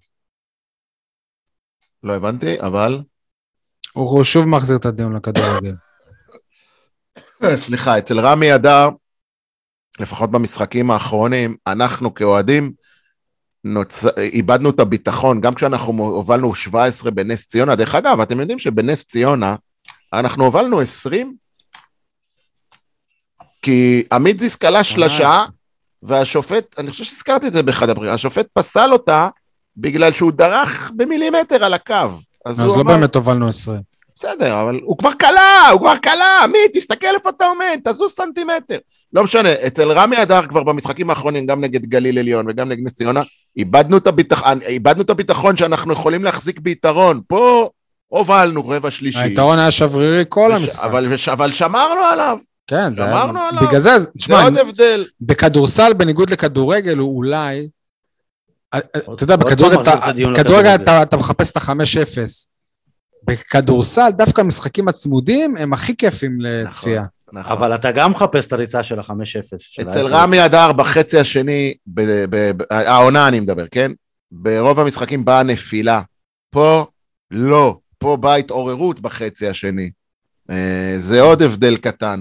[SPEAKER 3] לא הבנתי, אבל...
[SPEAKER 1] הוא שוב מחזיר את הדיון לכדורגל.
[SPEAKER 3] סליחה, אצל רמי אדר, לפחות במשחקים האחרונים, אנחנו כאוהדים, נוצ... איבדנו את הביטחון, גם כשאנחנו הובלנו שבע עשרה בנס ציונה, דרך אגב, אתם יודעים שבנס ציונה, אנחנו הובלנו עשרים, כי עמית זיס קלה שלשה, והשופט, אני חושב שהזכרתי את זה באחד הפרקים, השופט פסל אותה, בגלל שהוא דרך במילימטר על הקו.
[SPEAKER 1] אז לא באמת הובלנו עשרים.
[SPEAKER 3] בסדר, אבל הוא כבר קלה, הוא כבר קלה, עמית, תסתכל איפה אתה עומד, תזוז סנטימטר. לא משנה, אצל רמי אדר כבר במשחקים האחרונים, גם נגד גליל עליון וגם נגד נס ציונה, איבדנו את הביטחון, איבדנו את הביטחון שאנחנו יכולים להחזיק ביתרון. פה הובלנו רבע שלישי.
[SPEAKER 1] היתרון היה שברירי כל המשחק.
[SPEAKER 3] אבל, אבל שמרנו עליו.
[SPEAKER 1] כן,
[SPEAKER 3] שמרנו
[SPEAKER 1] זה...
[SPEAKER 3] עליו.
[SPEAKER 1] בגלל זה,
[SPEAKER 3] זה
[SPEAKER 1] תשמע,
[SPEAKER 3] עוד הבדל.
[SPEAKER 1] בכדורסל, בניגוד לכדורגל, הוא אולי... אתה יודע, בכדורגל אתה מחפש את ה-חמש אפס. בכדורסל, דווקא המשחקים הצמודים הם הכי כיפים לצפייה.
[SPEAKER 2] אבל אתה גם מחפש את הריצה של ה-חמש אפס.
[SPEAKER 3] אצל רמי אדר בחצי השני, העונה אני מדבר, כן? ברוב המשחקים באה נפילה. פה לא, פה באה התעוררות בחצי השני. זה עוד הבדל קטן.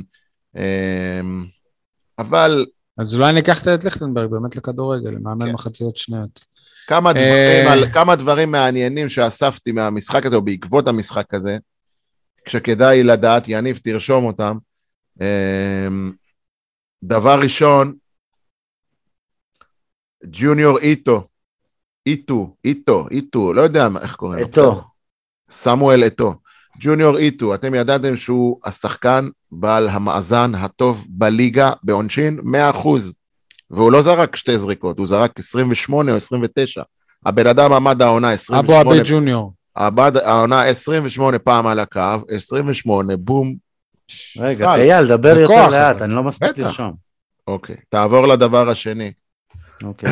[SPEAKER 3] אבל...
[SPEAKER 1] אז אולי ניקח את ליכטנברג באמת לכדורגל, מאמן מחציות שניות.
[SPEAKER 3] כמה דברים, על, כמה דברים מעניינים שאספתי מהמשחק הזה, או בעקבות המשחק הזה, כשכדאי לדעת, יניב, תרשום אותם. דבר ראשון, ג'וניור איטו, איטו, איטו, איטו, לא יודע איך קוראים.
[SPEAKER 2] איטו.
[SPEAKER 3] סמואל איטו. ג'וניור איטו, אתם ידעתם שהוא השחקן בעל המאזן הטוב בליגה בעונשין, מאה אחוז. והוא לא זרק שתי זריקות, הוא זרק עשרים ושמונה או עשרים ותשע. הבן אדם עמד העונה עשרים ושמונה.
[SPEAKER 1] אבו אבי ג'וניור.
[SPEAKER 3] עמד העונה עשרים ושמונה פעם על הקו, עשרים ושמונה, בום.
[SPEAKER 2] רגע, אייל, דבר יותר לאט, אני לא מספיק לרשום.
[SPEAKER 3] אוקיי, תעבור לדבר השני.
[SPEAKER 2] אוקיי.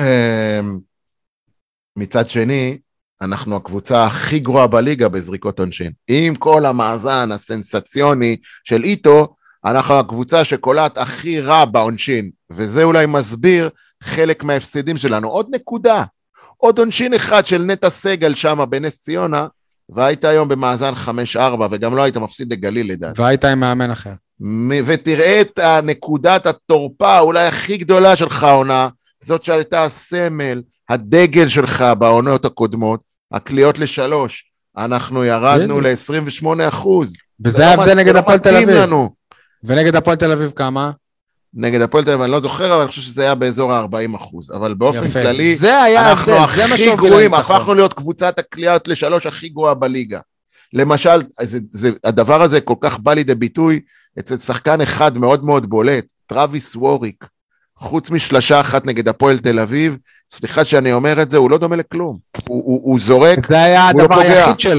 [SPEAKER 3] מצד שני, אנחנו הקבוצה הכי גרועה בליגה בזריקות עונשין. עם כל המאזן הסנסציוני של איטו, אנחנו הקבוצה שקולט הכי רע בעונשין, וזה אולי מסביר חלק מההפסדים שלנו. עוד נקודה, עוד עונשין אחד של נטע סגל שם בנס ציונה, והיית היום במאזן חמש ארבע, וגם לא היית מפסיד לגליל לדעת.
[SPEAKER 1] והיית עם מאמן אחר.
[SPEAKER 3] ותראה את הנקודת התורפה, אולי הכי גדולה שלך עונה, זאת שהייתה הסמל, הדגל שלך בעונות הקודמות, הקליעות לשלוש, אנחנו ירדנו ל-עשרים ושמונה אחוז.
[SPEAKER 1] וזה ההבדל נגד הפועל תל אביב. ונגד הפועל תל אביב כמה?
[SPEAKER 3] נגד הפועל תל אביב, אני לא זוכר, אבל אני חושב שזה היה באזור ה-ארבעים אחוז. אבל באופן
[SPEAKER 1] יפה.
[SPEAKER 3] כללי,
[SPEAKER 1] זה היה
[SPEAKER 3] אנחנו
[SPEAKER 1] ההבדל,
[SPEAKER 3] הכי גרועים, הפכנו להיות קבוצת הקליעות לשלוש הכי גרועה בליגה. למשל, זה, זה, הדבר הזה כל כך בא לידי ביטוי, אצל שחקן אחד מאוד מאוד בולט, טרוויס ווריק, חוץ משלשה אחת נגד הפועל תל אביב, סליחה שאני אומר את זה, הוא לא דומה לכלום. הוא, הוא, הוא זורק,
[SPEAKER 1] זה היה הדבר היחיד שלו.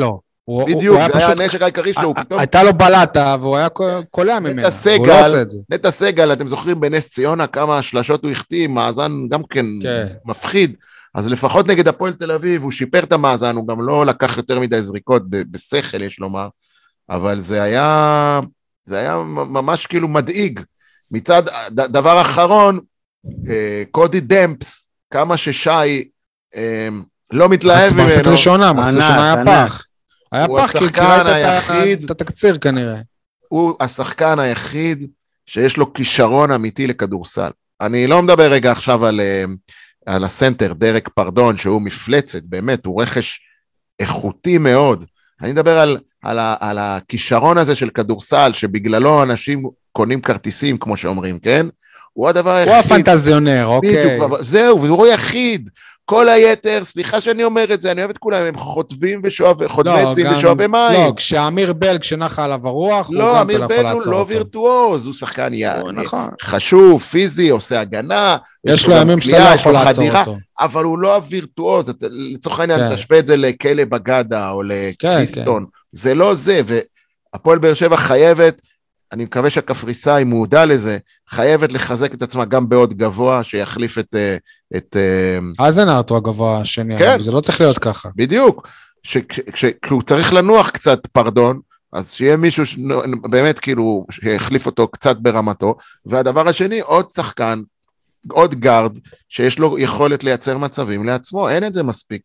[SPEAKER 1] הוא-
[SPEAKER 3] בדיוק,
[SPEAKER 1] הוא היה
[SPEAKER 3] זה היה
[SPEAKER 1] פשוט-
[SPEAKER 3] הנשק העיקרי שלו, הוא פתאום...
[SPEAKER 1] הייתה לו בלטה, והוא היה קולע ממנה,
[SPEAKER 3] נטע
[SPEAKER 1] והוא
[SPEAKER 3] סגל,
[SPEAKER 1] לא עושה את זה.
[SPEAKER 3] נטע סגל, אתם זוכרים בנס ציונה כמה שלשות הוא החטיא, מאזן גם כן
[SPEAKER 1] כן.
[SPEAKER 3] מפחיד, אז לפחות נגד הפועל תל אביב, הוא שיפר את המאזן, הוא גם לא לקח יותר מדי זריקות ב- בשכל, יש לומר, אבל זה היה, זה היה ממש כאילו מדאיג. מצד, ד- דבר אחרון, אה, קודי דמפס, כמה ששי אה, לא מתלהב
[SPEAKER 1] מחצית
[SPEAKER 3] ממנו,
[SPEAKER 1] ראשונה, מחצית
[SPEAKER 2] ענק,
[SPEAKER 1] ראשונה היה
[SPEAKER 2] ענק.
[SPEAKER 1] פח. היה
[SPEAKER 3] הוא
[SPEAKER 1] פח, כי
[SPEAKER 3] השחקן
[SPEAKER 1] ראית את ה-
[SPEAKER 3] היחיד.
[SPEAKER 1] את התקציר כנראה.
[SPEAKER 3] הוא השחקן היחיד שיש לו כישרון אמיתי לכדורסל. אני לא מדבר רגע עכשיו על, אה, על הסנטר, דרק פרדון, שהוא מפלצת, באמת, הוא רכש איכותי מאוד. אני מדבר על, על, ה, על הכישרון הזה של כדורסל, שבגללו אנשים קונים כרטיסים, כמו שאומרים, כן? הוא הדבר היחיד.
[SPEAKER 1] הוא הפנטזיונר, אוקיי.
[SPEAKER 3] בדיוק, זהו, והוא יחיד. כל היתר, סליחה שאני אומר את זה, אני אוהב את כולם, הם חוטבים ושואבי, חוטבי
[SPEAKER 1] לא,
[SPEAKER 3] עצים
[SPEAKER 1] גם-
[SPEAKER 3] ושואבי מים.
[SPEAKER 1] לא, כשאמיר בל, כשנחה עליו הרוח, הוא
[SPEAKER 3] לא,
[SPEAKER 1] גם
[SPEAKER 3] אמיר
[SPEAKER 1] לא
[SPEAKER 3] בן
[SPEAKER 1] יכול
[SPEAKER 3] הוא
[SPEAKER 1] לעצור
[SPEAKER 3] לא
[SPEAKER 1] אותו.
[SPEAKER 3] וירטואוז, הוא שחקן
[SPEAKER 1] הוא- נכון.
[SPEAKER 3] חשוב, פיזי, עושה הגנה.
[SPEAKER 1] יש לו
[SPEAKER 3] גם
[SPEAKER 1] ימים שאתה
[SPEAKER 3] קליעה,
[SPEAKER 1] לא
[SPEAKER 3] יש
[SPEAKER 1] יכול
[SPEAKER 3] לו
[SPEAKER 1] לעצור
[SPEAKER 3] חדירה,
[SPEAKER 1] אותו.
[SPEAKER 3] אבל הוא לא הווירטואוז, אתה- לצורך העניין,
[SPEAKER 1] כן.
[SPEAKER 3] תשווה את זה לכלא בגדה או
[SPEAKER 1] כן,
[SPEAKER 3] לקריסטון, זה לא זה, והפועל באר שבע חייבת, אני מקווה שהקפריסאי מודע לזה, חייבת לחזק את עצמה גם בעוד גבוה, שיחליף את, אה, את אה,
[SPEAKER 1] אייזנהארט הוא הגבוה השני,
[SPEAKER 3] כן.
[SPEAKER 1] אבל זה לא צריך להיות ככה.
[SPEAKER 3] בדיוק, כשהוא צריך לנוח קצת, פרדון, אז שיהיה מישהו באמת כאילו, שיחליף אותו קצת ברמתו, והדבר השני, עוד שחקן, עוד גארד, שיש לו יכולת לייצר מצבים לעצמו, אין את זה מספיק.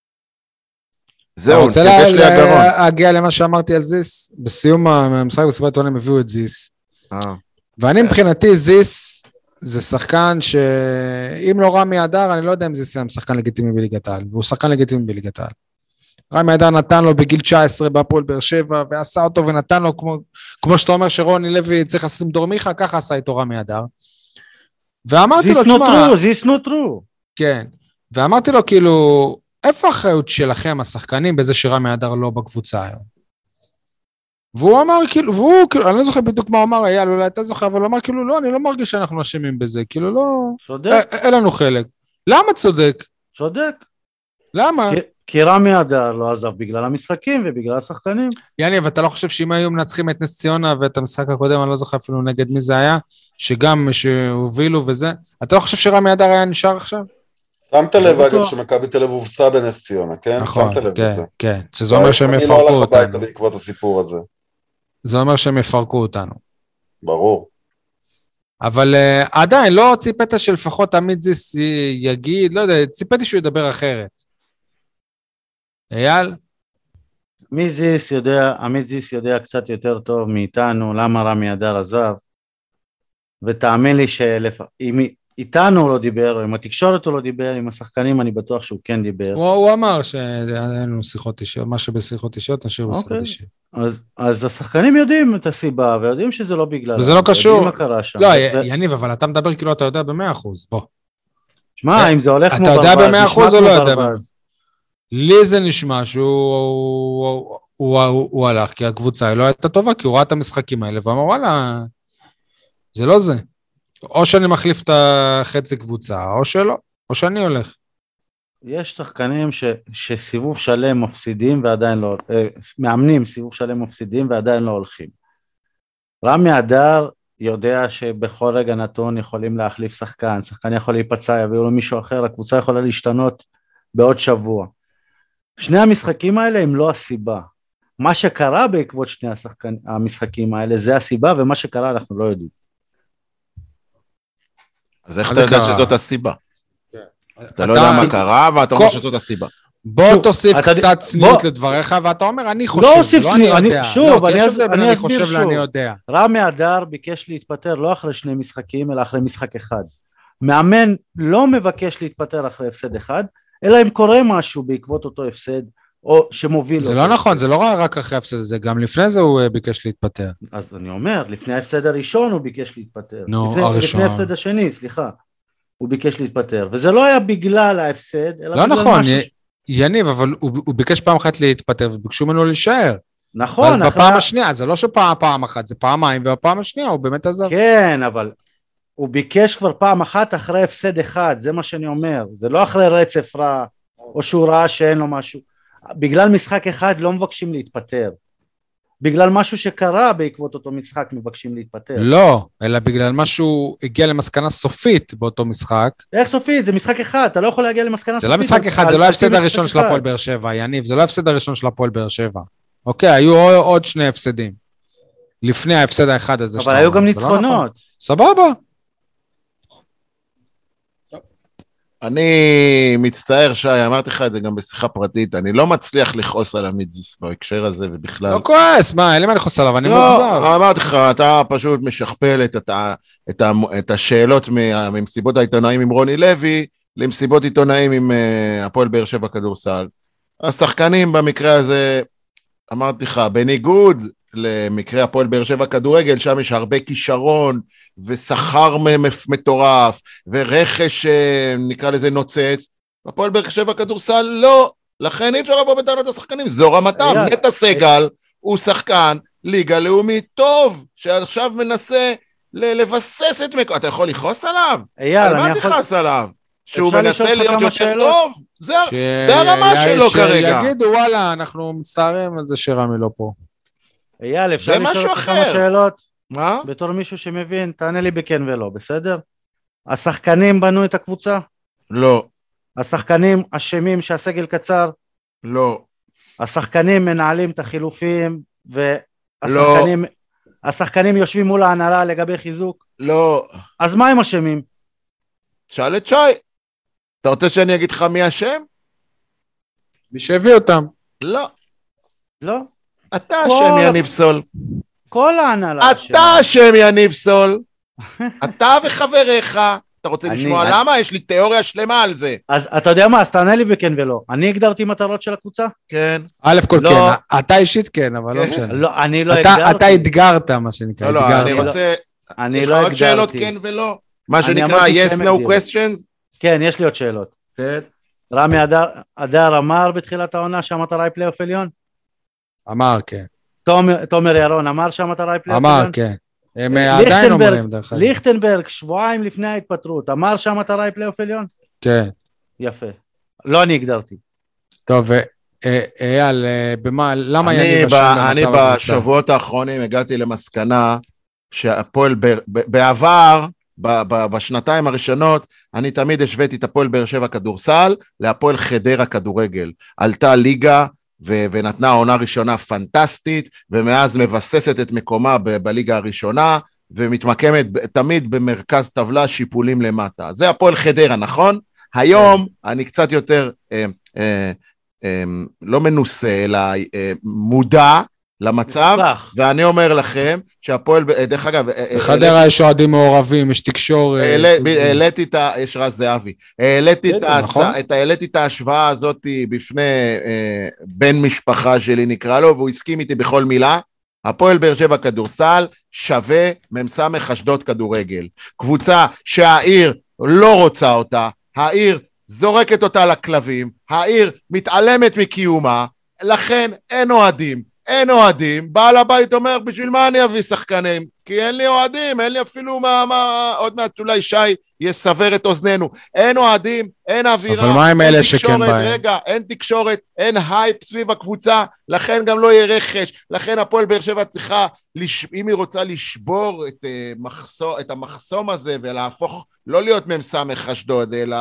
[SPEAKER 1] אני
[SPEAKER 3] זהו,
[SPEAKER 1] רוצה
[SPEAKER 3] יש לי
[SPEAKER 1] לה-
[SPEAKER 3] הגרון.
[SPEAKER 1] להגיע למה שאמרתי על זיס, בסיום המשחק בסביבת העונה הם הביאו את זיס,
[SPEAKER 3] אה,
[SPEAKER 1] ואני מבחינתי זיס זה שחקן שאם לא רמי אדר, אני לא יודע אם זיס הוא שחקן לגיטימי בליגת העל, והוא שחקן לגיטימי בליגת העל. רמי אדר נתן לו בגיל תשע עשרה בהפועל באר שבע, ועשה אותו ונתן לו, כמו, כמו שאתה אומר שרוני לוי צריך לעשות עם דור מיכה, ככה עשה איתו רמי אדר. ואמרתי לו,
[SPEAKER 2] This not
[SPEAKER 1] תשמע,
[SPEAKER 2] true, this not true.
[SPEAKER 1] כן, ואמרתי לו כאילו, איפה האחריות שלכם השחקנים בזה שרמי אדר לא בקבוצה היום? והוא אמר כאילו, והוא כאילו, אני לא זוכר בדיוק מה הוא אמר, אייל, אולי אתה זוכר, אבל הוא אמר כאילו, לא, אני לא מרגיש שאנחנו אשמים בזה, כאילו לא,
[SPEAKER 2] צודק,
[SPEAKER 1] א- אין לנו חלק. למה צודק?
[SPEAKER 2] צודק.
[SPEAKER 1] למה?
[SPEAKER 2] כי- כי רמי אדר לא עזב בגלל המשחקים ובגלל השחקנים.
[SPEAKER 1] יאני, ואתה לא חושב שאם היו מנצחים את נס ציונה ואת המשחק הקודם, אני לא זוכר אפילו נגד מי זה היה, שגם שהובילו וזה, אתה לא חושב שרמי אדר היה נשאר עכשיו?
[SPEAKER 4] שמת לב
[SPEAKER 2] לא
[SPEAKER 4] אגב
[SPEAKER 2] בטוח.
[SPEAKER 4] שמכבי תל אביב הובסה בנס ציונה, כן?
[SPEAKER 1] נכון,
[SPEAKER 4] שמת לב
[SPEAKER 1] כן,
[SPEAKER 4] לזה.
[SPEAKER 1] כן, שזה אומר שהם
[SPEAKER 4] אני לא
[SPEAKER 1] יפרקו
[SPEAKER 4] הולך הביתה
[SPEAKER 1] אותנו.
[SPEAKER 4] בעקבות הסיפור הזה,
[SPEAKER 1] זה אומר שהם יפרקו אותנו.
[SPEAKER 4] ברור.
[SPEAKER 1] אבל uh, עדיין, לא ציפית שלפחות עמית זיס י- יגיד, לא יודע, ציפיתי שהוא ידבר אחרת. אייל?
[SPEAKER 2] מי זיס יודע, עמית זיס יודע קצת יותר טוב מאיתנו למה רמי אדר עזב, ותאמין לי שאם איתנו הוא לא דיבר, או עם התקשורת הוא לא דיבר, עם השחקנים אני בטוח שהוא כן דיבר.
[SPEAKER 1] הוא, הוא אמר שאין לנו שיחות אישיות, מה שבשיחות אישיות נשאיר בשיחות
[SPEAKER 2] אוקיי.
[SPEAKER 1] אישיות.
[SPEAKER 2] אז, אז השחקנים יודעים את הסיבה, ויודעים שזה לא בגלל.
[SPEAKER 1] וזה לא קשור.
[SPEAKER 2] יודעים מה קרה שם.
[SPEAKER 1] לא,
[SPEAKER 2] ו-
[SPEAKER 1] יניב, אבל אתה מדבר כאילו אתה יודע במאה אחוז, בוא.
[SPEAKER 2] שמע, אם זה הולך
[SPEAKER 1] אתה
[SPEAKER 2] כמו
[SPEAKER 1] יודע
[SPEAKER 2] ברווז,
[SPEAKER 1] במאה
[SPEAKER 2] נשמע
[SPEAKER 1] אחוז או
[SPEAKER 2] כמו
[SPEAKER 1] לא יודע
[SPEAKER 2] ברווז.
[SPEAKER 1] לי זה נשמע שהוא הוא, הוא, הוא, הוא הלך, כי הקבוצה היא לא הייתה טובה, כי הוא ראה את המשחקים האלה, ואמר, וואלה, זה לא זה. או שאני מחליף את החצי קבוצה, או שלא, או שאני הולך.
[SPEAKER 2] יש שחקנים ש, שסיבוב שלם מפסידים ועדיין לא, אה, מאמנים סיבוב שלם מפסידים ועדיין לא הולכים. רמי אדר יודע שבכל רגע נתון יכולים להחליף שחקן, שחקן יכול להיפצע, יביאו לו מישהו אחר, הקבוצה יכולה להשתנות בעוד שבוע. שני המשחקים האלה הם לא הסיבה. מה שקרה בעקבות שני השחקן, המשחקים האלה זה הסיבה, ומה שקרה אנחנו לא יודעים.
[SPEAKER 3] אז איך
[SPEAKER 1] מה
[SPEAKER 3] אתה
[SPEAKER 1] זה
[SPEAKER 3] יודע
[SPEAKER 1] קרה?
[SPEAKER 3] שזאת הסיבה? אתה
[SPEAKER 1] אתה-
[SPEAKER 3] לא יודע מה קרה, ואתה אומר
[SPEAKER 1] כל-
[SPEAKER 3] שזאת הסיבה.
[SPEAKER 1] בוא
[SPEAKER 2] שוב,
[SPEAKER 1] תוסיף
[SPEAKER 2] אתה-
[SPEAKER 1] קצת צניעות
[SPEAKER 2] בוא-
[SPEAKER 1] לדבריך, ואתה אומר, אני חושב,
[SPEAKER 2] לא אוסיף
[SPEAKER 1] לא
[SPEAKER 2] צניעות,
[SPEAKER 1] אני
[SPEAKER 2] אני-
[SPEAKER 1] יודע.
[SPEAKER 2] שוב,
[SPEAKER 1] לא,
[SPEAKER 2] אני
[SPEAKER 1] כי יש
[SPEAKER 2] אס-
[SPEAKER 1] הבדל בין
[SPEAKER 2] אני
[SPEAKER 1] אני
[SPEAKER 2] אסביר
[SPEAKER 1] חושב לאני
[SPEAKER 2] שוב.
[SPEAKER 1] יודע.
[SPEAKER 2] רמי אדר ביקש להתפטר לא אחרי שני משחקים, אלא אחרי משחק אחד. מאמן לא מבקש להתפטר אחרי הפסד אחד, אלא אם קורה משהו בעקבות אותו הפסד, או שמוביל
[SPEAKER 1] זה
[SPEAKER 2] אותו.
[SPEAKER 1] לא נכון, זה לא רק אחרי הפסד הזה, גם לפני זה הוא אה, ביקש להתפטר.
[SPEAKER 2] אז אני אומר, לפני ההפסד הראשון הוא ביקש להתפטר.
[SPEAKER 1] נו,
[SPEAKER 2] לפני,
[SPEAKER 1] הראשון.
[SPEAKER 2] לפני ההפסד השני, סליחה. הוא ביקש להתפטר, וזה לא היה בגלל ההפסד, אלא
[SPEAKER 1] לא
[SPEAKER 2] בגלל
[SPEAKER 1] נכון,
[SPEAKER 2] משהו...
[SPEAKER 1] י- יניב, אבל הוא הוא ביקש פעם אחת להתפטר, וביקשו ממנו להישאר.
[SPEAKER 2] נכון,
[SPEAKER 1] ואז
[SPEAKER 2] אחרי...
[SPEAKER 1] בפעם השנייה, זה לא שפעם פעם אחת, זה פעמיים, ובפעם השנייה הוא באמת עזב.
[SPEAKER 2] כן, אבל הוא ביקש כבר פעם אחת אחרי הפסד אחד, זה מה שאני אומר, זה לא אחרי רצף רע, או שהוא ראה שאין לו משהו. בגלל משחק אחד לא מבקשים להתפטר. בגלל משהו שקרה בעקבות אותו משחק מבקשים להתפטר.
[SPEAKER 1] לא, אלא בגלל משהו הגיע למסקנה סופית באותו משחק.
[SPEAKER 2] איך סופית? זה משחק אחד, אתה לא יכול להגיע למסקנה
[SPEAKER 1] זה
[SPEAKER 2] סופית.
[SPEAKER 1] לא משחק אחד, זה לא ההפסד הראשון של הפועל באר שבע, יניב, זה לא ההפסד הראשון של הפועל באר שבע. אוקיי, היו עוד שני הפסדים. לפני ההפסד האחד הזה.
[SPEAKER 2] אבל היו גם ניצחונות.
[SPEAKER 1] סבבה.
[SPEAKER 3] אני מצטער, שי, אמרתי לך את זה גם בשיחה פרטית, אני לא מצליח לכעוס על המידזיס בהקשר הזה, ובכלל...
[SPEAKER 1] לא כועס, מה, אין לי מה לכעוס עליו, אני מוחזר.
[SPEAKER 3] לא, אמרתי לך, אתה פשוט משכפל את, את, את, את השאלות ממסיבות העיתונאים עם רוני לוי, למסיבות עיתונאים עם uh, הפועל באר שבע כדורסל. השחקנים במקרה הזה, אמרתי לך, בניגוד למקרה הפועל באר שבע כדורגל, שם יש הרבה כישרון, ושכר מטורף, ורכש, נקרא לזה נוצץ, הפועל באר שבע כדורסל לא, לכן אי אפשר לבוא בטענות לשחקנים, זו רמתם, נטע סגל הוא שחקן ליגה לאומית טוב, שעכשיו מנסה לבסס את מקום, אתה יכול לכעוס עליו? על מה תכעס עליו? שהוא מנסה להיות יותר טוב? זה הרמה שלו כרגע.
[SPEAKER 1] שיגידו וואלה, אנחנו מצטערים על זה שרמי לא פה.
[SPEAKER 2] אייל, אפשר לשאול אותך כמה שאלות? מה? בתור מישהו שמבין, תענה לי בכן ולא, בסדר? השחקנים בנו את הקבוצה?
[SPEAKER 3] לא.
[SPEAKER 2] השחקנים אשמים שהסגל קצר?
[SPEAKER 3] לא.
[SPEAKER 2] השחקנים מנהלים את החילופים, והשחקנים השחקנים יושבים מול ההנהלה לגבי חיזוק?
[SPEAKER 3] לא.
[SPEAKER 2] אז מה הם אשמים?
[SPEAKER 3] שאל את שי. אתה רוצה שאני אגיד לך מי אשם?
[SPEAKER 1] מי שהביא אותם.
[SPEAKER 3] לא.
[SPEAKER 2] לא.
[SPEAKER 3] אתה אשם יניב סול.
[SPEAKER 2] כל ההנהלה אשם.
[SPEAKER 3] אתה אשם יניב סול. אתה וחבריך. אתה רוצה לשמוע למה? יש לי תיאוריה שלמה על זה.
[SPEAKER 2] אז אתה יודע מה? אז תענה לי בכן ולא. אני הגדרתי מטרות של הקבוצה?
[SPEAKER 3] כן.
[SPEAKER 1] א' כל כן. אתה אישית כן, אבל לא משנה.
[SPEAKER 2] לא, אני לא הגדרתי.
[SPEAKER 1] אתה אתגרת מה שנקרא.
[SPEAKER 3] לא, לא, אני רוצה...
[SPEAKER 2] אני לא הגדרתי.
[SPEAKER 3] שאלות כן ולא. מה שנקרא yes no questions.
[SPEAKER 2] כן, יש לי עוד שאלות.
[SPEAKER 3] כן.
[SPEAKER 2] רמי אדר אמר בתחילת העונה שהמטרה היא פלייאוף עליון?
[SPEAKER 1] אמר, כן.
[SPEAKER 2] תומר ירון אמר שהמטרה היא פלייאוף
[SPEAKER 1] עליון? אמר, כן. הם עדיין אומרים דרך אגב.
[SPEAKER 2] ליכטנברג, שבועיים לפני ההתפטרות, אמר שהמטרה היא פלייאוף עליון?
[SPEAKER 1] כן.
[SPEAKER 2] יפה. לא אני הגדרתי.
[SPEAKER 1] טוב, אייל, במה, למה
[SPEAKER 3] יניב אשם במצב הקבוצה? אני בשבועות האחרונים הגעתי למסקנה שהפועל בעבר, בשנתיים הראשונות, אני תמיד השוויתי את הפועל באר שבע כדורסל להפועל חדרה כדורגל. עלתה ליגה ו- ונתנה עונה ראשונה פנטסטית, ומאז מבססת את מקומה ב- בליגה הראשונה, ומתמקמת תמיד במרכז טבלה שיפולים למטה. זה הפועל חדרה, נכון? היום אני קצת יותר אה, אה, אה, לא מנוסה, אלא אה, מודע למצב, ואני אומר לכם שהפועל, דרך אגב,
[SPEAKER 1] בחדרה יש אוהדים מעורבים, יש תקשור,
[SPEAKER 3] העליתי את, יש רז זהבי, העליתי את ההשוואה הזאת בפני בן משפחה שלי נקרא לו, והוא הסכים איתי בכל מילה, הפועל באר שבע כדורסל שווה ממסמך אשדוד כדורגל, קבוצה שהעיר לא רוצה אותה, העיר זורקת אותה לכלבים, העיר מתעלמת מקיומה, לכן אין אוהדים, אין אוהדים, בעל הבית אומר, בשביל מה אני אביא שחקנים? כי אין לי אוהדים, אין לי אפילו מה, מה, עוד מעט אולי שי יסבר את אוזננו, אין אוהדים, אין אווירה,
[SPEAKER 1] אבל מה עם אלה שכן בהם?
[SPEAKER 3] רגע, אין תקשורת, אין הייפ סביב הקבוצה, לכן גם לא יהיה רכש, לכן הפועל באר שבע צריכה, אם היא רוצה לשבור את, מחסום, את המחסום הזה, ולהפוך, לא להיות ממסמך אשדוד, אלא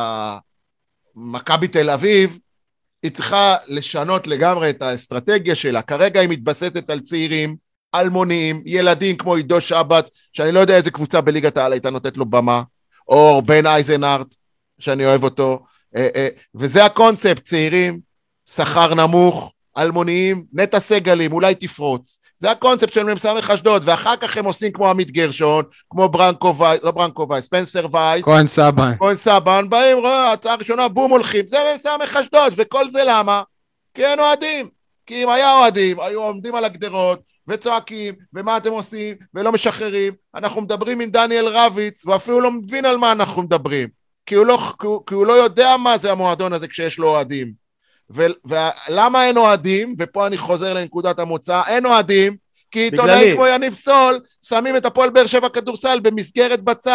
[SPEAKER 3] מכבי תל אביב, היא צריכה לשנות לגמרי את האסטרטגיה שלה, כרגע היא מתבססת על צעירים, אלמוניים, ילדים כמו עידו שבת, שאני לא יודע איזה קבוצה בליגת העל הייתה נותנת לו במה, או בן אייזנארט, שאני אוהב אותו, וזה הקונספט, צעירים, שכר נמוך, אלמוניים, נטע סגלים, אולי תפרוץ, זה הקונספט של ממסמך אשדוד, ואחר כך הם עושים כמו עמית גרשון, כמו ברנקו וייס, לא ברנקו וייס, ספנסר וייס,
[SPEAKER 1] כהן סבן,
[SPEAKER 3] כהן סבן, באים, רואה, הצעה ראשונה, בום הולכים, זה ממסמך אשדוד, וכל זה למה? כי אין אוהדים, כי אם היה אוהדים, היו עומדים על הגדרות, וצועקים, ומה אתם עושים, ולא משחררים, אנחנו מדברים עם דניאל רביץ, ואפילו לא מבין על מה אנחנו מדברים, כי הוא לא, כי הוא, כי הוא לא יודע מה זה המועדון הזה כשיש לו אוהדים, ולמה אין אוהדים, ופה אני חוזר לנקודת המוצא, אין אוהדים, כי עיתונאים כמו יניב סול, שמים את הפועל באר שבע כדורסל במסגרת בצד,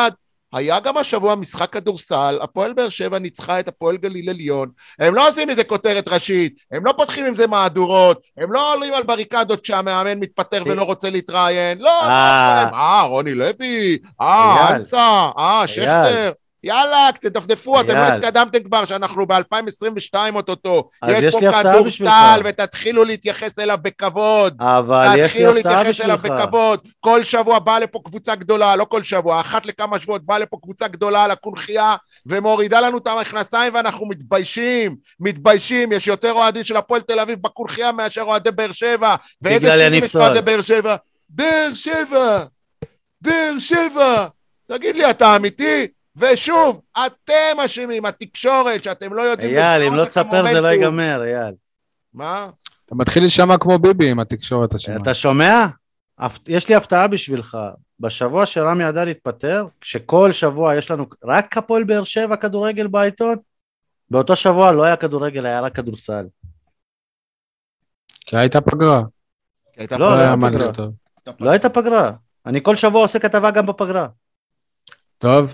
[SPEAKER 3] היה גם השבוע משחק כדורסל, הפועל באר שבע ניצחה את הפועל גליל עליון, הם לא עושים איזה כותרת ראשית, הם לא פותחים עם זה מהדורות, הם לא עולים על בריקדות כשהמאמן מתפטר ולא רוצה להתראיין, לא, אה, רוני לוי, אה, אנסה, אה, שכתר, יאללה, תדפדפו, אתם לא התקדמתם כבר, שאנחנו ב-אלפיים עשרים ושתיים אותו, יש פה כדורסל, ותתחילו להתייחס אליו בכבוד,
[SPEAKER 2] אבל יש לי הפתעה בשבילך.
[SPEAKER 3] כל שבוע באה לפה קבוצה גדולה, לא כל שבוע, אחת לכמה שבועות באה לפה קבוצה גדולה על הקונחייה, ומורידה לנו את המכנסיים, ואנחנו מתביישים, מתביישים, יש יותר אוהדים של הפועל תל אביב בקונחייה, מאשר אוהדי באר שבע, ואיזה שירים יש אוהדי באר שבע? באר שבע, באר שבע, תגיד לי, אתה אמיתי? ושוב, אתם אשמים, התקשורת, שאתם לא יודעים...
[SPEAKER 2] אייל, אם לא תספר זה לא ייגמר, אייל.
[SPEAKER 3] מה?
[SPEAKER 1] אתה מתחיל להישמע כמו ביבי עם התקשורת השמע.
[SPEAKER 2] אתה שומע? יש לי הפתעה בשבילך. בשבוע שרמי ידע להתפטר, שכל שבוע יש לנו רק הפועל באר שבע כדורגל בעיתון, באותו שבוע לא היה כדורגל, היה רק כדורסל.
[SPEAKER 1] כי הייתה פגרה.
[SPEAKER 2] לא, לא הייתה פגרה. אני כל שבוע עושה כתבה גם בפגרה.
[SPEAKER 1] טוב.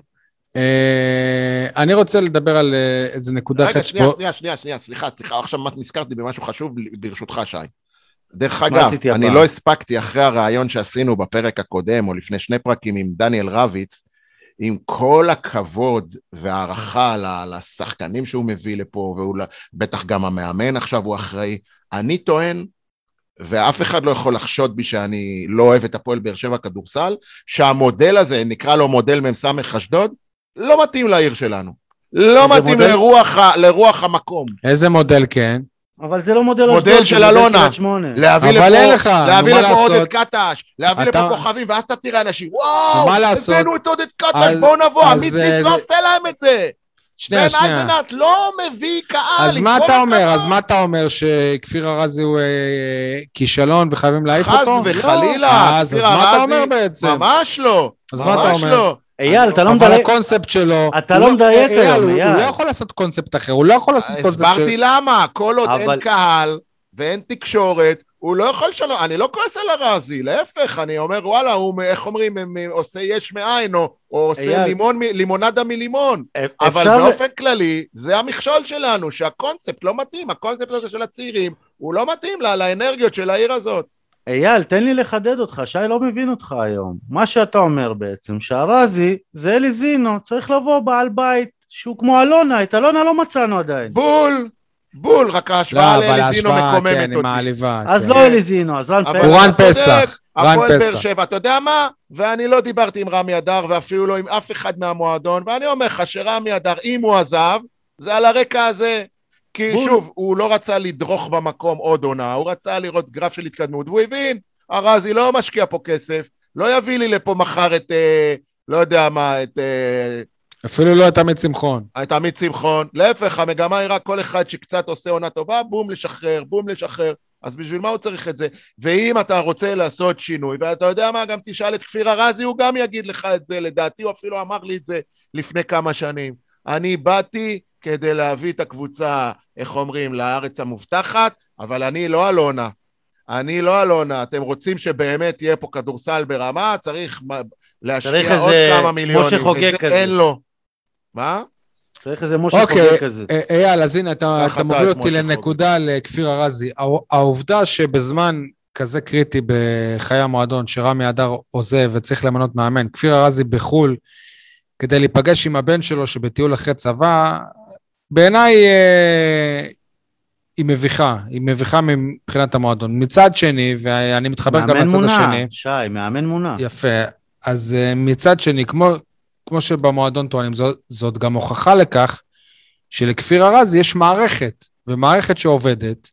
[SPEAKER 1] אני רוצה לדבר על איזה נקודה אחת.
[SPEAKER 3] רגע, שנייה, שנייה, שנייה, שנייה, סליחה, סליחה, עכשיו נזכרתי במשהו חשוב ברשותך, שי. דרך אגב, אני לא הספקתי אחרי הרעיון שעשינו בפרק הקודם, או לפני שני פרקים עם דניאל רביץ, עם כל הכבוד והערכה לשחקנים שהוא מביא לפה, ובטח גם המאמן עכשיו הוא אחראי, אני טוען, ואף אחד לא יכול לחשוד בי שאני לא אוהב את הפועל באר שבע כדורסל, שהמודל הזה, נקרא לו מודל ממסמך אשדוד, לא מתאים לעיר שלנו. לא מתאים לרוח, לרוח המקום.
[SPEAKER 1] איזה מודל כן?
[SPEAKER 2] אבל זה לא מודל
[SPEAKER 3] אשדוד. מודל של אלונה. להביא לפה, להביא לפה עודד קטש, להביא לפה כוכבים, ואז אתה תראה אנשים, וואו, הבאנו את עודד קטש, בואו נבוא, עמית ניס לא עושה להם את זה.
[SPEAKER 1] שנייה, שנייה.
[SPEAKER 3] אייזנאט לא מביא קהל.
[SPEAKER 1] אז מה אתה אומר? אז מה אתה אומר, שכפיר ארזי הוא כישלון וחייבים להעיף אותו?
[SPEAKER 3] חס וחלילה.
[SPEAKER 1] אז מה אתה אומר בעצם?
[SPEAKER 3] ממש לא.
[SPEAKER 1] אז מה אתה אומר?
[SPEAKER 2] אייל, אתה לא
[SPEAKER 1] מדייק.
[SPEAKER 2] מדייק.
[SPEAKER 1] אבל הקונספט שלו...
[SPEAKER 2] אתה לא מדייק היום, אייל.
[SPEAKER 1] הוא לא יכול לעשות קונספט אחר, הוא לא יכול לעשות קונספט של...
[SPEAKER 3] הסברתי למה, כל עוד אין קהל ואין תקשורת, הוא לא יכול שלא, אני לא כועס על הרזי, להפך, אני אומר, וואלה, הוא, איך אומרים, עושה יש מאין, או עושה לימונדה מלימון, אבל באופן כללי, זה המכשול שלנו, שהקונספט לא מתאים, הקונספט הזה של הצעירים, הוא לא מתאים לאנרגיות של העיר הזאת.
[SPEAKER 2] אייל, תן לי לחדד אותך, שי לא מבין אותך היום. מה שאתה אומר בעצם, שהרזי זה אלי זינו, צריך לבוא בעל בית שהוא כמו אלונה, את אלונה לא מצאנו עדיין.
[SPEAKER 3] בול, בול, רק ההשוואה לאלי זינו מקוממת אותי.
[SPEAKER 2] אז לא אלי זינו, אז רן פסח.
[SPEAKER 1] הוא רן פסח.
[SPEAKER 3] הפועל באר שבע, אתה יודע מה? ואני לא דיברתי עם רמי אדר, ואפילו לא עם אף אחד מהמועדון, ואני אומר לך שרמי אדר, אם הוא עזב, זה על הרקע הזה. כי שוב, הוא לא רצה לדרוך במקום עוד עונה, הוא רצה לראות גרף של התקדמות, והוא הבין, הרזי לא משקיע פה כסף, לא יביא לי לפה מחר את, לא יודע מה, את...
[SPEAKER 1] אפילו לא את עמית צמחון.
[SPEAKER 3] את עמית צמחון, להפך, המגמה היא רק כל אחד שקצת עושה עונה טובה, בום לשחרר, בום לשחרר, אז בשביל מה הוא צריך את זה? ואם אתה רוצה לעשות שינוי, ואתה יודע מה, גם תשאל את כפיר ארזי, הוא גם יגיד לך את זה, לדעתי הוא אפילו אמר לי את זה לפני כמה שנים. אני באתי כדי להביא את הקבוצה, איך אומרים, לארץ המובטחת, אבל אני לא אלונה. אני לא אלונה. אתם רוצים שבאמת יהיה פה כדורסל ברמה, צריך להשקיע עוד כמה מיליונים.
[SPEAKER 2] משה חוגג כזה.
[SPEAKER 3] אין לו. מה?
[SPEAKER 2] צריך איזה משה חוגג כזה.
[SPEAKER 1] אייל, אז הנה, אתה מוביל אותי לנקודה לכפיר ארזי. העובדה שבזמן כזה קריטי בחיי המועדון, שרמי אדר עוזב וצריך למנות מאמן, כפיר ארזי בחול, כדי להיפגש עם הבן שלו שבטיול אחרי צבא, בעיניי אה, היא מביכה, היא מביכה מבחינת המועדון. מצד שני, ואני מתחבר גם לצד
[SPEAKER 2] מונה,
[SPEAKER 1] השני.
[SPEAKER 2] שי, מאמן מונה.
[SPEAKER 1] יפה. אז אה, מצד שני, כמו, כמו שבמועדון טוענים, זאת, זאת גם הוכחה לכך, שלכפיר ארזי יש מערכת, ומערכת שעובדת,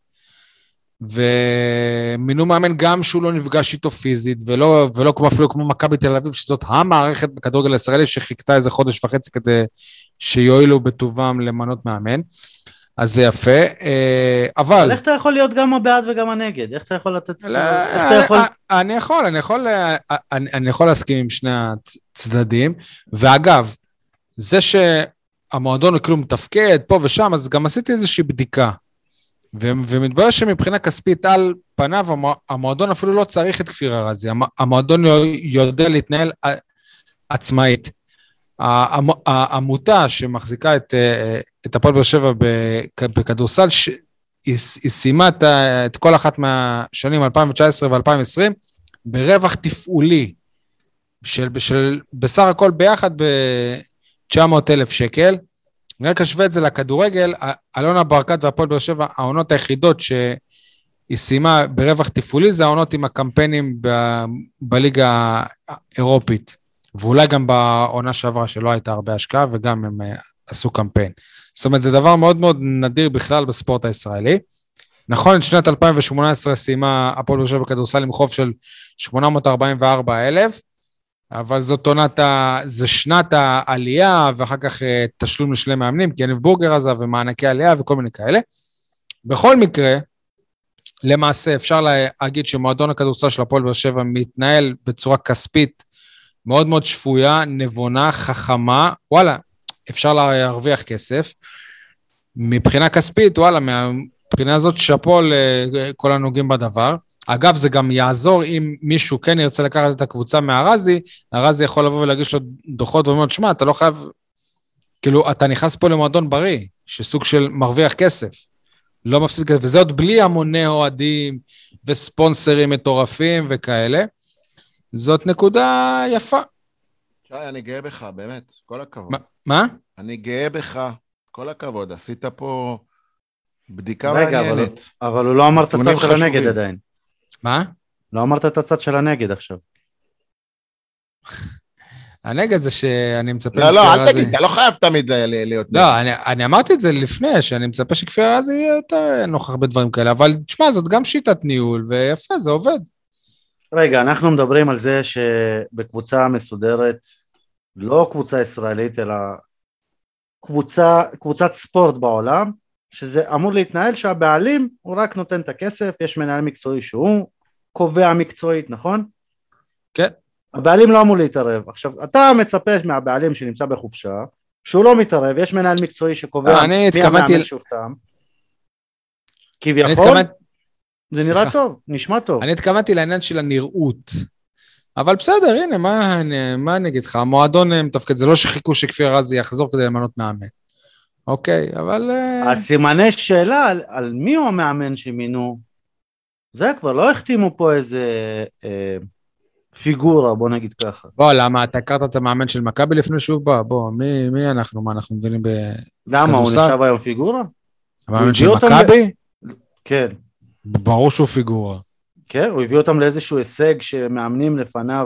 [SPEAKER 1] ומינו מאמן גם שהוא לא נפגש איתו פיזית, ולא, ולא כמו אפילו כמו מכבי תל אביב, שזאת המערכת בכדורגל הישראלי, שחיכתה איזה חודש וחצי כדי שיועילו בטובם למנות מאמן, אז זה יפה, אבל... אבל
[SPEAKER 2] איך אתה יכול להיות גם הבעד וגם הנגד? איך אתה יכול לתת...
[SPEAKER 1] לא, אני, יכול... אני יכול, אני יכול, אני, אני יכול להסכים עם שני הצדדים, ואגב, זה שהמועדון כאילו מתפקד פה ושם, אז גם עשיתי איזושהי בדיקה, ו- ומתברר שמבחינה כספית על פניו, המועדון אפילו לא צריך את כפיר ארזי, המועדון יודע להתנהל עצמאית. העמותה שמחזיקה את, את הפועל באר שבע בכדורסל, היא סיימה את כל אחת מהשנים אלפיים תשע עשרה ו-אלפיים עשרים ברווח תפעולי של, של בסך הכל ביחד ב-תשע מאות אלף שקל. אני רק אשווה את זה לכדורגל, אלונה ברקת והפועל באר שבע, העונות היחידות שהיא סיימה ברווח תפעולי, זה העונות עם הקמפיינים ב- בליגה האירופית, ואולי גם בעונה שעברה שלא הייתה הרבה השקעה, וגם הם עשו קמפיין. זאת אומרת, זה דבר מאוד מאוד נדיר בכלל בספורט הישראלי. נכון, את שנת אלפיים שמונה עשרה סיימה הפועל באר שבע בכדורסל עם חוב של שמונה מאות ארבעים וארבע אלף, אבל זאת עונת, זה שנת העלייה, ואחר כך תשלום לשני מאמנים, כי יניב בורגר עזב ומענקי עלייה וכל מיני כאלה. בכל מקרה, למעשה אפשר להגיד שמועדון הכדורסל של הפועל באר שבע מתנהל בצורה כספית מאוד מאוד שפויה, נבונה, חכמה, וואלה, אפשר להרוויח כסף. מבחינה כספית, וואלה, מבחינה הזאת שפול כל הנוגעים בדבר. אגב, זה גם יעזור אם מישהו כן ירצה לקחת את הקבוצה מהרזי, הרזי יכול לבוא ולהגיש לו דוחות ואומרת, שמה, אתה לא חייב, כאילו, אתה נכנס פה למועדון בריא, שסוג של מרוויח כסף, לא מפסיד כסף, וזה עוד בלי המוני אוהדים וספונסרים מטורפים וכאלה. זאת נקודה יפה.
[SPEAKER 3] שי, אני גאה בך, באמת, כל הכבוד.
[SPEAKER 1] מה?
[SPEAKER 3] אני גאה בך, כל הכבוד, עשית פה בדיקה
[SPEAKER 2] רגע,
[SPEAKER 3] מעניינת.
[SPEAKER 2] אבל, אבל הוא לא אמר את הצד של הנגד עדיין.
[SPEAKER 1] מה?
[SPEAKER 2] לא אמרת את הצד של הנגד עכשיו.
[SPEAKER 1] הנגד זה שאני מצפה...
[SPEAKER 3] לא, לא, אל תגיד, אתה לא חייב תמיד להיות...
[SPEAKER 1] לא, אני, אני אמרתי את זה לפני, שאני מצפה שכפיר רזי יהיה יותר נוכח בדברים כאלה, אבל תשמע, זאת גם שיטת ניהול, ויפה, זה עובד.
[SPEAKER 2] רגע, אנחנו מדברים על זה שבקבוצה מסודרת, לא קבוצה ישראלית, אלא קבוצה, קבוצת ספורט בעולם, שזה אמור להתנהל שהבעלים הוא רק נותן את הכסף, יש מנהל מקצועי שהוא קובע מקצועית, נכון?
[SPEAKER 1] כן.
[SPEAKER 2] הבעלים לא אמור להתערב. עכשיו, אתה מצפה מהבעלים שנמצא בחופשה, שהוא לא מתערב, יש מנהל מקצועי שקובע
[SPEAKER 1] מי המאמן
[SPEAKER 2] שופטם. כביכול, זה נראה טוב, נשמע טוב.
[SPEAKER 1] אני התכוונתי לעניין של הנראות. אבל בסדר, הנה, מה, מה אני אגיד לך? המועדון מתפקד, זה לא שחיכו שכפיר רזי יחזור כדי למנות מאמן. אוקיי, אבל...
[SPEAKER 2] הסימני שאלה על, על מי הוא המאמן שמינו, זה כבר לא החתימו פה איזה אה, פיגורה, בוא נגיד ככה.
[SPEAKER 1] בוא, למה? אתה הכרת את המאמן של מכבי לפני שהוא בא? בוא, מי, מי אנחנו? מה אנחנו מבינים בכדורסל?
[SPEAKER 2] למה, הוא נחשב היום פיגורה?
[SPEAKER 1] המאמן של מכבי?
[SPEAKER 2] ל... כן.
[SPEAKER 1] ברור שהוא פיגורה.
[SPEAKER 2] כן, הוא הביא אותם לאיזשהו הישג שמאמנים לפניו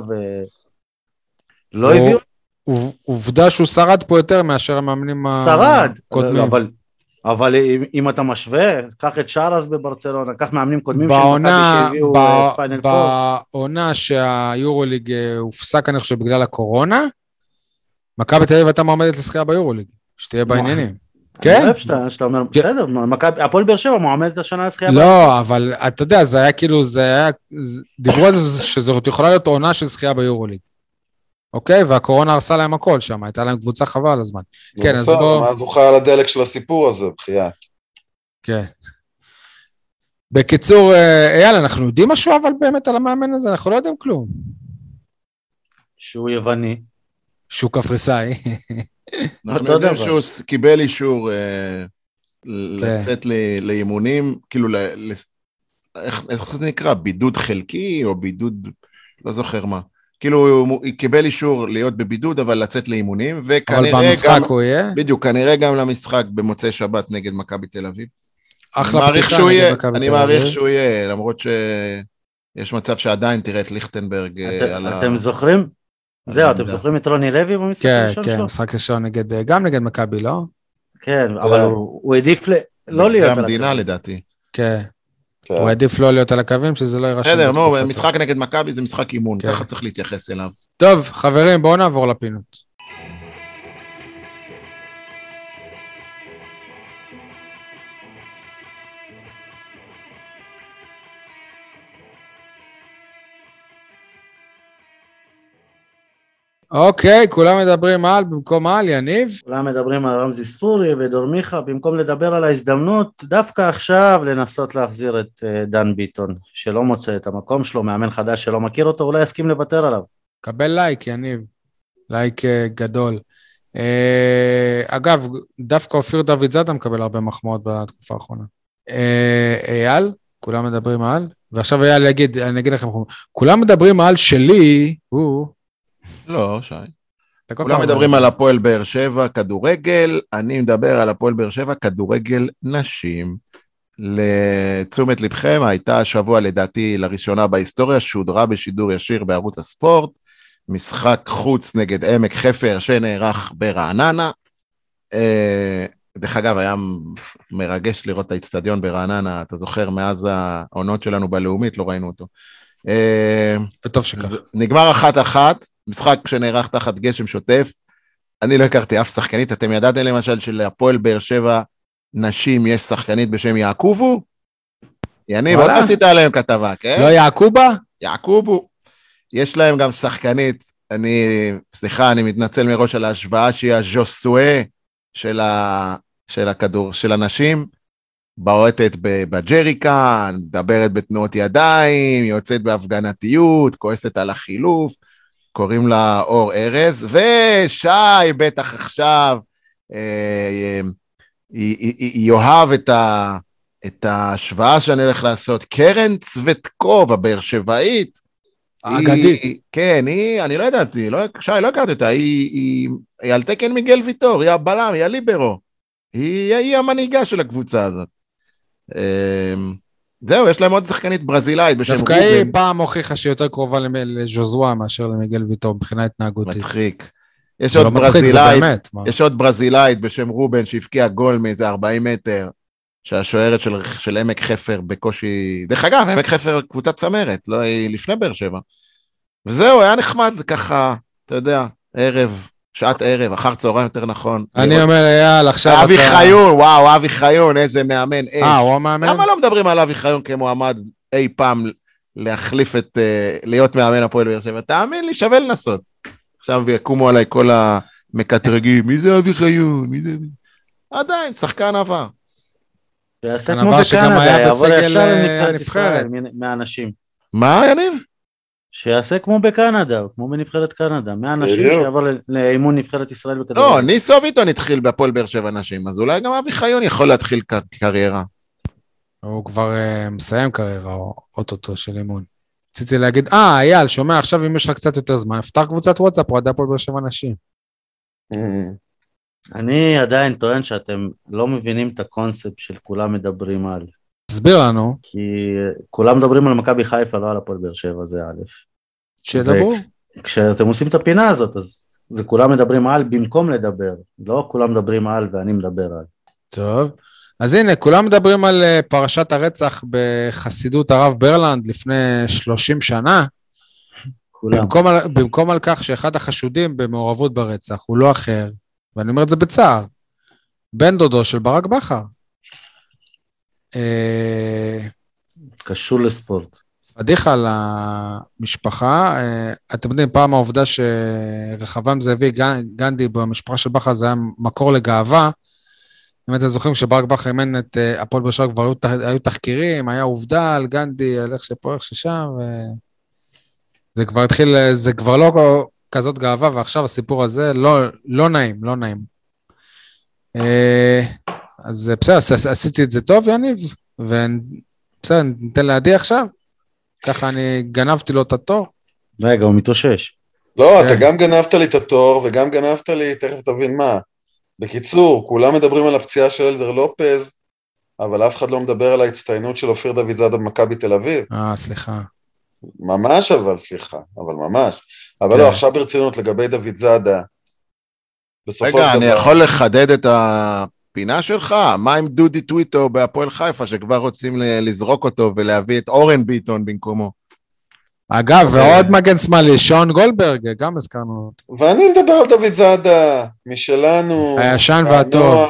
[SPEAKER 2] לא הביאו.
[SPEAKER 1] עובדה שהוא שרד פה יותר מאשר המאמנים
[SPEAKER 2] הקודמים. שרד, אבל, אבל אם, אם אתה משווה, קח את שרס בברצלונה, קח מאמנים קודמים
[SPEAKER 1] בעונה,
[SPEAKER 2] שהביאו פיינל פור.
[SPEAKER 1] בעונה שהיורוליג הופסק, אני חושב, בגלל הקורונה, מכבי תל אביב הייתה מועמדת לזכייה ביורוליג, שתהיה בעניינים. כן?
[SPEAKER 2] אני אוהב שאתה אומר, בסדר, הפועל באר שבע מועמדת השנה לזכייה.
[SPEAKER 1] לא, אבל אתה יודע, זה היה כאילו, זה היה, דיברו על זה שזאת יכולה להיות עונה של זכייה ביורוליג. אוקיי? והקורונה הרסה להם הכל שם, הייתה להם קבוצה חבל על הזמן. כן, אז בוא...
[SPEAKER 4] מה זוכה על הדלק של הסיפור הזה, בחיית?
[SPEAKER 1] כן. בקיצור, אייל, אנחנו יודעים משהו אבל באמת על המאמן הזה, אנחנו לא יודעים כלום.
[SPEAKER 2] שהוא יווני.
[SPEAKER 1] שהוא קפריסאי.
[SPEAKER 3] אנחנו יודעים שהוא קיבל אישור לצאת לאימונים, כאילו, איך זה נקרא? בידוד חלקי או בידוד, לא זוכר מה. כאילו הוא קיבל אישור להיות בבידוד, אבל לצאת לאימונים, וכנראה
[SPEAKER 1] אבל במשחק
[SPEAKER 3] גם,
[SPEAKER 1] הוא יהיה?
[SPEAKER 3] בדיוק, כנראה גם למשחק במוצאי שבת נגד מכבי תל אביב.
[SPEAKER 1] אחלה פתיחה נגד מכבי תל אביב.
[SPEAKER 3] אני מעריך שהוא יהיה, למרות שיש מצב שעדיין תראה את ליכטנברג על ה...
[SPEAKER 2] אתם זוכרים? זהו, אתם זוכרים את רוני לוי במשחק הראשון שלו?
[SPEAKER 1] כן, כן, משחק ראשון גם נגד מכבי, לא?
[SPEAKER 2] כן, אבל הוא העדיף לא להיות על
[SPEAKER 3] המדינה לדעתי.
[SPEAKER 1] כן. הוא עדיף לא להיות על הקווים, שזה לא יירשם.
[SPEAKER 3] בסדר, נו, משחק נגד מכבי זה משחק אימון, ככה צריך להתייחס אליו.
[SPEAKER 1] טוב, חברים, בואו נעבור לפינות. אוקיי, כולם מדברים על, במקום על, יניב.
[SPEAKER 2] כולם מדברים על רמזי ספורי ודור מיכה, במקום לדבר על ההזדמנות, דווקא עכשיו לנסות להחזיר את דן ביטון, שלא מוצא את המקום שלו, מאמן חדש שלא מכיר אותו, אולי יסכים לוותר עליו.
[SPEAKER 1] קבל לייק, יניב. לייק גדול. אגב, דווקא אופיר דוד זאדה מקבל הרבה מחמאות בתקופה האחרונה. אייל, כולם מדברים על, ועכשיו אייל יגיד, אני אגיד לכם, כולם מדברים על שלי, הוא...
[SPEAKER 3] לא, שי. כולם מדברים על הפועל באר שבע כדורגל, אני מדבר על הפועל באר שבע כדורגל נשים. לתשומת לבכם, הייתה השבוע לדעתי לראשונה בהיסטוריה, שודרה בשידור ישיר בערוץ הספורט, משחק חוץ נגד עמק חפר שנערך ברעננה. דרך אגב, היה מרגש לראות את האצטדיון ברעננה, אתה זוכר, מאז העונות שלנו בלאומית, לא ראינו אותו.
[SPEAKER 1] וטוב שכך.
[SPEAKER 3] נגמר אחת אחת, משחק שנערך תחת גשם שוטף, אני לא הכרתי אף שחקנית, אתם ידעתם למשל שלהפועל באר שבע נשים יש שחקנית בשם יעקובו? יניב, עוד עשית עליהם כתבה, כן?
[SPEAKER 1] לא יעקובה?
[SPEAKER 3] יעקובו. יש להם גם שחקנית, אני, סליחה, אני מתנצל מראש על ההשוואה שהיא הז'וסואה של, ה, של הכדור, של הנשים, בעוטת בג'ריקן, מדברת בתנועות ידיים, יוצאת בהפגנתיות, כועסת על החילוף, קוראים לה אור ארז, ושי בטח עכשיו אה, יאהב את, ה, את ההשוואה שאני הולך לעשות, קרן צוותקוב, הבאר שבעית,
[SPEAKER 1] האגדית.
[SPEAKER 3] כן, היא, אני לא ידעתי, לא, שי, לא הכרתי אותה, היא, היא, היא על תקן מיגל ויטור, היא הבלם, היא הליברו, היא, היא המנהיגה של הקבוצה הזאת. זהו, יש להם עוד שחקנית ברזילאית בשם
[SPEAKER 1] דווקא היא פעם הוכיחה שהיא יותר קרובה לז'וזואה מאשר למיגל ויטור מבחינה התנהגותית.
[SPEAKER 3] מצחיק. יש עוד ברזילאית, יש עוד ברזילאית בשם רובן שהפקיע גול מאיזה ארבעים מטר, שהשוערת של, של עמק חפר בקושי, דרך אגב, עמק חפר קבוצת צמרת, לא היא לפני באר שבע. וזהו, היה נחמד ככה, אתה יודע, ערב, שעת ערב, אחר צהריים יותר נכון.
[SPEAKER 1] אני אומר, אייל, עכשיו
[SPEAKER 3] אבי חיון, וואו, אבי חיון, איזה מאמן.
[SPEAKER 1] אה, הוא המאמן?
[SPEAKER 3] למה לא מדברים על אבי חיון כמועמד אי פעם להחליף את, להיות מאמן הפועל באר שבע? תאמין לי, שווה לנסות. עכשיו יקומו עליי כל המקטרגים, מי זה אבי חיון? מי זה... עדיין, שחקן עבר.
[SPEAKER 2] שיעשה כמו בקנדה, יעבור ישר לנבחרת ישראל מהאנשים.
[SPEAKER 3] מה, יניב?
[SPEAKER 2] שיעשה כמו בקנדה, כמו בנבחרת קנדה, מהאנשים שיעבור לאימון נבחרת ישראל בכדורגל.
[SPEAKER 3] לא, ניסו ויטון התחיל בהפועל באר שבע נשים, אז אולי גם אבי חיון יכול להתחיל קריירה.
[SPEAKER 1] הוא כבר מסיים קריירה, אוטוטו של אימון. רציתי להגיד, אה, אייל, שומע, עכשיו אם יש לך קצת יותר זמן, פתח קבוצת וואטסאפ, הוא עדיין הפועל באר שבע נשים.
[SPEAKER 2] אני עדיין טוען שאתם לא מבינים את הקונספט של כולם מדברים על.
[SPEAKER 1] תסביר לנו.
[SPEAKER 2] כי כולם מדברים על מכבי חיפה, לא על הפועל באר שבע, זה א'.
[SPEAKER 1] שדברו.
[SPEAKER 2] כשאתם עושים את הפינה הזאת, אז זה כולם מדברים על במקום לדבר. לא כולם מדברים על ואני מדבר על.
[SPEAKER 1] טוב. אז הנה, כולם מדברים על פרשת הרצח בחסידות הרב ברלנד לפני שלושים שנה. כולם. במקום על, במקום על כך שאחד החשודים במעורבות ברצח הוא לא אחר, ואני אומר את זה בצער, בן דודו של ברק בכר.
[SPEAKER 2] קשור לספורט.
[SPEAKER 1] פדיחה למשפחה, אתם יודעים, פעם העובדה שרחבעם זאבי גנדי במשפחה של בכר זה היה מקור לגאווה, אם אתם זוכרים שברק בכר אימן את הפועל באר שבע, כבר היו תחקירים, היה עובדה על גנדי, על איך שפה, איך ששם, וזה כבר התחיל, זה כבר לא כזאת גאווה, ועכשיו הסיפור הזה לא, לא נעים, לא נעים. אז בסדר, עשיתי את זה טוב, יניב, ובסדר, ניתן לידי עכשיו, ככה אני גנבתי לו את התור.
[SPEAKER 2] רגע, הוא מתאושש.
[SPEAKER 4] לא, אתה גם גנבת לי את התור, וגם גנבת לי, תכף תבין מה. בקיצור, כולם מדברים על הפציעה של אלדר לופז, אבל אף אחד לא מדבר על ההצטיינות של אופיר דוד זאדה במכבי תל אביב.
[SPEAKER 1] אה, סליחה.
[SPEAKER 4] ממש אבל, סליחה, אבל ממש. אבל לא, עכשיו ברצינות לגבי דוד זאדה.
[SPEAKER 3] רגע, אני יכול לחדד את הפינה שלך? מה עם דודי טוויטו בהפועל חיפה, שכבר רוצים לזרוק אותו ולהביא את אורן ביטון במקומו?
[SPEAKER 1] אגב, ועוד מגן שמאלי, שון גולדברג, גם הזכרנו אותו.
[SPEAKER 4] ואני מדבר על דוד זאדה, משלנו.
[SPEAKER 1] הישן והטוב.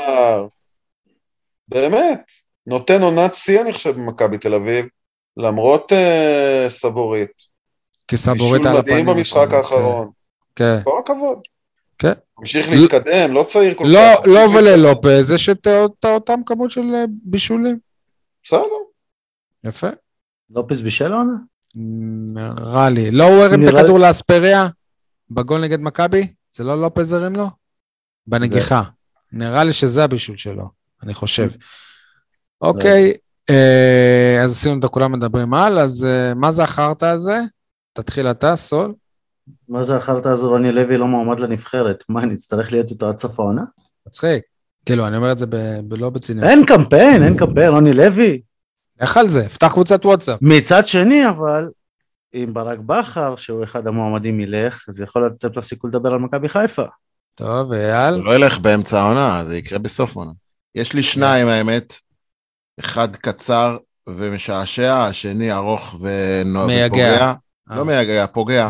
[SPEAKER 4] באמת, נותן עונת שיא, אני חושב, במכבי תל אביב, למרות uh, סבורית.
[SPEAKER 1] כי סבורית על הפנים.
[SPEAKER 4] בישול מדהים במשחק האחרון.
[SPEAKER 1] כן.
[SPEAKER 4] כל הכבוד.
[SPEAKER 1] כן.
[SPEAKER 4] המשיך להתקדם, לא צעיר כל
[SPEAKER 1] לא, כך. לא וללופז, יש את אותם כמות של בישולים.
[SPEAKER 4] בסדר.
[SPEAKER 1] יפה.
[SPEAKER 2] לופז בישל עונה?
[SPEAKER 1] נראה לי. לא הוא הרים את הכדור לאספריה? בגול נגד מכבי? זה לא לופז הרים לו? בנגיחה. נראה לי שזה הבישול שלו, אני חושב. אוקיי, אה, אז עשינו את כולם מדברים על, אז אה, מה זה החרת הזה? תתחיל אתה, סול.
[SPEAKER 2] מה זה החרת הזה? רוני לוי לא מועמד לנבחרת. מה, אני אצטרך להיות איתו עד סוף העונה?
[SPEAKER 1] מצחיק. כאילו, אני אומר את זה בלא בציניות.
[SPEAKER 2] אין קמפיין, אין קמפיין, רוני לוי.
[SPEAKER 1] איך על זה? פתח קבוצת וואטסאפ.
[SPEAKER 2] מצד שני, אבל, אם ברק בכר, שהוא אחד המועמדים ילך, אז יכול לתת לו סיכוי לדבר על מכבי חיפה.
[SPEAKER 1] טוב, אייל.
[SPEAKER 3] זה לא ילך באמצע העונה, זה יקרה בסוף העונה. יש לי שניים, האמת. אחד קצר ומשעשע, השני ארוך ופוגע. לא מייגע, פוגע.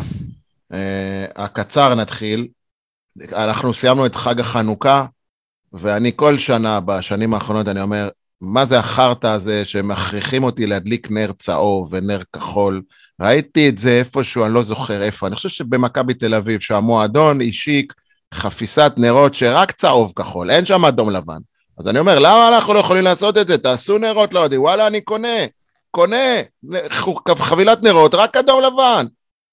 [SPEAKER 3] הקצר נתחיל. אנחנו סיימנו את חג החנוכה, ואני כל שנה, בשנים האחרונות, אני אומר, מה זה החרטא הזה שמכריחים אותי להדליק נר צהוב ונר כחול? ראיתי את זה איפשהו, אני לא זוכר איפה. אני חושב שבמכבי תל אביב, שהמועדון השיק חפיסת נרות שרק צהוב כחול, אין שם אדום לבן. אז אני אומר, למה אנחנו לא יכולים לעשות את זה? תעשו נרות, לא יודעים, וואלה, אני קונה, קונה, חבילת נרות, רק אדום לבן.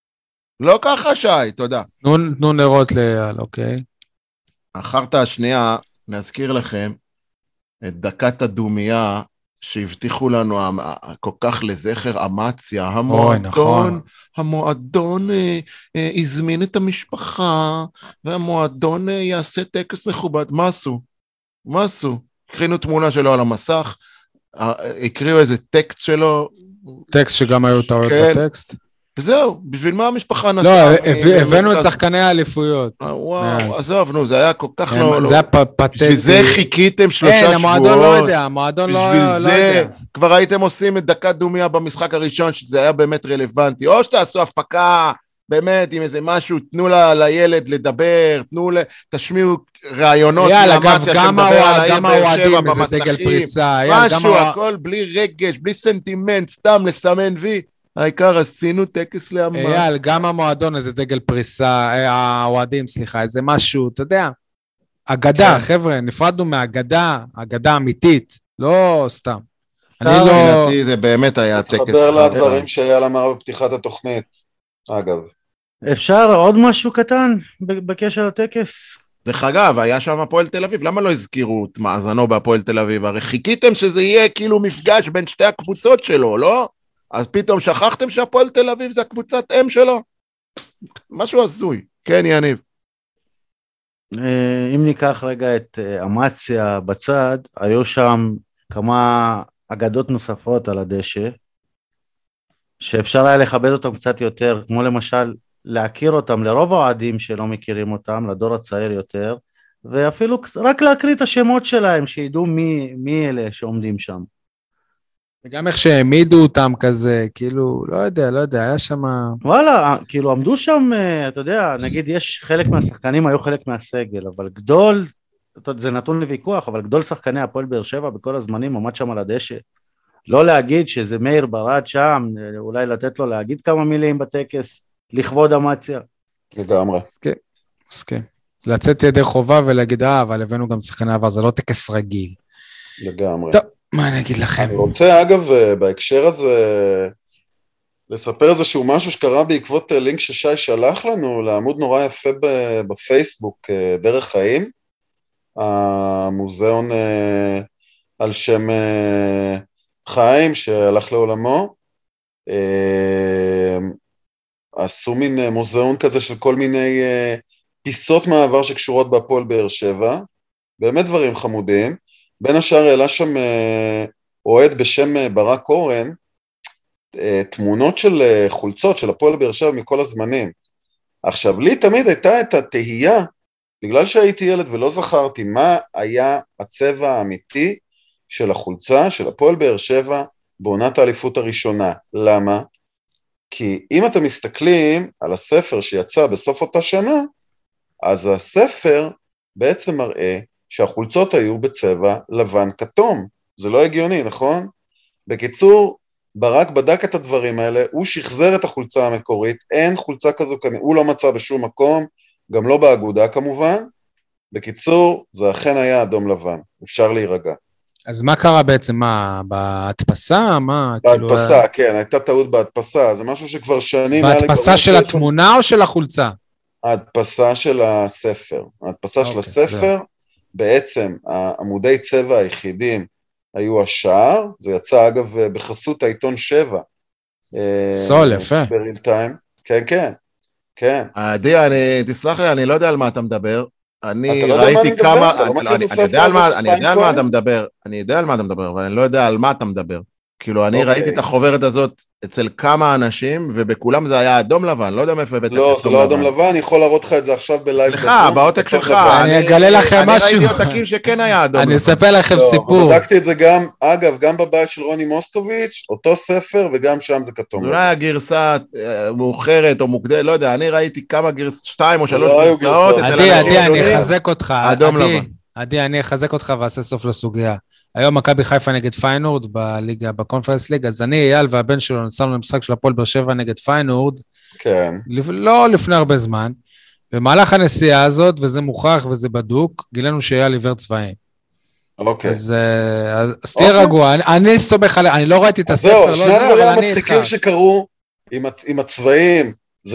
[SPEAKER 3] לא ככה, שי, תודה.
[SPEAKER 1] תנו נרות לאייל, אוקיי.
[SPEAKER 3] החרטא השנייה, נזכיר לכם, את דקת הדומייה שהבטיחו לנו כל כך לזכר אמציה, המועדון, נכון. המועדון אה, אה, הזמין את המשפחה, והמועדון אה, יעשה טקס מכובד. מה עשו? מה עשו? הקרינו תמונה שלו על המסך, הקריאו איזה טקסט שלו.
[SPEAKER 1] טקסט שגם היו טעויות כן. בטקסט.
[SPEAKER 3] וזהו, בשביל מה המשפחה נסעה?
[SPEAKER 1] לא, הבאנו את שחקני האליפויות.
[SPEAKER 3] וואו, עזוב, נו, זה היה כל כך לא...
[SPEAKER 1] זה היה פתטי.
[SPEAKER 3] בשביל זה חיכיתם שלושה שבועות.
[SPEAKER 1] אין, המועדון לא יודע, המועדון לא יודע.
[SPEAKER 3] בשביל זה כבר הייתם עושים את דקת דומיה במשחק הראשון, שזה היה באמת רלוונטי. או שתעשו הפקה, באמת, עם איזה משהו, תנו לילד לדבר, תנו, תשמיעו רעיונות.
[SPEAKER 1] יאללה, גם האוהדים, איזה דגל פריצה.
[SPEAKER 3] משהו, הכל בלי רגש, בלי סנטימנט, סתם לסמן וי. העיקר עשינו טקס לאמה.
[SPEAKER 1] אייל, גם המועדון, איזה דגל פריסה, האוהדים, סליחה, איזה משהו, אתה יודע, אגדה, חבר'ה, נפרדנו מהאגדה, אגדה אמיתית, לא סתם.
[SPEAKER 3] אני לא... זה באמת היה טקס.
[SPEAKER 4] תחבר לדברים שאייל אמר בפתיחת התוכנית, אגב.
[SPEAKER 2] אפשר עוד משהו קטן בקשר לטקס?
[SPEAKER 3] דרך אגב, היה שם הפועל תל אביב, למה לא הזכירו את מאזנו בהפועל תל אביב? הרי חיכיתם שזה יהיה כאילו מפגש בין שתי הקבוצות שלו, לא? אז פתאום שכחתם שהפועל תל אביב זה הקבוצת אם שלו? משהו הזוי. כן, יניב.
[SPEAKER 2] אם ניקח רגע את אמציה בצד, היו שם כמה אגדות נוספות על הדשא, שאפשר היה לכבד אותם קצת יותר, כמו למשל להכיר אותם לרוב האוהדים שלא מכירים אותם, לדור הצעיר יותר, ואפילו רק להקריא את השמות שלהם, שידעו מי, מי אלה שעומדים שם.
[SPEAKER 1] וגם איך שהעמידו אותם כזה, כאילו, לא יודע, לא יודע, היה שם...
[SPEAKER 2] וואלה, כאילו עמדו שם, אתה יודע, נגיד יש חלק מהשחקנים היו חלק מהסגל, אבל גדול, זה נתון לוויכוח, אבל גדול שחקני הפועל באר שבע בכל הזמנים עמד שם על הדשא. לא להגיד שזה מאיר ברד שם, אולי לתת לו להגיד כמה מילים בטקס, לכבוד אמציה.
[SPEAKER 4] לגמרי.
[SPEAKER 1] מסכים, מסכים. לצאת ידי חובה ולהגיד, אה, אבל הבאנו גם שחקני עבר, זה לא טקס רגיל.
[SPEAKER 4] לגמרי.
[SPEAKER 1] טוב. מה אני אגיד לכם?
[SPEAKER 4] אני רוצה, אגב, בהקשר הזה, לספר איזשהו משהו שקרה בעקבות לינק ששי שלח לנו, לעמוד נורא יפה בפייסבוק, דרך חיים, המוזיאון על שם חיים שהלך לעולמו, עשו מין מוזיאון כזה של כל מיני פיסות מעבר שקשורות בהפועל באר שבע, באמת דברים חמודים, בין השאר העלה שם אוהד בשם ברק אורן, תמונות של חולצות של הפועל באר שבע מכל הזמנים. עכשיו, לי תמיד הייתה את התהייה, בגלל שהייתי ילד ולא זכרתי מה היה הצבע האמיתי של החולצה של הפועל באר שבע בעונת האליפות הראשונה. למה? כי אם אתם מסתכלים על הספר שיצא בסוף אותה שנה, אז הספר בעצם מראה שהחולצות היו בצבע לבן כתום. זה לא הגיוני, נכון? בקיצור, ברק בדק את הדברים האלה, הוא שחזר את החולצה המקורית, אין חולצה כזו, הוא לא מצא בשום מקום, גם לא באגודה כמובן. בקיצור, זה אכן היה אדום לבן, אפשר להירגע.
[SPEAKER 1] אז מה קרה בעצם? מה, בהדפסה? מה?
[SPEAKER 4] בהדפסה, כאילו... כן, הייתה טעות בהדפסה, זה משהו שכבר שנים...
[SPEAKER 1] בהדפסה של התמונה או של החולצה?
[SPEAKER 4] ההדפסה של הספר. ההדפסה של הספר, בעצם העמודי צבע היחידים היו השער, זה יצא אגב בחסות העיתון שבע.
[SPEAKER 1] סול, יפה.
[SPEAKER 4] בריל טיים, כן, כן, כן.
[SPEAKER 3] עדי, אני, תסלח לי, אני לא יודע על מה אתה מדבר. אני
[SPEAKER 4] אתה לא יודע מה אני
[SPEAKER 3] ראיתי
[SPEAKER 4] מדבר?
[SPEAKER 3] כמה,
[SPEAKER 4] אתה לא
[SPEAKER 3] אני-
[SPEAKER 4] מכיר את
[SPEAKER 3] אני-
[SPEAKER 4] הספר
[SPEAKER 3] אני יודע על
[SPEAKER 4] הזה
[SPEAKER 3] מה-
[SPEAKER 4] של
[SPEAKER 3] אני
[SPEAKER 4] חיים
[SPEAKER 3] יודע על מה
[SPEAKER 4] כהן?
[SPEAKER 3] אתה מדבר, אני יודע על מה אתה מדבר, אבל אני לא יודע על מה אתה מדבר. כאילו, אני
[SPEAKER 4] אוקיי.
[SPEAKER 3] ראיתי את החוברת הזאת אצל כמה אנשים, ובכולם זה היה אדום לבן, לא יודע מאיפה הבאת את
[SPEAKER 4] לא, זה לא אדום לבן, אני יכול להראות לך את זה עכשיו בלייב.
[SPEAKER 3] סליחה,
[SPEAKER 4] בזום,
[SPEAKER 3] בעותק
[SPEAKER 4] זה כתוב
[SPEAKER 3] שלך,
[SPEAKER 4] לבן.
[SPEAKER 1] אני אגלה לכם
[SPEAKER 3] אני
[SPEAKER 1] משהו.
[SPEAKER 3] ראיתי עותקים שכן היה אדום
[SPEAKER 1] אני
[SPEAKER 3] לבן.
[SPEAKER 1] אספר לכם
[SPEAKER 4] לא,
[SPEAKER 1] סיפור.
[SPEAKER 4] ובדקתי את זה גם, אגב, גם בבית של רוני מוסקוביץ', אותו ספר, וגם שם זה כתום
[SPEAKER 3] זה
[SPEAKER 4] לבן.
[SPEAKER 3] אולי הגרסה אה, מאוחרת או מוקדמת, לא יודע, אני ראיתי כמה גרסאות, שתיים או שלוש
[SPEAKER 4] לא היו
[SPEAKER 3] גרסאות,
[SPEAKER 4] גרסאות.
[SPEAKER 3] אצל
[SPEAKER 1] עדי,
[SPEAKER 3] אנשים
[SPEAKER 1] עדי, אני
[SPEAKER 3] שונים.
[SPEAKER 1] אחזק אותך.
[SPEAKER 3] אדום
[SPEAKER 1] עדי,
[SPEAKER 3] לבן.
[SPEAKER 1] עדי, אני אחזק אותך ואעשה סוף לסוגיה. היום מכבי חיפה נגד פיינורד בליגה, בקונפרנס ליג, אז אני, אייל והבן שלו נסענו למשחק של הפועל באר שבע נגד פיינורד,
[SPEAKER 4] כן.
[SPEAKER 1] לא לפני הרבה זמן. במהלך הנסיעה הזאת, וזה מוכח וזה בדוק, גילינו שאייל עיוור צבעים.
[SPEAKER 4] אוקיי.
[SPEAKER 1] אז אה, אז- אז תהיה
[SPEAKER 4] אוקיי.
[SPEAKER 1] רגוע, אני- אני סומך עליה, אני לא ראיתי את
[SPEAKER 4] אז
[SPEAKER 1] הספר,
[SPEAKER 4] זהו,
[SPEAKER 1] לא
[SPEAKER 4] שני
[SPEAKER 1] זה,
[SPEAKER 4] הדברים
[SPEAKER 1] אבל אני
[SPEAKER 4] המצחיקים
[SPEAKER 1] איתך.
[SPEAKER 4] שקרו עם, הצ- עם הצבעים, זה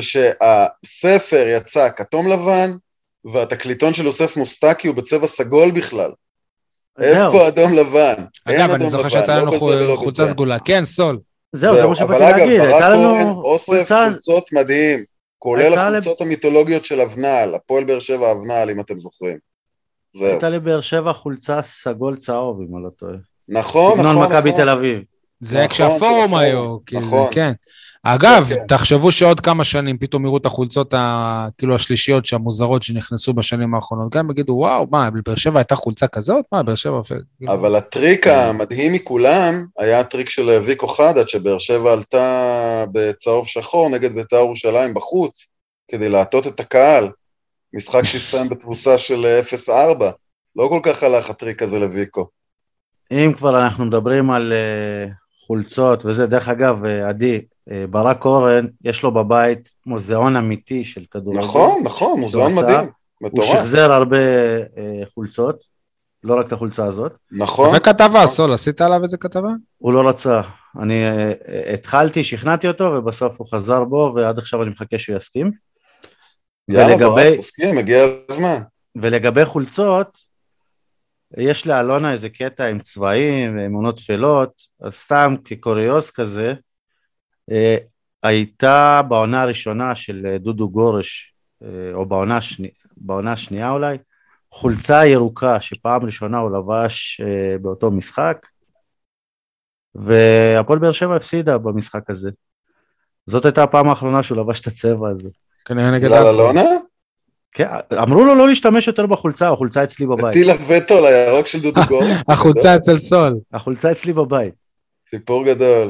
[SPEAKER 4] שהספר יצא כתום לבן, והתקליטון של יוסף מוסטקי הוא בצבע סגול בכלל.
[SPEAKER 2] זהו,
[SPEAKER 4] איפה אדום לבן? אין
[SPEAKER 1] אגב, אני
[SPEAKER 4] אדום
[SPEAKER 1] זוכר
[SPEAKER 4] לבן,
[SPEAKER 1] שהייתה
[SPEAKER 4] לא
[SPEAKER 1] לנו
[SPEAKER 4] בזה ולא
[SPEAKER 1] חולצה
[SPEAKER 4] בזה.
[SPEAKER 1] סגולה. כן, סול.
[SPEAKER 2] זהו, זה מה
[SPEAKER 4] אבל
[SPEAKER 2] שבאתי
[SPEAKER 4] אגב,
[SPEAKER 2] להגיד,
[SPEAKER 4] ברק
[SPEAKER 2] הייתה
[SPEAKER 4] כהן
[SPEAKER 2] לנו
[SPEAKER 4] אוסף
[SPEAKER 2] חולצה,
[SPEAKER 4] חולצות מדהים, כולל
[SPEAKER 2] הייתה
[SPEAKER 4] החולצות המיתולוגיות של אבנעל, הפועל באר שבע אבנעל, אם אתם זוכרים. זהו.
[SPEAKER 2] הייתה לי באר שבע חולצה סגול צהוב, אם אני לא טועה.
[SPEAKER 4] נכון,
[SPEAKER 2] סגנון
[SPEAKER 4] נכון,
[SPEAKER 2] מכבי
[SPEAKER 4] נכון.
[SPEAKER 2] תל אביב.
[SPEAKER 1] זה
[SPEAKER 4] נכון,
[SPEAKER 1] כשהפורום
[SPEAKER 4] של הפורום,
[SPEAKER 1] היו, כי זה,
[SPEAKER 4] נכון.
[SPEAKER 1] כן. אגב,
[SPEAKER 4] כן, כן.
[SPEAKER 1] תחשבו שעוד כמה שנים פתאום יראו את החולצות ה- כאילו השלישיות שהמוזרות שנכנסו בשנים האחרונות, גם יגידו, וואו, מה, באר שבע הייתה חולצה כזאת? מה, באר שבע...
[SPEAKER 4] אבל הטריק המדהים מכולם היה הטריק של ויקו חדד, שבאר שבע עלתה בצהוב שחור נגד בית"ר ירושלים בחוץ, כדי להטות את הקהל. משחק שהסתיים בתבוסה של אפס ארבע. לא כל כך הלך הטריק הזה לויקו.
[SPEAKER 2] אם כבר אנחנו מדברים על uh, חולצות וזה, דרך אגב, uh, עדי, uh, ברק אורן, יש לו בבית מוזיאון אמיתי של כדורגל.
[SPEAKER 4] נכון, נכון, מוזיאון
[SPEAKER 2] שהוא עשה.
[SPEAKER 4] מדהים,
[SPEAKER 2] הוא
[SPEAKER 4] מטורף.
[SPEAKER 2] שחזר הרבה uh, חולצות, לא רק את החולצה הזאת.
[SPEAKER 4] נכון.
[SPEAKER 1] וכתבה, סול, עשית עליו איזה כתבה?
[SPEAKER 2] הוא לא רצה. אני uh, התחלתי, שכנעתי אותו, ובסוף הוא חזר בו, ועד עכשיו אני מחכה שהוא יסכים.
[SPEAKER 4] יאללה,
[SPEAKER 2] ולגבי-
[SPEAKER 4] ברק, תסכים, הגיע הזמן.
[SPEAKER 2] ולגבי חולצות, יש לאלונה איזה קטע עם צבעים ואמונות תפילות, אז סתם כקוריוז כזה, אה, הייתה בעונה הראשונה של אה, דודו גורש, אה, או בעונה, השני, בעונה השנייה אולי, חולצה ירוקה שפעם ראשונה הוא לבש אה, באותו משחק, והפועל באר שבע הפסידה במשחק הזה. זאת הייתה הפעם האחרונה שהוא לבש את הצבע הזה.
[SPEAKER 1] כנראה נגד...
[SPEAKER 4] בגלל אלונה?
[SPEAKER 2] כן, אמרו לו לא להשתמש יותר בחולצה, החולצה אצלי בבית.
[SPEAKER 4] הטיל הווטו על הירוק של דודו גורס.
[SPEAKER 1] החולצה אצל סול.
[SPEAKER 2] החולצה אצלי בבית.
[SPEAKER 4] סיפור גדול.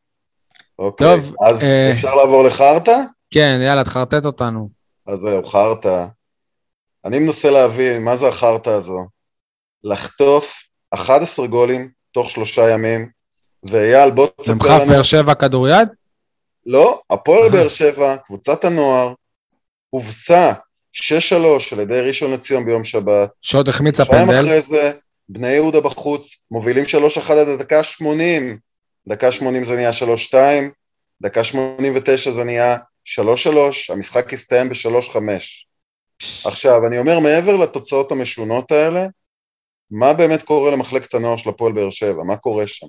[SPEAKER 4] אוקיי,
[SPEAKER 1] טוב,
[SPEAKER 4] אז
[SPEAKER 1] אה,
[SPEAKER 4] אפשר לעבור לחרטה?
[SPEAKER 1] כן, יאללה, תחרטט אותנו.
[SPEAKER 4] אז זהו, חרטה. אני מנסה להבין מה זה החרטה הזו. לחטוף אחד עשר גולים תוך שלושה ימים, ואייל, בוא תספר
[SPEAKER 1] ממחף
[SPEAKER 4] לנו...
[SPEAKER 1] באר שבע כדוריד?
[SPEAKER 4] לא, הפועל באר שבע, קבוצת הנוער, הובסה שש שלוש על ידי ראשון לציון ביום שבת.
[SPEAKER 1] שעוד החמיצה
[SPEAKER 4] שיים
[SPEAKER 1] פנדל.
[SPEAKER 4] אחרי זה, בני יהודה בחוץ, מובילים שלוש אחת עד הדקה שמונים. דקה שמונים זה נהיה שלוש שתיים, דקה שמונים ותשע זה נהיה שלוש שלוש, המשחק הסתיים ב-שלוש חמש. עכשיו, אני אומר, מעבר לתוצאות המשונות האלה, מה באמת קורה למחלקת הנוער של הפועל באר שבע? מה קורה שם?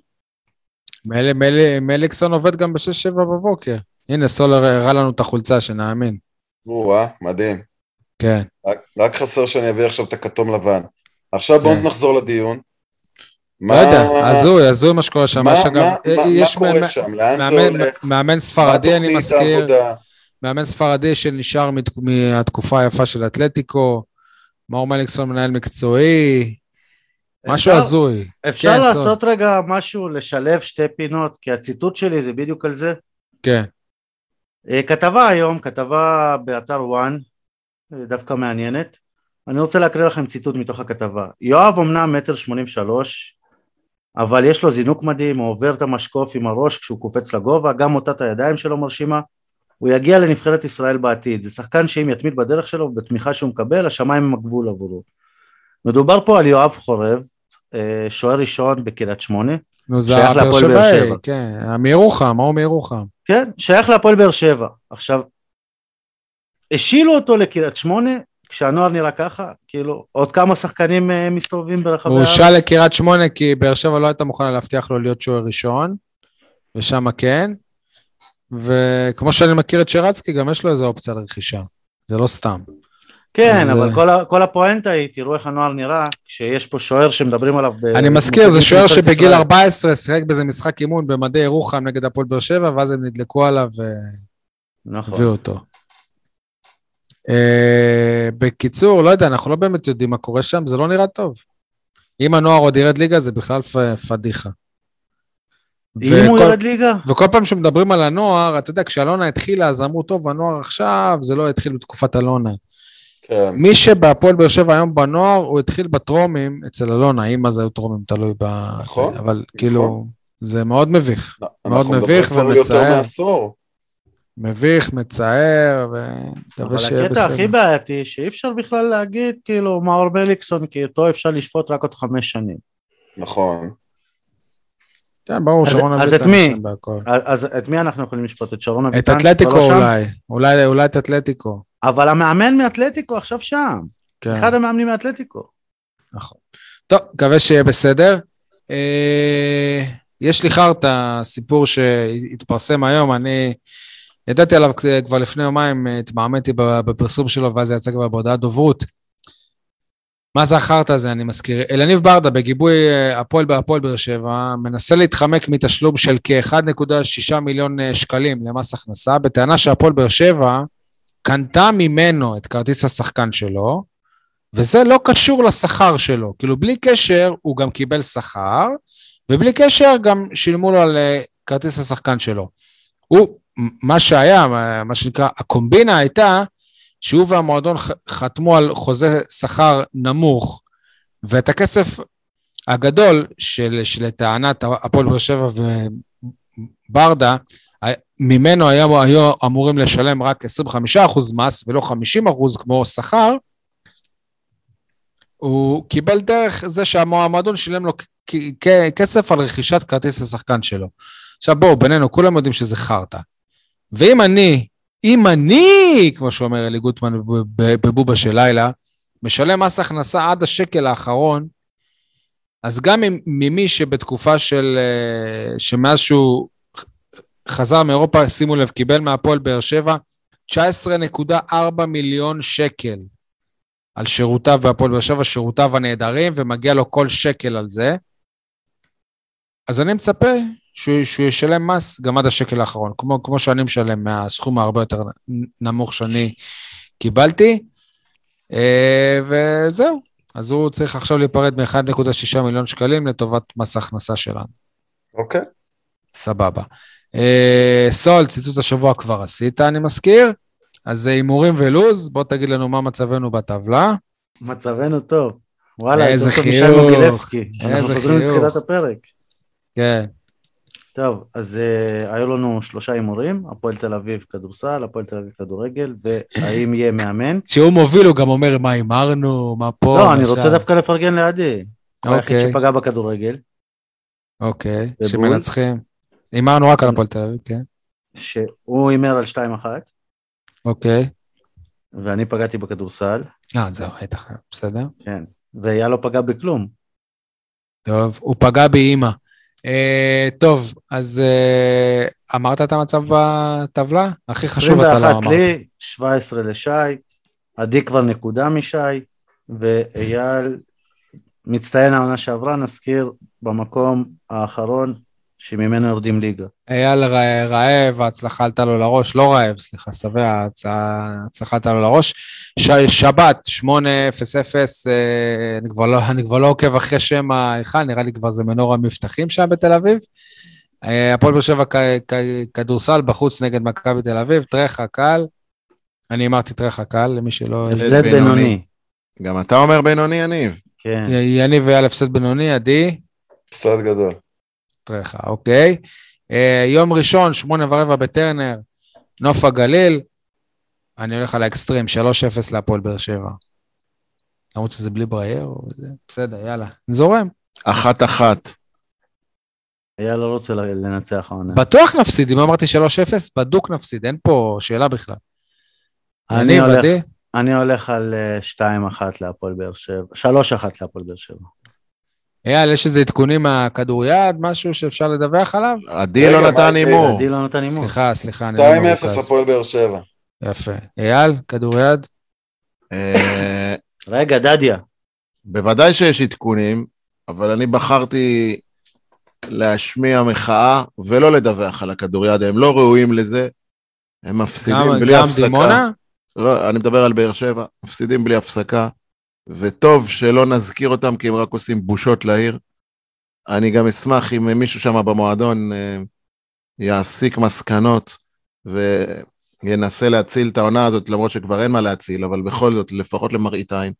[SPEAKER 1] מל- מל- מליקסון עובד גם בשש שבע בבוקר. הנה, סולר הראה לנו את החולצה, שנאמין.
[SPEAKER 4] וואה, מדהים.
[SPEAKER 1] כן.
[SPEAKER 4] רק, רק חסר שאני אביא עכשיו את הכתום לבן. עכשיו בואו
[SPEAKER 1] כן.
[SPEAKER 4] נחזור לדיון.
[SPEAKER 1] לא יודע, הזוי, הזוי מה שקורה שם.
[SPEAKER 4] מה,
[SPEAKER 1] יש אגב-
[SPEAKER 4] מה, מה,
[SPEAKER 1] יש
[SPEAKER 4] מה קורה
[SPEAKER 1] מ-
[SPEAKER 4] שם? לאן זה
[SPEAKER 1] מאמן-
[SPEAKER 4] הולך?
[SPEAKER 1] מאמן
[SPEAKER 4] מה
[SPEAKER 1] ספרדי, אני
[SPEAKER 4] תוכנית
[SPEAKER 1] מזכיר.
[SPEAKER 4] העבודה?
[SPEAKER 1] מאמן ספרדי שנשאר מת- מהתקופה היפה של אתלטיקו. מאור מליקסון מנהל מקצועי. משהו
[SPEAKER 2] אפשר-
[SPEAKER 1] הזוי.
[SPEAKER 2] אפשר
[SPEAKER 1] כן,
[SPEAKER 2] לעשות רגע משהו, לשלב שתי פינות, כי הציטוט שלי זה בדיוק על זה.
[SPEAKER 1] כן.
[SPEAKER 2] אה, כתבה היום, כתבה באתר וואן, אה, דווקא מעניינת. אני רוצה להקריא לכם ציטוט מתוך הכתבה. יואב אמנם מטר שמונים ושלוש, אבל יש לו זינוק מדהים, הוא עובר את המשקוף עם הראש כשהוא קופץ לגובה, גם אותת הידיים שלו מרשימה, הוא יגיע לנבחרת ישראל בעתיד, זה שחקן שאם יתמיד בדרך שלו, בתמיכה שהוא מקבל, השמיים הם הגבול עבורו. מדובר פה על יואב חורב, אה, שוער ראשון בקריית שמונה,
[SPEAKER 1] נו, זה
[SPEAKER 2] שייך
[SPEAKER 1] הבאר
[SPEAKER 2] להפועל באר
[SPEAKER 1] שבעי,
[SPEAKER 2] שבע.
[SPEAKER 1] כן. מירוחם, מאור מירוחם.
[SPEAKER 2] כן, שייך להפועל באר שבע. עכשיו, השילו אותו לקריית שמונה, כשהנוער נראה ככה, כאילו, עוד כמה שחקנים מסתובבים ברחבי
[SPEAKER 1] הוא
[SPEAKER 2] הארץ.
[SPEAKER 1] הושל לקריית שמונה, כי באר שבע לא הייתה מוכנה להבטיח לו להיות שוער ראשון, ושם כן, וכמו שאני מכיר את שרצקי, גם יש לו איזו אופציה לרכישה, זה לא סתם.
[SPEAKER 2] כן,
[SPEAKER 1] אז,
[SPEAKER 2] אבל כל, ה, כל הפואנטה היא, תראו איך הנוער נראה, כשיש פה שוער שמדברים עליו.
[SPEAKER 1] אני מזכיר, זה שוער שבגיל ארבע עשרה שיחק באיזה משחק אימון במדי ירוחם נגד הפועל באר שבע, ואז הם נדלקו עליו
[SPEAKER 2] נכון.
[SPEAKER 1] והביאו אותו. Uh, בקיצור, לא יודע, אנחנו לא באמת יודעים מה קורה שם, זה לא נראה טוב. אם הנוער עוד ירד ליגה, זה בכלל פ- פדיחה.
[SPEAKER 2] אם הוא
[SPEAKER 1] וכל-
[SPEAKER 2] ירד ליגה?
[SPEAKER 1] וכל פעם שמדברים על הנוער, אתה יודע, כשאלונה התחילה, אז אמרו, טוב, הנוער עכשיו, זה לא התחיל בתקופת אלונה.
[SPEAKER 4] כן.
[SPEAKER 1] מי שבהפועל באר שבע היום בנוער, הוא התחיל בטרומים אצל אלונה, אם אז היו טרומים, תלוי ב...
[SPEAKER 4] נכון,
[SPEAKER 1] אבל
[SPEAKER 4] נכון.
[SPEAKER 1] כאילו, זה מאוד מביך. מאוד
[SPEAKER 4] אנחנו מדברים
[SPEAKER 1] מביך
[SPEAKER 4] כבר יותר
[SPEAKER 1] ומצער.
[SPEAKER 4] מעשור.
[SPEAKER 1] מביך, מצער, ומקווה
[SPEAKER 2] אבל
[SPEAKER 1] שיהיה
[SPEAKER 2] הקטע הכי
[SPEAKER 1] בסדר.
[SPEAKER 2] בעייתי, שאי אפשר בכלל להגיד, כאילו, מאור מליקסון, כי אותו אפשר לשפוט רק עוד חמש שנים.
[SPEAKER 4] נכון.
[SPEAKER 1] כן, ברור,
[SPEAKER 2] אז-
[SPEAKER 1] שרון
[SPEAKER 2] אז
[SPEAKER 1] אביטן
[SPEAKER 2] את מי?
[SPEAKER 1] שם בהכל.
[SPEAKER 2] אז את מי אנחנו יכולים לשפוט? את שרון
[SPEAKER 1] את
[SPEAKER 2] אביטן?
[SPEAKER 1] אתלטיקו
[SPEAKER 2] כבר לא שם?
[SPEAKER 1] אולי, אולי, אולי את אתלטיקו.
[SPEAKER 2] אבל המאמן מאתלטיקו עכשיו שם.
[SPEAKER 1] כן,
[SPEAKER 2] אחד המאמנים מאתלטיקו.
[SPEAKER 1] נכון. טוב, מקווה שיהיה בסדר. אה, יש לי חרטה, סיפור שהתפרסם היום, אני ידעתי עליו כבר לפני יומיים, התמעמתי בפרסום שלו, ואז זה יצא כבר בהודעת דוברות. מה זה החרטה הזה, אני מזכיר? אלניב ברדה, בגיבוי הפועל בהפועל באר שבע, מנסה להתחמק מתשלום של כ-אחד נקודה שישה מיליון שקלים למס הכנסה, בטענה שהפועל באר שבע קנתה ממנו את כרטיס השחקן שלו, וזה לא קשור לשכר שלו, כאילו בלי קשר הוא גם קיבל שכר, ובלי קשר גם שילמו לו על כרטיס השחקן שלו. הוא, מה שהיה, מה שנקרא, הקומבינה הייתה, שהוא והמועדון חתמו על חוזה שכר נמוך, ואת הכסף הגדול של, של טענת הפועל באר שבע וברדה, ממנו היו, היו אמורים לשלם רק עשרים וחמישה אחוז מס, ולא חמישים אחוז כמו שכר, הוא קיבל דרך זה שהמועמדון שילם לו כסף על רכישת כרטיס השחקן שלו. עכשיו בואו, בינינו, כולם יודעים שזה חרטה. ואם אני, אם אני, כמו שאומר אלי גוטמן בבובה של לילה, משלם מס הכנסה עד השקל האחרון, אז גם ממי שבתקופה של, שמאז שהוא חזר מאירופה, שימו לב, קיבל מהפועל באר שבע, תשע עשרה נקודה ארבע מיליון שקל, על שירותיו בהפועל באר שבע, שירותיו הנהדרים, ומגיע לו כל שקל על זה, אז אני מצפה שהוא, שהוא ישלם מס גם עד השקל האחרון, כמו, כמו שאני משלם מהסכום הרבה יותר נמוך שאני קיבלתי, וזהו, אז הוא צריך עכשיו להיפרד מ-אחד נקודה שישה מיליון שקלים לטובת מס ההכנסה שלנו.
[SPEAKER 4] אוקיי.
[SPEAKER 1] סבבה. סול, ציטוט השבוע כבר עשית, אני מזכיר, אז הימורים ולוז, בוא תגיד לנו מה מצבנו בטבלה.
[SPEAKER 2] מצבנו טוב. וואלה,
[SPEAKER 1] איזה
[SPEAKER 2] דוקטור
[SPEAKER 1] חיוך,
[SPEAKER 2] מישל מוגילבסקי.
[SPEAKER 1] איזה
[SPEAKER 2] אנחנו חוזרים
[SPEAKER 1] חיוך.
[SPEAKER 2] לתחילת הפרק.
[SPEAKER 1] כן.
[SPEAKER 2] טוב, אז uh, היו לנו שלושה הימורים, הפועל תל אביב כדורסל, הפועל תל אביב כדורגל, והאם יהיה מאמן.
[SPEAKER 1] כשהוא מוביל הוא גם אומר מה הימרנו, מה פה.
[SPEAKER 2] לא,
[SPEAKER 1] מה
[SPEAKER 2] אני
[SPEAKER 1] שם.
[SPEAKER 2] רוצה דווקא לפרגן לידי. הוא היחיד
[SPEAKER 1] אוקיי.
[SPEAKER 2] שפגע בכדורגל,
[SPEAKER 1] אוקיי,
[SPEAKER 2] ובול.
[SPEAKER 1] שמנצחים. הימרנו רק על הפועל תל אביב, כן.
[SPEAKER 2] שהוא הימר על שתיים אחת,
[SPEAKER 1] אוקיי.
[SPEAKER 2] ואני פגעתי בכדורסל,
[SPEAKER 1] אה, זהו, היית חייב, בסדר.
[SPEAKER 2] כן, והיה לא פגע בכלום.
[SPEAKER 1] טוב, הוא פגע באמא. אה, טוב, אז אה, אמרת את המצב בטבלה? הכי חשוב אתה לא
[SPEAKER 2] עשרים ואחת
[SPEAKER 1] אמרת.
[SPEAKER 2] לי, שבע עשרה לשי, עדי כבר נקודה משי, ואייל מצטיין העונה שעברה, נזכיר במקום האחרון, שממנו יורדים ליגה.
[SPEAKER 1] אייל רעב, ההצלחה עלתה לו לראש, לא רעב, סליחה, שבע, ההצלחה עלתה לו לראש. ש, שבת, שמונה אפס אפס, אה, אני, כבר לא, אני כבר לא עוקב אחרי שם ההיכל, נראה לי כבר זה מנור המבטחים שם בתל אביב. אה, הפועל באר שבע כדורסל בחוץ נגד מכבי תל אביב, טרחה קל, אני אמרתי טרחה קל, למי שלא...
[SPEAKER 2] הפסד בינוני.
[SPEAKER 3] גם אתה אומר בינוני, יניב.
[SPEAKER 2] כן.
[SPEAKER 1] יניב ואייל הפסד בינוני, עדי?
[SPEAKER 4] הפסד גדול.
[SPEAKER 1] טרחה, אוקיי. אה, יום ראשון, שמונה ורבע בטרנר, נוף הגליל, אני הולך על האקסטרים, שלוש אפס להפועל באר שבע. למרות שזה בלי ברייר, בסדר, יאללה, נזורם.
[SPEAKER 3] אחת אחת.
[SPEAKER 2] אייל לא רוצה לנצח העונה.
[SPEAKER 1] בטוח נפסיד, אם אמרתי שלוש אפס, בדוק נפסיד, אין פה שאלה בכלל.
[SPEAKER 2] אני
[SPEAKER 1] יניב,
[SPEAKER 2] הולך-
[SPEAKER 1] עדי?
[SPEAKER 2] אני הולך על שתיים אחת להפועל באר שבע, שלוש אחת להפועל באר שבע.
[SPEAKER 1] אייל, יש איזה עדכונים מהכדוריד, משהו שאפשר לדווח עליו?
[SPEAKER 3] עדי
[SPEAKER 4] רגע,
[SPEAKER 3] לא
[SPEAKER 4] מה
[SPEAKER 3] נתן
[SPEAKER 4] יקרה?
[SPEAKER 3] הימור.
[SPEAKER 2] עדי לא נתן הימור.
[SPEAKER 1] סליחה, סליחה, אני לא
[SPEAKER 4] שתיים אפס
[SPEAKER 1] מרוכז.
[SPEAKER 4] הפועל באר שבע.
[SPEAKER 1] יפה. אייל, כדוריד?
[SPEAKER 3] אה,
[SPEAKER 2] רגע, דדיה.
[SPEAKER 3] בוודאי שיש עדכונים, אבל אני בחרתי להשמיע מחאה ולא לדווח על הכדוריד, הם לא ראויים לזה, הם מפסידים
[SPEAKER 1] גם-
[SPEAKER 3] בלי
[SPEAKER 1] גם
[SPEAKER 3] הפסקה.
[SPEAKER 1] דימונה?
[SPEAKER 3] לא, אני מדבר על באר שבע, מפסידים בלי הפסקה, וטוב שלא נזכיר אותם כי הם רק עושים בושות לעיר. אני גם אשמח אם מישהו שם במועדון אה, יעסיק מסקנות וינסה להציל את העונה הזאת, למרות שכבר אין מה להציל, אבל בכל זאת, לפחות למראית עין.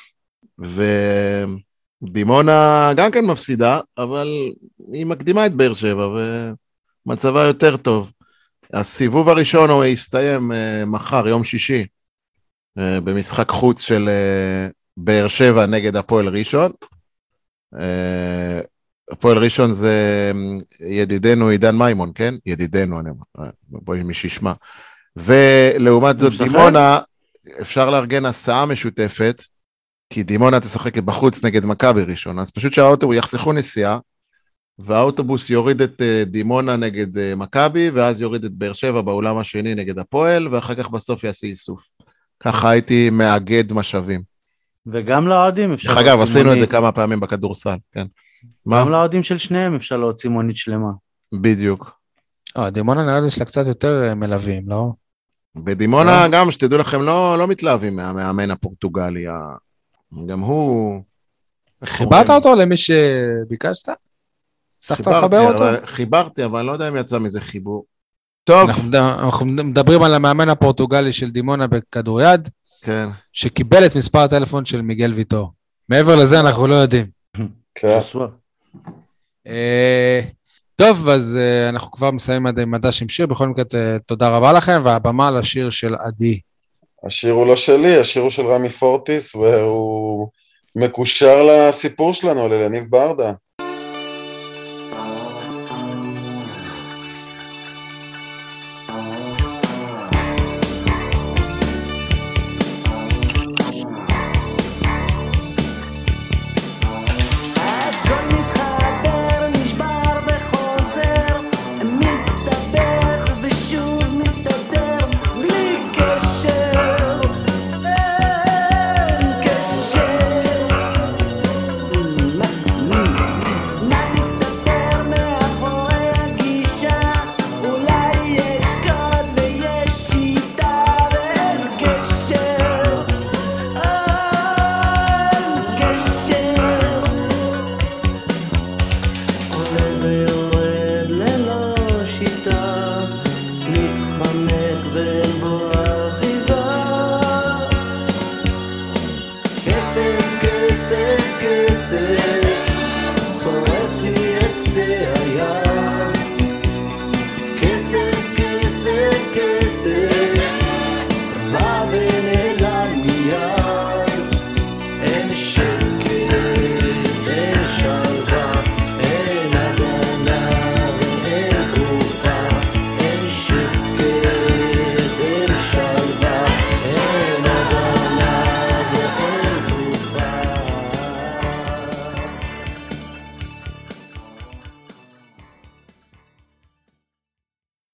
[SPEAKER 3] ודימונה גם כן מפסידה, אבל היא מקדימה את באר שבע, ומצבה יותר טוב. הסיבוב הראשון הוא יסתיים uh, מחר, יום שישי, uh, במשחק חוץ של uh, באר שבע נגד הפועל ראשון. Uh, הפועל ראשון זה ידידנו עידן מימון, כן? ידידנו, אני אומר, בואי מי שישמע. ולעומת זאת
[SPEAKER 2] משחק?
[SPEAKER 3] דימונה, אפשר לארגן הסעה משותפת, כי דימונה תשחק בחוץ נגד מכבי ראשון, אז פשוט שהאוטובוס יחסכו נסיעה, והאוטובוס יוריד את דימונה נגד מכבי, ואז יוריד את באר שבע באולם השני נגד הפועל, ואחר כך בסוף יעשי איסוף. ככה הייתי מאגד משאבים.
[SPEAKER 2] וגם לאוהדים אפשר
[SPEAKER 3] דרך
[SPEAKER 2] להוציא
[SPEAKER 3] אגב, עשינו את זה
[SPEAKER 2] מונית.
[SPEAKER 3] כמה פעמים בכדורסל, כן. מה?
[SPEAKER 2] גם לאוהדים של שניהם אפשר להוציא מונית שלמה.
[SPEAKER 3] בדיוק.
[SPEAKER 1] אה, דימונה נראה לי יש לה קצת יותר אה, מלווים, לא?
[SPEAKER 3] בדימונה גם, שתדעו לכם, לא, לא מתלהבים מהמאמן הפורטוגלי, ה- גם הוא...
[SPEAKER 1] חיברת אותו למי שביקשת? הצלחת לחבר
[SPEAKER 3] חיברתי,
[SPEAKER 1] אותו?
[SPEAKER 3] אבל- חיברתי, אבל אני לא יודע אם יצא מזה חיבור. טוב,
[SPEAKER 1] אנחנו מד- אנחנו מדברים על המאמן הפורטוגלי של דימונה בכדוריד,
[SPEAKER 3] כן.
[SPEAKER 1] שקיבל את מספר הטלפון של מיגל ויטור. מעבר לזה אנחנו לא יודעים.
[SPEAKER 4] כן.
[SPEAKER 2] תסוע.
[SPEAKER 1] אה, טוב, אז אה, אנחנו כבר מסיימים עד עם הדש עם שיר. בכל מקרה, ת- תודה רבה לכם, והבמה לשיר של עדי.
[SPEAKER 4] השיר הוא לא שלי, השיר הוא של רמי פורטיס, והוא מקושר לסיפור שלנו, ללניב ברדה.